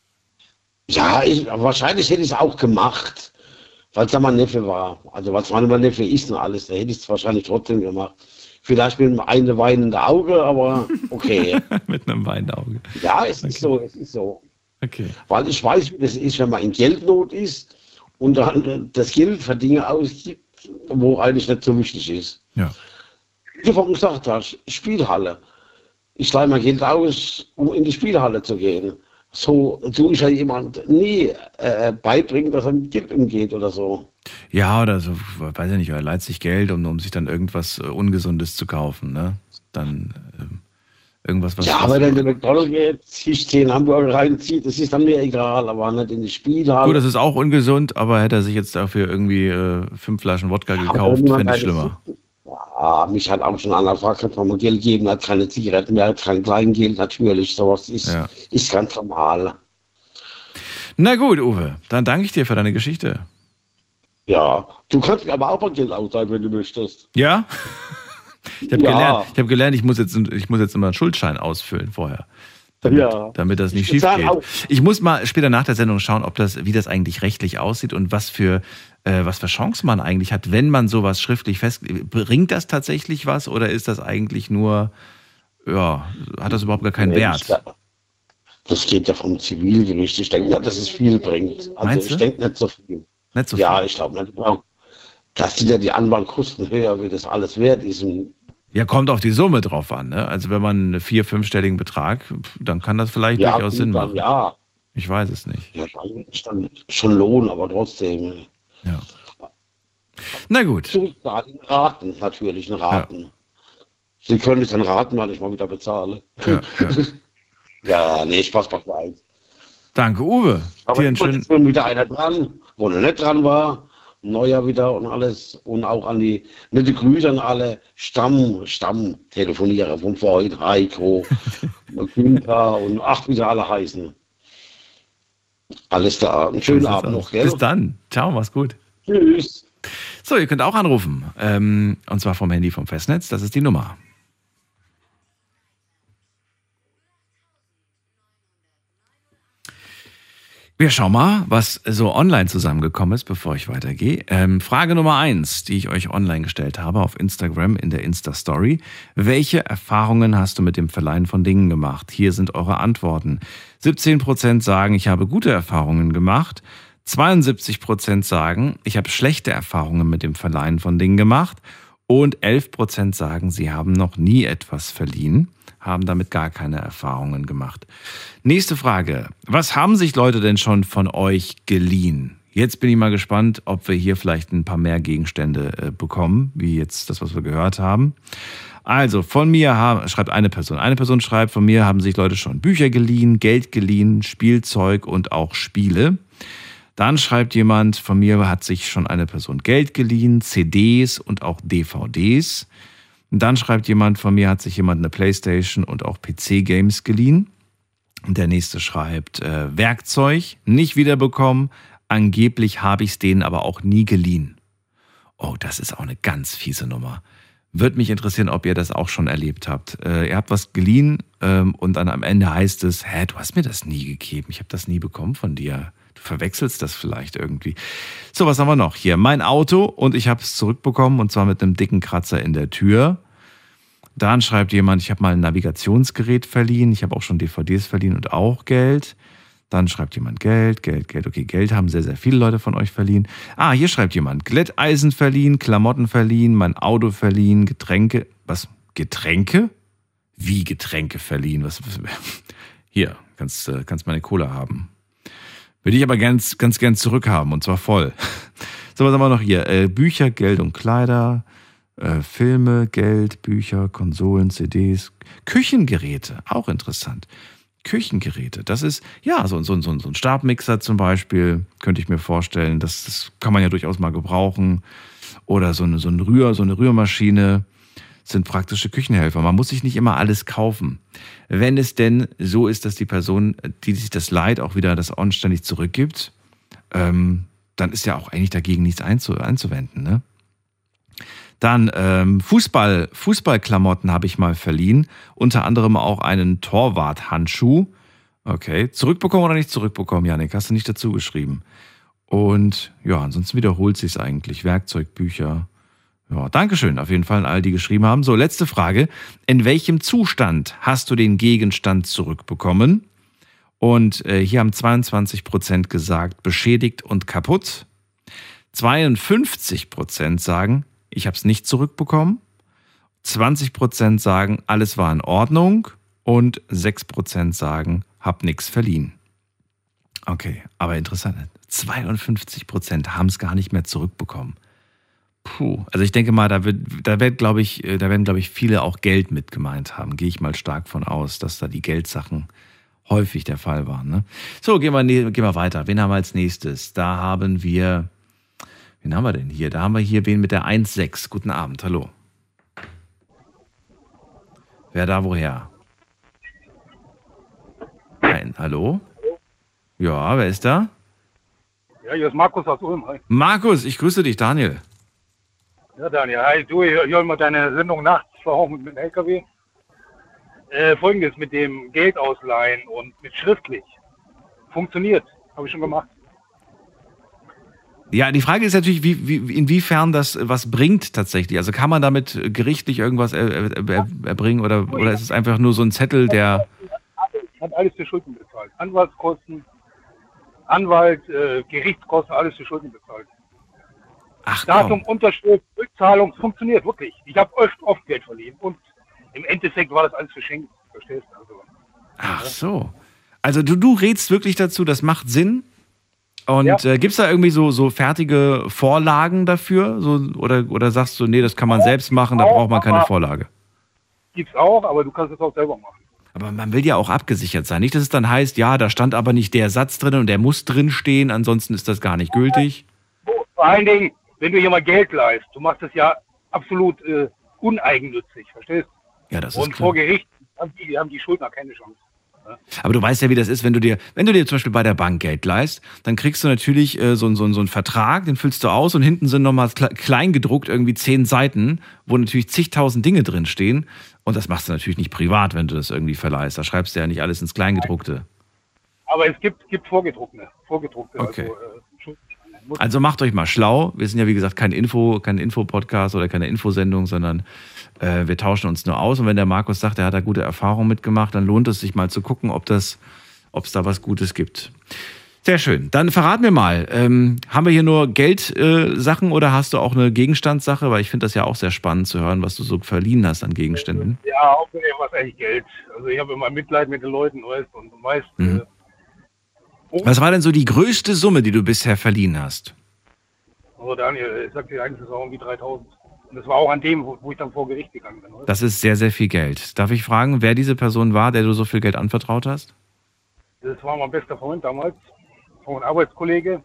Ja, ich, wahrscheinlich hätte ich es auch gemacht, weil es ja mein Neffe war. Also was mein Neffe ist und alles, da hätte ich es wahrscheinlich trotzdem gemacht. Vielleicht mit einem weinenden Auge, aber okay. Mit einem weinenden Auge. Ja, es Okay. ist so, es ist so. Okay. Weil ich weiß, wie das ist, wenn man in Geldnot ist und dann das Geld für Dinge ausgibt, wo eigentlich nicht so wichtig ist. Ja. Wie du vorhin gesagt hast, Spielhalle. Ich leihe mal Geld aus, um in die Spielhalle zu gehen. So tue ich ja jemand nie äh, beibringen, dass er mit Geld umgeht oder so. Ja, oder so, weiß ich nicht, er leiht sich Geld, um, um sich dann irgendwas äh, Ungesundes zu kaufen, ne? Dann ähm, irgendwas, was... Ja, was, aber wenn der McDonald's jetzt sich zehn Hamburger reinzieht, das ist dann mir egal, aber nicht in die Spielhalle. Gut, das ist auch ungesund, aber hätte er sich jetzt dafür irgendwie äh, fünf Flaschen Wodka Aber gekauft, niemand fände ich weiß, schlimmer. Ja, mich hat auch schon einer gefragt, kann man mal Geld geben, hat keine Zigaretten mehr, hat kein Kleingeld, natürlich, sowas ist, Ja. ist ganz normal. Na gut, Uwe, dann danke ich dir für deine Geschichte. Ja, du kannst mir aber auch mal Geld ausleihen, wenn du möchtest. Ja? Ich habe Ja. gelernt, ich, hab gelernt ich, muss jetzt, ich muss jetzt immer einen Schuldschein ausfüllen vorher. Damit, Ja. damit das nicht Ich schief bezahle geht. auch. Ich muss mal später nach der Sendung schauen, ob das, wie das eigentlich rechtlich aussieht und was für, äh, was für Chancen man eigentlich hat, wenn man sowas schriftlich fest. Bringt das tatsächlich was oder ist das eigentlich nur, ja, hat das überhaupt gar keinen Nee, Wert? ich- Das geht ja vom Zivilgericht. Ich denke nicht, dass es viel bringt. Also Meinst ich du? denke nicht so viel. Nicht so ja, viel. ich glaube nicht. Das sind ja die Anwaltkosten höher, wie das alles wert ist. Und Ja, kommt auf die Summe drauf an. Ne? Also wenn man einen vier-, fünfstelligen Betrag, dann kann das vielleicht ja, durchaus gut, Sinn dann, machen. ja, Ich weiß es nicht. ja, dann ist dann schon Lohn, aber trotzdem. Ja. Na gut. Zurückzahlen, Raten, natürlich, in Raten. Sie können es dann raten, weil ich mal wieder bezahle. Ja, ja. Ja, nee, Spaß beiseite. Danke, Uwe. Aber Dir einen ich bin schönen. jetzt wieder einer dran, wo noch nicht dran war. Neujahr wieder und alles. Und auch an die nette Grüße an alle Stamm, Stamm-Telefonierer von vorhin, Heiko, Günther und ach, wie sie alle heißen. Alles da. Einen schönen Abend noch, gell? Bis dann. Ciao, mach's gut. Tschüss. So, ihr könnt auch anrufen. Ähm, und zwar vom Handy vom Festnetz. Das ist die Nummer. Wir schauen mal, was so online zusammengekommen ist, bevor ich weitergehe. Ähm, Frage Nummer eins, die ich euch online gestellt habe auf Instagram in der Insta-Story. Welche Erfahrungen hast du mit dem Verleihen von Dingen gemacht? Hier sind eure Antworten. siebzehn Prozent sagen, ich habe gute Erfahrungen gemacht. zweiundsiebzig Prozent sagen, ich habe schlechte Erfahrungen mit dem Verleihen von Dingen gemacht. Und elf Prozent sagen, sie haben noch nie etwas verliehen, haben damit gar keine Erfahrungen gemacht. Nächste Frage. Was haben sich Leute denn schon von euch geliehen? Jetzt bin ich mal gespannt, ob wir hier vielleicht ein paar mehr Gegenstände äh, bekommen, wie jetzt das, was wir gehört haben. Also, von mir haben, schreibt eine Person. Eine Person schreibt, von mir haben sich Leute schon Bücher geliehen, Geld geliehen, Spielzeug und auch Spiele. Dann schreibt jemand, von mir hat sich schon eine Person Geld geliehen, C Ds und auch D V Ds. Und dann schreibt jemand, von mir hat sich jemand eine Playstation und auch P C-Games geliehen. Und der nächste schreibt, äh, Werkzeug nicht wiederbekommen, angeblich habe ich es denen aber auch nie geliehen. Oh, das ist auch eine ganz fiese Nummer. Würde mich interessieren, ob ihr das auch schon erlebt habt. Äh, ihr habt was geliehen ähm, und dann am Ende heißt es, hä, du hast mir das nie gegeben, ich habe das nie bekommen von dir. Du verwechselst das vielleicht irgendwie. So, was haben wir noch? Hier, mein Auto und ich habe es zurückbekommen und zwar mit einem dicken Kratzer in der Tür. Dann schreibt jemand, ich habe mal ein Navigationsgerät verliehen, ich habe auch schon D V Ds verliehen und auch Geld. Dann schreibt jemand Geld, Geld, Geld. Okay, Geld haben sehr, sehr viele Leute von euch verliehen. Ah, hier schreibt jemand Glätteisen verliehen, Klamotten verliehen, mein Auto verliehen, Getränke. Was? Getränke? Wie Getränke verliehen? Was? Hier, kannst, kannst meine Cola haben. Würde ich aber ganz, ganz gern zurückhaben und zwar voll. So, was haben wir noch hier? Äh, Bücher, Geld und Kleider. Äh, Filme, Geld, Bücher, Konsolen, C Ds, Küchengeräte, auch interessant. Küchengeräte, das ist, ja, so, so, so, so ein Stabmixer zum Beispiel, könnte ich mir vorstellen, das, das kann man ja durchaus mal gebrauchen. Oder so eine, so ein Rühr, so eine Rührmaschine sind praktische Küchenhelfer. Man muss sich nicht immer alles kaufen. Wenn es denn so ist, dass die Person, die sich das leiht, auch wieder das anständig zurückgibt, ähm, dann ist ja auch eigentlich dagegen nichts einzu, einzuwenden, ne? Dann ähm, Fußball, Fußballklamotten habe ich mal verliehen. Unter anderem auch einen Torwarthandschuh. Okay, zurückbekommen oder nicht zurückbekommen, Janik? Hast du nicht dazu geschrieben. Und ja, ansonsten wiederholt sich es eigentlich. Werkzeugbücher. Ja, Dankeschön auf jeden Fall an all, die geschrieben haben. So, letzte Frage. In welchem Zustand hast du den Gegenstand zurückbekommen? Und äh, hier haben zweiundzwanzig Prozent gesagt, beschädigt und kaputt. zweiundfünfzig Prozent sagen, ich habe es nicht zurückbekommen. zwanzig Prozent sagen, alles war in Ordnung. Und sechs Prozent sagen, hab nichts verliehen. Okay, aber interessant. zweiundfünfzig Prozent haben es gar nicht mehr zurückbekommen. Puh, also ich denke mal, da wird, da wird, glaube ich, da werden, glaube ich, viele auch Geld mit gemeint haben. Gehe ich mal stark von aus, dass da die Geldsachen häufig der Fall waren. Ne? So, gehen wir, gehen wir weiter. Wen haben wir als nächstes? Da haben wir, wen haben wir denn hier? Da haben wir hier wen mit der eins sechs. Guten Abend, hallo. Wer da woher? Nein, hallo? Ja, wer ist da? Ja, hier ist Markus aus Ulm. Hi. Markus, ich grüße dich, Daniel. Ja, Daniel, hi. Du, ich höre mal deine Sendung nachts, auch mit dem L K W. Äh, Folgendes mit dem Geld ausleihen und mit schriftlich. Funktioniert. Habe ich schon gemacht. Ja, die Frage ist natürlich, wie, wie, inwiefern das was bringt tatsächlich. Also kann man damit gerichtlich irgendwas er, er, er, erbringen oder, oder ist es einfach nur so ein Zettel, der... Hat alles für Schulden bezahlt. Anwaltskosten, Anwalt, äh, Gerichtskosten, alles für Schulden bezahlt. Ach, Datum, Unterschrift, Rückzahlung, funktioniert wirklich. Ich habe oft, oft Geld verliehen und im Endeffekt war das alles verschenkt. Verstehst du? Also, Ach so. Also du, du rätst wirklich dazu, das macht Sinn? Und Ja. äh, gibt es da irgendwie so, so fertige Vorlagen dafür? So, oder, oder sagst du, nee, das kann man selbst machen, da braucht man keine Vorlage? Gibt's auch, aber du kannst es auch selber machen. Aber man will ja auch abgesichert sein. Nicht, dass es dann heißt, ja, da stand aber nicht der Satz drin und der muss drin stehen, ansonsten ist das gar nicht gültig. Vor allen Dingen, wenn du jemand Geld leihst, du machst das ja absolut äh, uneigennützig, verstehst du? Ja, das ist Und klar. vor Gericht haben die, haben die Schuldner keine Chance. Aber du weißt ja, wie das ist, wenn du dir, wenn du dir zum Beispiel bei der Bank Geld leihst, dann kriegst du natürlich äh, so, so, so einen Vertrag, den füllst du aus und hinten sind nochmal kle- klein gedruckt irgendwie zehn Seiten, wo natürlich zigtausend Dinge drin stehen. Und das machst du natürlich nicht privat, wenn du das irgendwie verleihst. Da schreibst du ja nicht alles ins Kleingedruckte. Aber es gibt, gibt Vorgedruckte. Vorgedruckte Okay. also, äh, Schuldscheine. Muss- Also macht euch mal schlau. Wir sind ja, wie gesagt, kein Info, kein Info-Podcast oder keine Infosendung, sondern äh, wir tauschen uns nur aus. Und wenn der Markus sagt, er hat da gute Erfahrungen mitgemacht, dann lohnt es sich mal zu gucken, ob das, ob es da was Gutes gibt. Sehr schön. Dann verrat mir mal, ähm, haben wir hier nur Geldsachen äh, Sachen oder hast du auch eine Gegenstandssache? Weil ich finde das ja auch sehr spannend zu hören, was du so verliehen hast an Gegenständen. Ja, auch was eigentlich Geld. Also ich habe immer Mitleid mit den Leuten, weißt du, und meist Mhm. äh, Was war denn so die größte Summe, die du bisher verliehen hast? also Daniel, ich sag dir eigentlich, das war irgendwie dreitausend. Und das war auch an dem, wo, wo ich dann vor Gericht gegangen bin. Weißt? Das ist sehr, sehr viel Geld. Darf ich fragen, wer diese Person war, der du so viel Geld anvertraut hast? Das war mein bester Freund damals, ein Arbeitskollege.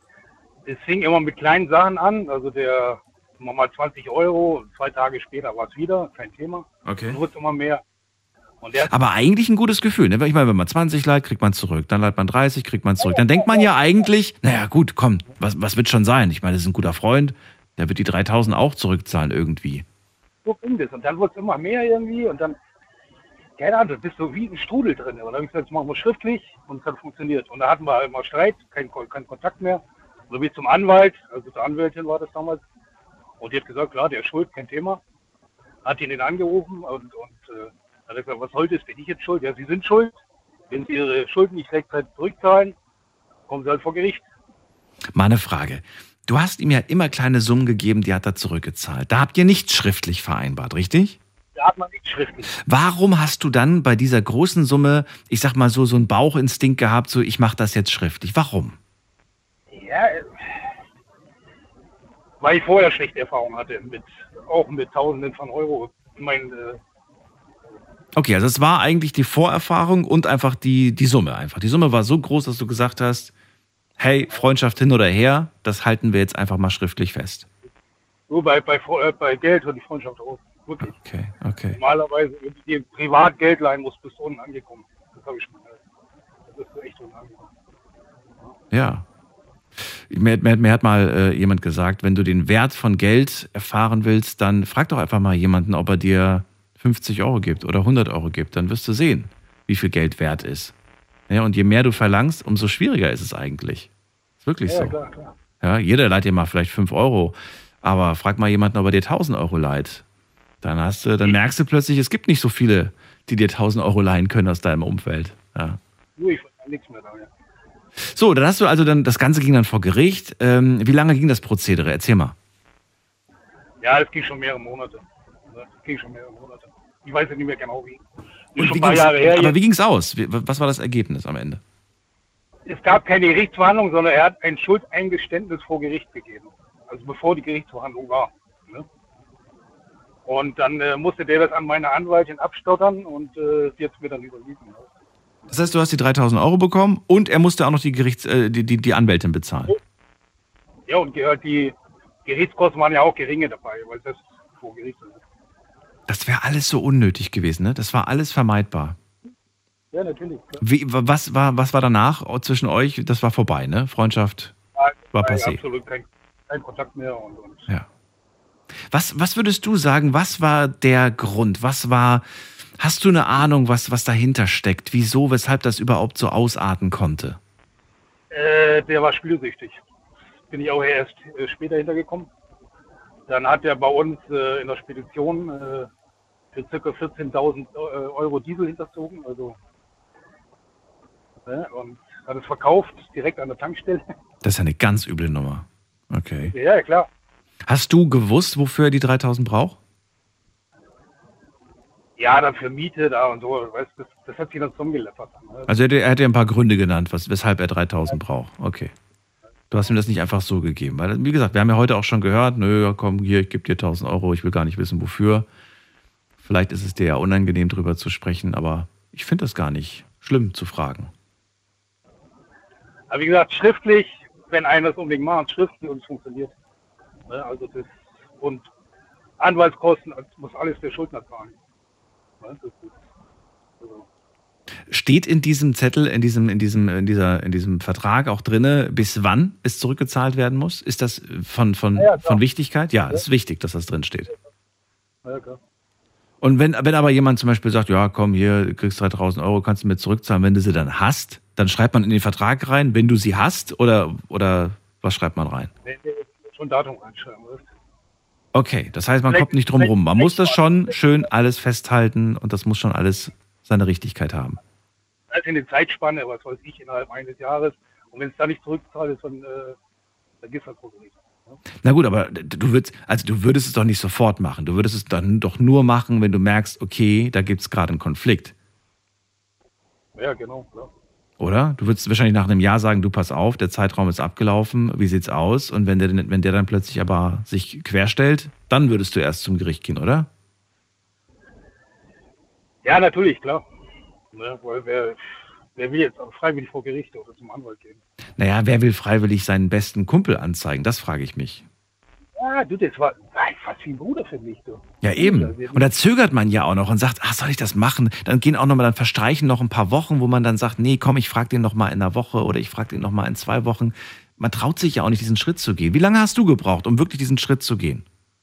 Es fing immer mit kleinen Sachen an, also der immer mal zwanzig Euro, zwei Tage später war es wieder, kein Thema. Okay. Dann wurde es immer mehr. Und der Aber eigentlich ein gutes Gefühl, ne? Ich meine, wenn man zwanzig leiht, kriegt man zurück. Dann leiht man dreißig, kriegt man zurück. Dann denkt man ja eigentlich, naja gut, komm, was, was wird schon sein? Ich meine, das ist ein guter Freund, der wird die dreitausend auch zurückzahlen irgendwie. so ging das. Und dann wurde es immer mehr irgendwie und dann, keine Ahnung, du bist so wie ein Strudel drin. Und dann habe ich gesagt, das machen wir schriftlich und es hat funktioniert. Und da hatten wir halt mal Streit, keinen kein Kontakt mehr. Und dann bin ich zum Anwalt, also zur Anwältin war das damals. Und die hat gesagt, klar, der ist schuld, kein Thema. Hat ihn den angerufen und, und äh, hat er gesagt, was soll das, bin ich jetzt schuld? Ja, Sie sind schuld. Wenn Sie Ihre Schulden nicht rechtzeitig zurückzahlen, kommen Sie halt vor Gericht. Mal eine Frage. Du hast ihm ja immer kleine Summen gegeben, die hat er zurückgezahlt. Da habt ihr nichts schriftlich vereinbart, richtig? Da hat man nichts schriftlich. Warum hast du dann bei dieser großen Summe, ich sag mal so, so einen Bauchinstinkt gehabt, so ich mache das jetzt schriftlich? Warum? Ja, äh, weil ich vorher schlechte Erfahrungen hatte, mit, auch mit Tausenden von Euro. Ich meine, äh, Okay, also es war eigentlich die Vorerfahrung und einfach die, die Summe einfach. Die Summe war so groß, dass du gesagt hast, hey, Freundschaft hin oder her, das halten wir jetzt einfach mal schriftlich fest. nur bei, bei, äh, bei Geld hört die Freundschaft aus. Wirklich. Okay, okay. Normalerweise, wenn du dir privat Geld leihen musst, bist du unten angekommen. Das habe ich schon gehört. Das ist echt unten angekommen. Ja. Mir, mir, mir hat mal äh, jemand gesagt, wenn du den Wert von Geld erfahren willst, dann frag doch einfach mal jemanden, ob er dir fünfzig Euro gibt oder hundert Euro gibt. Dann wirst du sehen, wie viel Geld wert ist. Ja, und je mehr du verlangst, umso schwieriger ist es eigentlich. Ist wirklich Ja, so. klar, klar. Ja, jeder leiht dir mal vielleicht fünf Euro, aber frag mal jemanden, ob er dir tausend Euro leiht. Dann hast du, dann merkst du plötzlich, es gibt nicht so viele, die dir tausend Euro leihen können aus deinem Umfeld. Ja. Nur ich verdiene nichts mehr da, ja. So, dann hast du also dann, das Ganze ging dann vor Gericht. Ähm, wie lange ging das Prozedere? Erzähl mal. Ja, das ging schon mehrere Monate. Das ging schon mehrere Monate. Ich weiß ja nicht mehr genau wie. Das ist Und schon wie ein paar ging's, Jahre her. aber jetzt. wie ging es aus? Wie, was war das Ergebnis am Ende? Es gab keine Gerichtsverhandlung, sondern er hat ein Schuldeingeständnis vor Gericht gegeben. Also bevor die Gerichtsverhandlung war. Ne? Und dann äh, musste der das an meine Anwältin abstottern und äh, die hat es mir dann überwiesen. Das heißt, du hast die dreitausend Euro bekommen und er musste auch noch die, Gerichts, äh, die, die, die Anwältin bezahlen. Ja, und gehört die Gerichtskosten waren ja auch geringe dabei, weil das vor Gericht ist. Das wäre alles so unnötig gewesen, ne? Das war alles vermeidbar. Ja, natürlich. Klar. Wie, was, war, was war danach zwischen euch? Das war vorbei, ne? Freundschaft war passé. Absolut kein, kein Kontakt mehr. Und, und Ja. Was, was würdest du sagen, was war der Grund? Was war, hast du eine Ahnung, was, was dahinter steckt? Wieso, weshalb das überhaupt so ausarten konnte? Äh, der war spielsüchtig. Bin ich auch erst äh, später hintergekommen. Dann hat er bei uns äh, in der Spedition äh, für ca. vierzehntausend Euro Diesel hinterzogen. Also, äh, und hat es verkauft, direkt an der Tankstelle. Das ist ja eine ganz üble Nummer. Okay. Ja, ja, klar. Hast du gewusst, wofür er die dreitausend braucht? Ja, dann für Miete da und so. Weißt, das, das hat sich dann zusammengeleppert. Ne? Also er, er hat dir ein paar Gründe genannt, was, weshalb er dreitausend braucht. Okay. Du hast ihm das nicht einfach so gegeben. Weil, wie gesagt, wir haben ja heute auch schon gehört, nö, komm, hier, ich gebe dir tausend Euro, ich will gar nicht wissen, wofür. Vielleicht ist es dir ja unangenehm, drüber zu sprechen, aber ich finde das gar nicht schlimm zu fragen. Aber wie gesagt, schriftlich, wenn einer das unbedingt macht, schriftlich und es funktioniert. Ne? Also das, und Anwaltskosten, das muss alles der Schuldner zahlen. Ne? Das ist, also. Steht in diesem Zettel, in diesem, in diesem, in dieser, in diesem Vertrag auch drinne, bis wann es zurückgezahlt werden muss? Ist das von, von, Ja, ja, von Wichtigkeit? Ja, es ist wichtig, dass das drin steht. Ja, klar. Und wenn, wenn aber jemand zum Beispiel sagt, ja, komm, hier, du kriegst dreitausend Euro, kannst du mir zurückzahlen, wenn du sie dann hast, dann schreibt man in den Vertrag rein, wenn du sie hast, oder, oder was schreibt man rein? Nee, nee, schon Datum reinschreiben. Weißt? Okay, das heißt, man kommt nicht drum rum. Man muss das schon schön alles festhalten und das muss schon alles seine Richtigkeit haben. Also in der Zeitspanne, was weiß ich, innerhalb eines Jahres. Und wenn es da nicht zurückzahlt ist, dann, äh, dann gibt es das Problem. Ne? Na gut, aber du würdest, also du würdest es doch nicht sofort machen. Du würdest es dann doch nur machen, wenn du merkst, okay, da gibt es gerade einen Konflikt. Ja, genau, klar. Oder? Du würdest wahrscheinlich nach einem Jahr sagen, du pass auf, der Zeitraum ist abgelaufen, wie sieht's aus? Und wenn der, wenn der dann plötzlich aber sich querstellt, dann würdest du erst zum Gericht gehen, oder? Ja, natürlich, klar. Ne, weil wer, wer will jetzt auch freiwillig vor Gericht oder zum Anwalt gehen? Naja, wer will freiwillig seinen besten Kumpel anzeigen? Das frage ich mich. Ja, du, das war, war fast wie ein Bruder für mich. Du. Ja, eben. Und da zögert man ja auch noch und sagt, ach, soll ich das machen? Dann gehen auch noch mal, dann verstreichen noch ein paar Wochen, wo man dann sagt, nee, komm, ich frage den noch mal in einer Woche oder ich frage den noch mal in zwei Wochen. Man traut sich ja auch nicht, diesen Schritt zu gehen. Wie lange hast du gebraucht, um wirklich diesen Schritt zu gehen?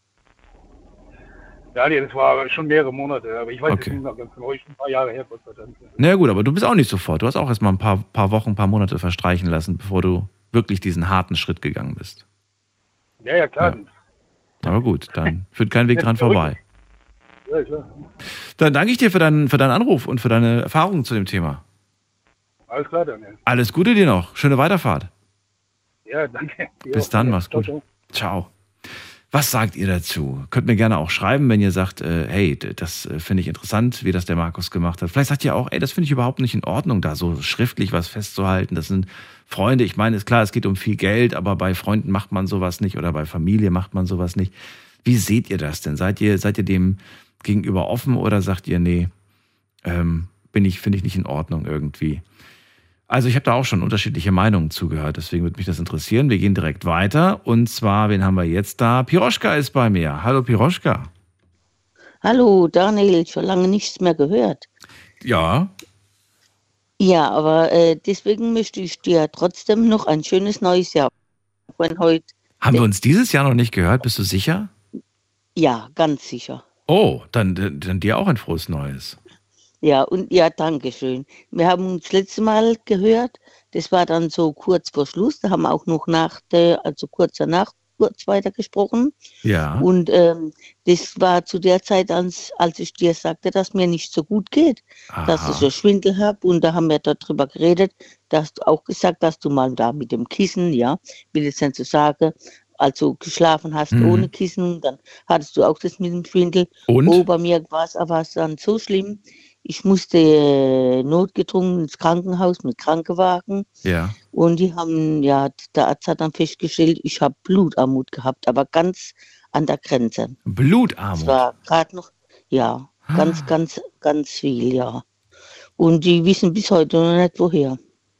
Ja, nee, das war schon mehrere Monate, aber ich weiß Okay. jetzt nicht noch ganz genau, schon ein paar Jahre her, Gott sei Dank. Na ja, gut, aber du bist auch nicht sofort. Du hast auch erst mal ein paar, paar Wochen, ein paar Monate verstreichen lassen, bevor du wirklich diesen harten Schritt gegangen bist. Ja, ja, klar. Ja. Aber gut, dann führt kein Weg dran vorbei. Ja, klar. Dann danke ich dir für deinen, für deinen Anruf und für deine Erfahrungen zu dem Thema. Alles klar, Daniel. Alles Gute dir noch. Schöne Weiterfahrt. Ja, danke. Bis Ja, dann, ja. mach's Ciao, gut. ciao. Ciao. Was sagt ihr dazu? Könnt mir gerne auch schreiben, wenn ihr sagt, äh, hey, das äh, finde ich interessant, wie das der Markus gemacht hat. Vielleicht sagt ihr auch, ey, das finde ich überhaupt nicht in Ordnung, da so schriftlich was festzuhalten. Das sind Freunde. Ich meine, ist klar, es geht um viel Geld, aber bei Freunden macht man sowas nicht oder bei Familie macht man sowas nicht. Wie seht ihr das denn? Seid ihr, seid ihr dem gegenüber offen oder sagt ihr, nee, ähm, bin ich, finde ich nicht in Ordnung irgendwie? Also ich habe da auch schon unterschiedliche Meinungen zugehört, deswegen würde mich das interessieren. Wir gehen direkt weiter und zwar, wen haben wir jetzt da? Piroschka ist bei mir. Hallo Piroschka. Hallo Daniel, schon lange nichts mehr gehört. Ja. Ja, aber äh, deswegen möchte ich dir trotzdem noch ein schönes neues Jahr. Wenn heute Haben wir uns dieses Jahr noch nicht gehört? Bist du sicher? Ja, ganz sicher. Oh, dann, dann dir auch ein frohes Neues. Ja, und ja, danke schön. Wir haben uns das letzte Mal gehört, das war dann so kurz vor Schluss, da haben wir auch noch nach der, also kurz danach kurz weiter gesprochen. Ja. Und ähm, das war zu der Zeit, als, als ich dir sagte, dass mir nicht so gut geht, Aha. dass ich so Schwindel habe. Und da haben wir darüber geredet, dass du auch gesagt hast, du mal da mit dem Kissen, ja, will jetzt dann so sagen, also geschlafen hast Mhm. ohne Kissen, dann hattest du auch das mit dem Schwindel. Und? Oh, bei mir war es aber dann so schlimm. Ich musste äh, notgedrungen ins Krankenhaus mit Krankenwagen. Ja. Und die haben, ja, der Arzt hat dann festgestellt, ich habe Blutarmut gehabt, aber ganz an der Grenze. Blutarmut? Es war gerade noch, ja, ganz, ganz, ganz viel, ja. Und die wissen bis heute noch nicht, woher.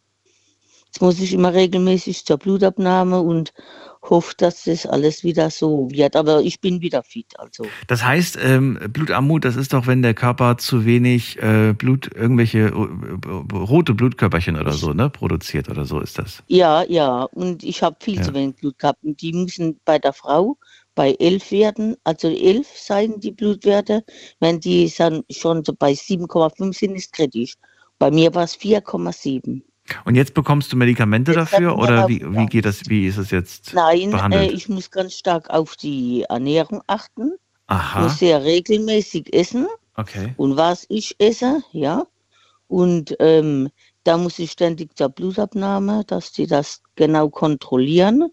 Jetzt muss ich immer regelmäßig zur Blutabnahme und hoffe, dass das alles wieder so wird. Aber ich bin wieder fit, also. Das heißt, ähm, Blutarmut, das ist doch, wenn der Körper zu wenig äh, Blut, irgendwelche äh, rote Blutkörperchen oder so, ne, produziert oder so ist das. Ja, ja, und ich habe viel Ja. zu wenig Blut gehabt. Und die müssen bei der Frau bei elf Werten, also elf sein die Blutwerte, wenn die dann schon so bei sieben Komma fünf sind, ist kritisch. Bei mir war es vier Komma sieben. Und jetzt bekommst du Medikamente Jetzt dafür hat mir oder auch- wie, wie geht das, wie ist es jetzt Nein, äh, behandelt? ich muss ganz stark auf die Ernährung achten. Aha. Muss sehr regelmäßig essen. Okay. Und was ich esse, ja. Und ähm, da muss ich ständig zur Blutabnahme, dass die das genau kontrollieren.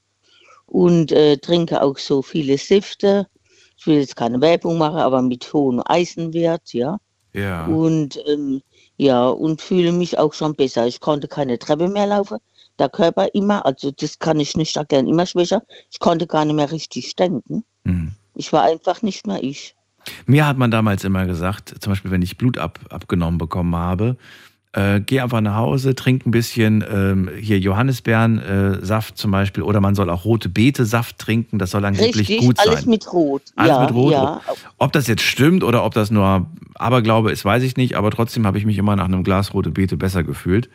Und äh, trinke auch so viele Säfte. Ich will jetzt keine Werbung machen, aber mit hohem Eisenwert, ja. Ja. Und ähm, ja, und fühle mich auch schon besser. Ich konnte keine Treppe mehr laufen. Der Körper immer, also das kann ich nicht erklären, immer schwächer. Ich konnte gar nicht mehr richtig denken. Mhm. Ich war einfach nicht mehr ich. Mir hat man damals immer gesagt, zum Beispiel, wenn ich Blut ab, abgenommen bekommen habe, äh, geh einfach nach Hause, trink ein bisschen ähm, hier Johannisbeerensaft zum Beispiel oder man soll auch rote Beete-Saft trinken, das soll angeblich Richtig, gut sein. alles mit Rot. Alles ja, mit Rot. Ja. Ob das jetzt stimmt oder ob das nur Aberglaube ist, weiß ich nicht, aber trotzdem habe ich mich immer nach einem Glas rote Beete besser gefühlt.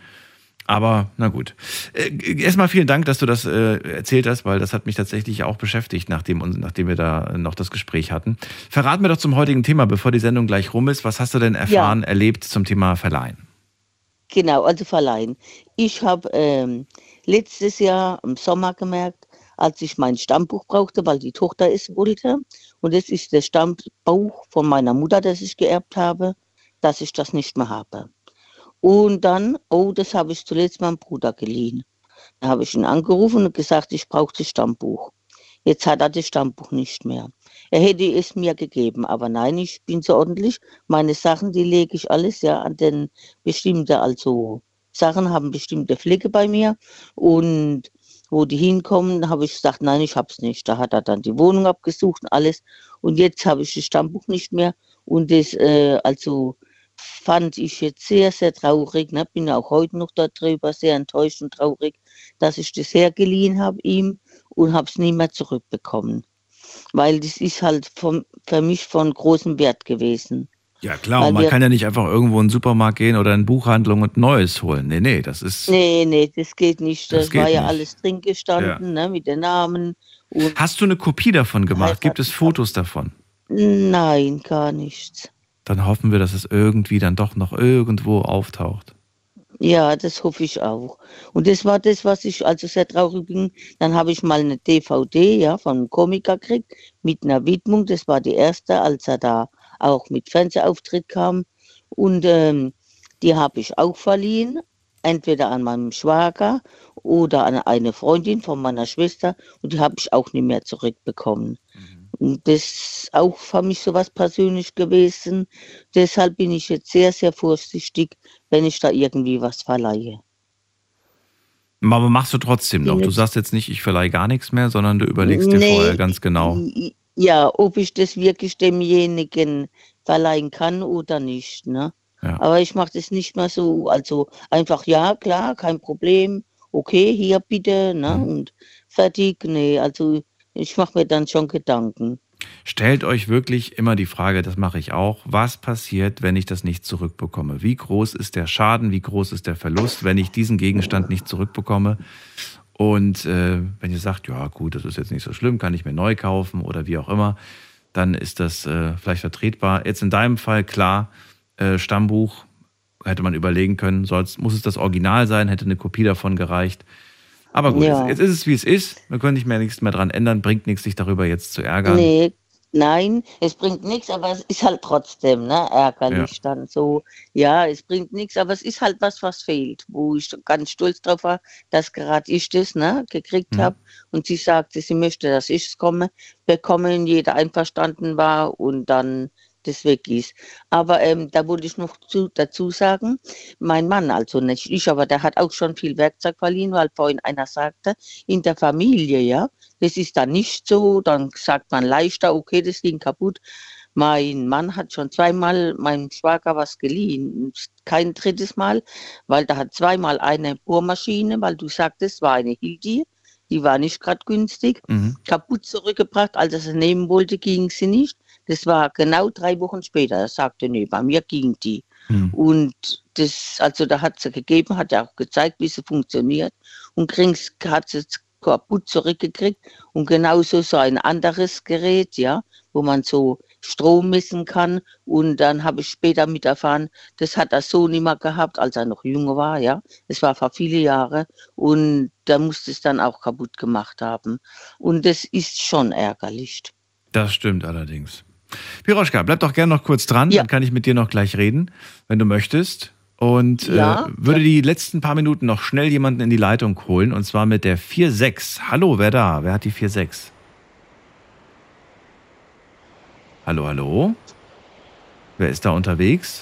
Aber na gut. Äh, erstmal vielen Dank, dass du das äh, erzählt hast, weil das hat mich tatsächlich auch beschäftigt, nachdem, nachdem wir da noch das Gespräch hatten. Verrat mir doch zum heutigen Thema, bevor die Sendung gleich rum ist, was hast du denn erfahren, Ja. erlebt zum Thema Verleihen? Genau, also verleihen. Ich habe ähm, letztes Jahr im Sommer gemerkt, als ich mein Stammbuch brauchte, weil die Tochter es wollte, und das ist das Stammbuch von meiner Mutter, das ich geerbt habe, dass ich das nicht mehr habe. Und dann, oh, das habe ich zuletzt meinem Bruder geliehen. Da habe ich ihn angerufen und gesagt, ich brauche das Stammbuch. Jetzt hat er das Stammbuch nicht mehr. Er hätte es mir gegeben, aber nein, ich bin so ordentlich. Meine Sachen, die lege ich alles ja an den bestimmte, also Sachen haben bestimmte Flecke bei mir und wo die hinkommen, da habe ich gesagt, nein, ich hab's nicht. Da hat er dann die Wohnung abgesucht und alles und jetzt habe ich das Stammbuch nicht mehr und das, äh, also fand ich jetzt sehr, sehr traurig. Ne? Bin auch heute noch darüber sehr enttäuscht und traurig, dass ich das hergeliehen habe ihm und habe es nie mehr zurückbekommen. Weil das ist halt vom, für mich von großem Wert gewesen. Ja klar, Weil und man wir- kann ja nicht einfach irgendwo in den Supermarkt gehen oder in eine Buchhandlung und Neues holen. Nee, nee, das ist... Nee, nee, das geht nicht. Das Das, geht war ja nicht. alles drin gestanden, ne, mit den Namen. Und Hast du eine Kopie davon gemacht? Gibt es Fotos davon? nein, gar nichts. Dann hoffen wir, dass es irgendwie dann doch noch irgendwo auftaucht. Ja, das hoffe ich auch. Und das war das, was ich also sehr traurig bin. Dann habe ich mal eine D V D, ja, von einem Komiker gekriegt mit einer Widmung. Das war die erste, als er da auch mit Fernsehauftritt kam. Und ähm, die habe ich auch verliehen, entweder an meinem Schwager oder an eine Freundin von meiner Schwester. Und die habe ich auch nicht mehr zurückbekommen. Und das ist auch für mich so was persönlich gewesen. Deshalb bin ich jetzt sehr, sehr vorsichtig, wenn ich da irgendwie was verleihe. Aber machst du trotzdem noch? Du sagst jetzt nicht, ich verleihe gar nichts mehr, sondern du überlegst dir Nee, vorher ganz genau. Ja, ob ich das wirklich demjenigen verleihen kann oder nicht. Ne? Ja. Aber ich mache das nicht mehr so, also einfach, ja, klar, kein Problem, okay, hier bitte, ne? Mhm. Und fertig. Nee, also ich mache mir dann schon Gedanken. Stellt euch wirklich immer die Frage, das mache ich auch, was passiert, wenn ich das nicht zurückbekomme? Wie groß ist der Schaden, wie groß ist der Verlust, wenn ich diesen Gegenstand nicht zurückbekomme? Und äh, wenn ihr sagt, ja gut, das ist jetzt nicht so schlimm, kann ich mir neu kaufen oder wie auch immer, dann ist das äh, vielleicht vertretbar. Jetzt in deinem Fall, klar, äh, Stammbuch, hätte man überlegen können, soll's, muss es das Original sein, hätte eine Kopie davon gereicht. Aber gut, Ja. jetzt, jetzt ist es, wie es ist. Wir können nicht mehr nichts mehr dran ändern, bringt nichts, sich darüber jetzt zu ärgern. Nee, nein, es bringt nichts, aber es ist halt trotzdem, ne, ärgerlich dann so. Ja, es bringt nichts, aber es ist halt was, was fehlt, wo ich ganz stolz drauf war, dass gerade ich das, ne, gekriegt Mhm. habe. Und sie sagte, sie möchte, dass ich es komme, bekommen, jeder einverstanden war und dann das weg ist. Aber ähm, da wollte ich noch zu, dazu sagen, mein Mann, also nicht ich, aber der hat auch schon viel Werkzeug verliehen, weil vorhin einer sagte, in der Familie, ja, das ist dann nicht so, dann sagt man leichter, okay, das ging kaputt. Mein Mann hat schon zweimal meinem Schwager was geliehen, kein drittes Mal, weil da hat zweimal eine Bohrmaschine, weil du sagtest, war eine Hilti, die war nicht gerade günstig, Mhm. kaputt zurückgebracht, als er sie nehmen wollte, ging sie nicht. Das war genau drei Wochen später. Er sagte, nee, bei mir ging die. Mhm. Und das, also da hat sie gegeben, hat er auch gezeigt, wie sie funktioniert. Und kriegst, hat sie es kaputt zurückgekriegt. Und genauso so ein anderes Gerät, ja, wo man so Strom messen kann. Und dann habe ich später mit erfahren, das hat er so nicht mehr gehabt, als er noch jünger war, ja. Es war vor viele Jahre. Und da musste es dann auch kaputt gemacht haben. Und das ist schon ärgerlich. Das stimmt allerdings. Piroschka, bleib doch gerne noch kurz dran, Ja. dann kann ich mit dir noch gleich reden, wenn du möchtest. Und Ja. äh, würde die letzten paar Minuten noch schnell jemanden in die Leitung holen, und zwar mit der vier sechs. Hallo, wer da? Wer hat die vier sechs? Hallo, hallo? Wer ist da unterwegs?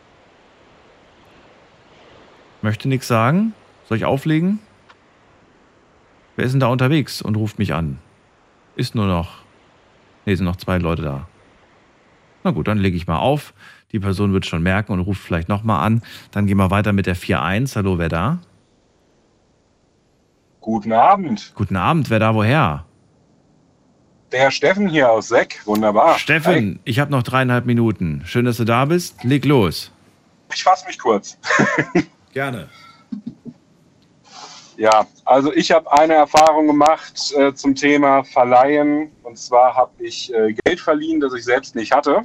Möchte nichts sagen? Soll ich auflegen? Wer ist denn da unterwegs und ruft mich an? Ist nur noch... Ne, sind noch zwei Leute da. Na gut, dann lege ich mal auf. Die Person wird schon merken und ruft vielleicht nochmal an. Dann gehen wir weiter mit der vier eins. Hallo, wer da? Guten Abend. Guten Abend, wer da, woher? Der Steffen hier aus Seck. Wunderbar. Steffen, Hi. ich habe noch dreieinhalb Minuten. Schön, dass du da bist. Leg los. Ich fasse mich kurz. Gerne. Ja, also ich habe eine Erfahrung gemacht äh, zum Thema Verleihen. Und zwar habe ich äh, Geld verliehen, das ich selbst nicht hatte.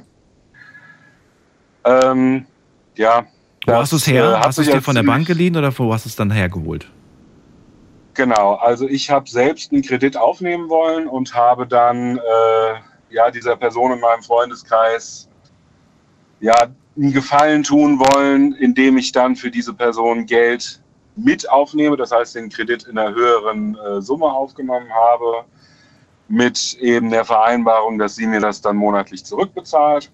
Ähm, ja. Wo hast du es her? äh, hat hast du es sich dir als von der ziemlich- Bank geliehen oder wo hast du es dann hergeholt? Genau, also ich habe selbst einen Kredit aufnehmen wollen und habe dann äh, ja, dieser Person in meinem Freundeskreis ja, einen Gefallen tun wollen, indem ich dann für diese Person Geld mit aufnehme, das heißt den Kredit in einer höheren äh, Summe aufgenommen habe, mit eben der Vereinbarung, dass sie mir das dann monatlich zurückbezahlt.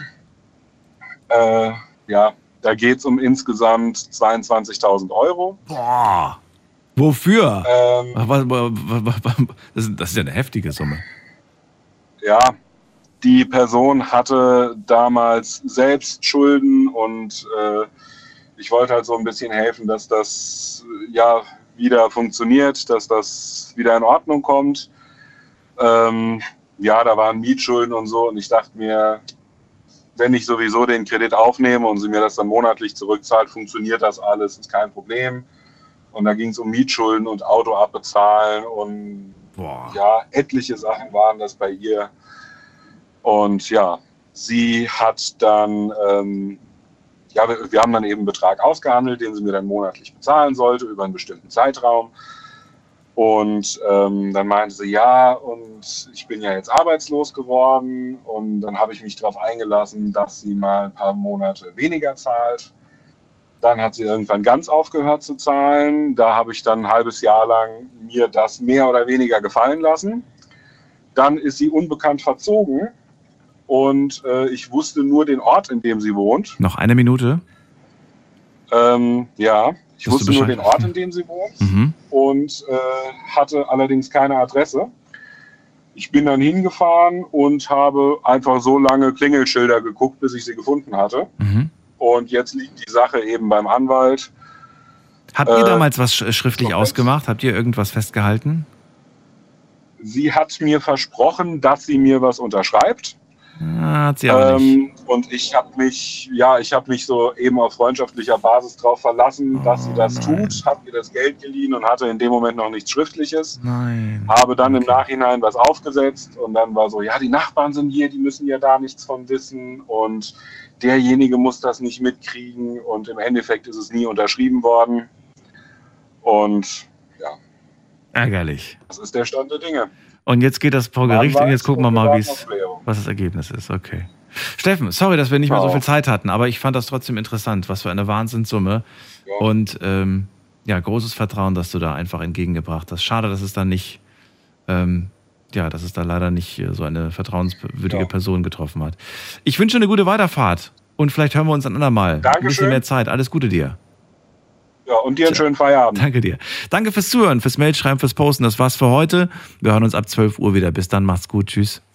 Äh, ja, da geht es um insgesamt zweiundzwanzigtausend Euro. Boah. Wofür? Ähm, Was- was- was- was- Das ist, das ist ja eine heftige Summe. Ja, die Person hatte damals selbst Schulden und äh, ich wollte halt so ein bisschen helfen, dass das äh, ja wieder funktioniert, dass das wieder in Ordnung kommt. Ähm, ja, da waren Mietschulden und so und ich dachte mir, wenn ich sowieso den Kredit aufnehme und sie mir das dann monatlich zurückzahlt, funktioniert das alles, ist kein Problem. Und da ging es um Mietschulden und Auto abbezahlen und Boah. ja, etliche Sachen waren das bei ihr. Und ja, sie hat dann, ähm, ja, wir, wir haben dann eben einen Betrag ausgehandelt, den sie mir dann monatlich bezahlen sollte über einen bestimmten Zeitraum. Und ähm, dann meinte sie, ja, und ich bin ja jetzt arbeitslos geworden. Und dann habe ich mich darauf eingelassen, dass sie mal ein paar Monate weniger zahlt. Dann hat sie irgendwann ganz aufgehört zu zahlen. Da habe ich dann ein halbes Jahr lang mir das mehr oder weniger gefallen lassen. Dann ist sie unbekannt verzogen und äh, ich wusste nur den Ort, in dem sie wohnt. Noch eine Minute? Ähm, ja, ich Wusste wusste nur Bescheid. den Ort, in dem sie wohnt Mhm. und äh, hatte allerdings keine Adresse. Ich bin dann hingefahren und habe einfach so lange Klingelschilder geguckt, bis ich sie gefunden hatte. Mhm. Und jetzt liegt die Sache eben beim Anwalt. Habt ihr Äh, damals was sch- schriftlich ausgemacht? Habt ihr irgendwas festgehalten? Sie hat mir versprochen, dass sie mir was unterschreibt. Ah, hat sie aber nicht. Ähm, und ich habe mich, ja, ich habe mich so eben auf freundschaftlicher Basis darauf verlassen, dass sie das tut, habe ihr das Geld geliehen und hatte in dem Moment noch nichts Schriftliches. Nein. Habe dann im Nachhinein was aufgesetzt und dann war so, ja, die Nachbarn sind hier, die müssen ja da nichts von wissen und derjenige muss das nicht mitkriegen und im Endeffekt ist es nie unterschrieben worden. Und ja, Ärgerlich. das ist der Stand der Dinge. Und jetzt geht das vor Gericht und jetzt gucken wir und mal, wir wie's, warten auf Klärung. was das Ergebnis ist. Okay. Steffen, sorry, dass wir nicht mehr so Ja. viel Zeit hatten, aber ich fand das trotzdem interessant. Was für eine Wahnsinnssumme. Und ähm, ja, großes Vertrauen, dass du da einfach entgegengebracht hast. Schade, dass es dann nicht, ähm, ja, dass es da leider nicht äh, so eine vertrauenswürdige Ja. Person getroffen hat. Ich wünsche eine gute Weiterfahrt und vielleicht hören wir uns ein andermal. Ein bisschen Dankeschön. mehr Zeit. Alles Gute dir. Ja, und dir einen schönen Feierabend. Danke dir. Danke fürs Zuhören, fürs Mailschreiben, fürs Posten. Das war's für heute. Wir hören uns ab zwölf Uhr wieder. Bis dann, macht's gut. Tschüss.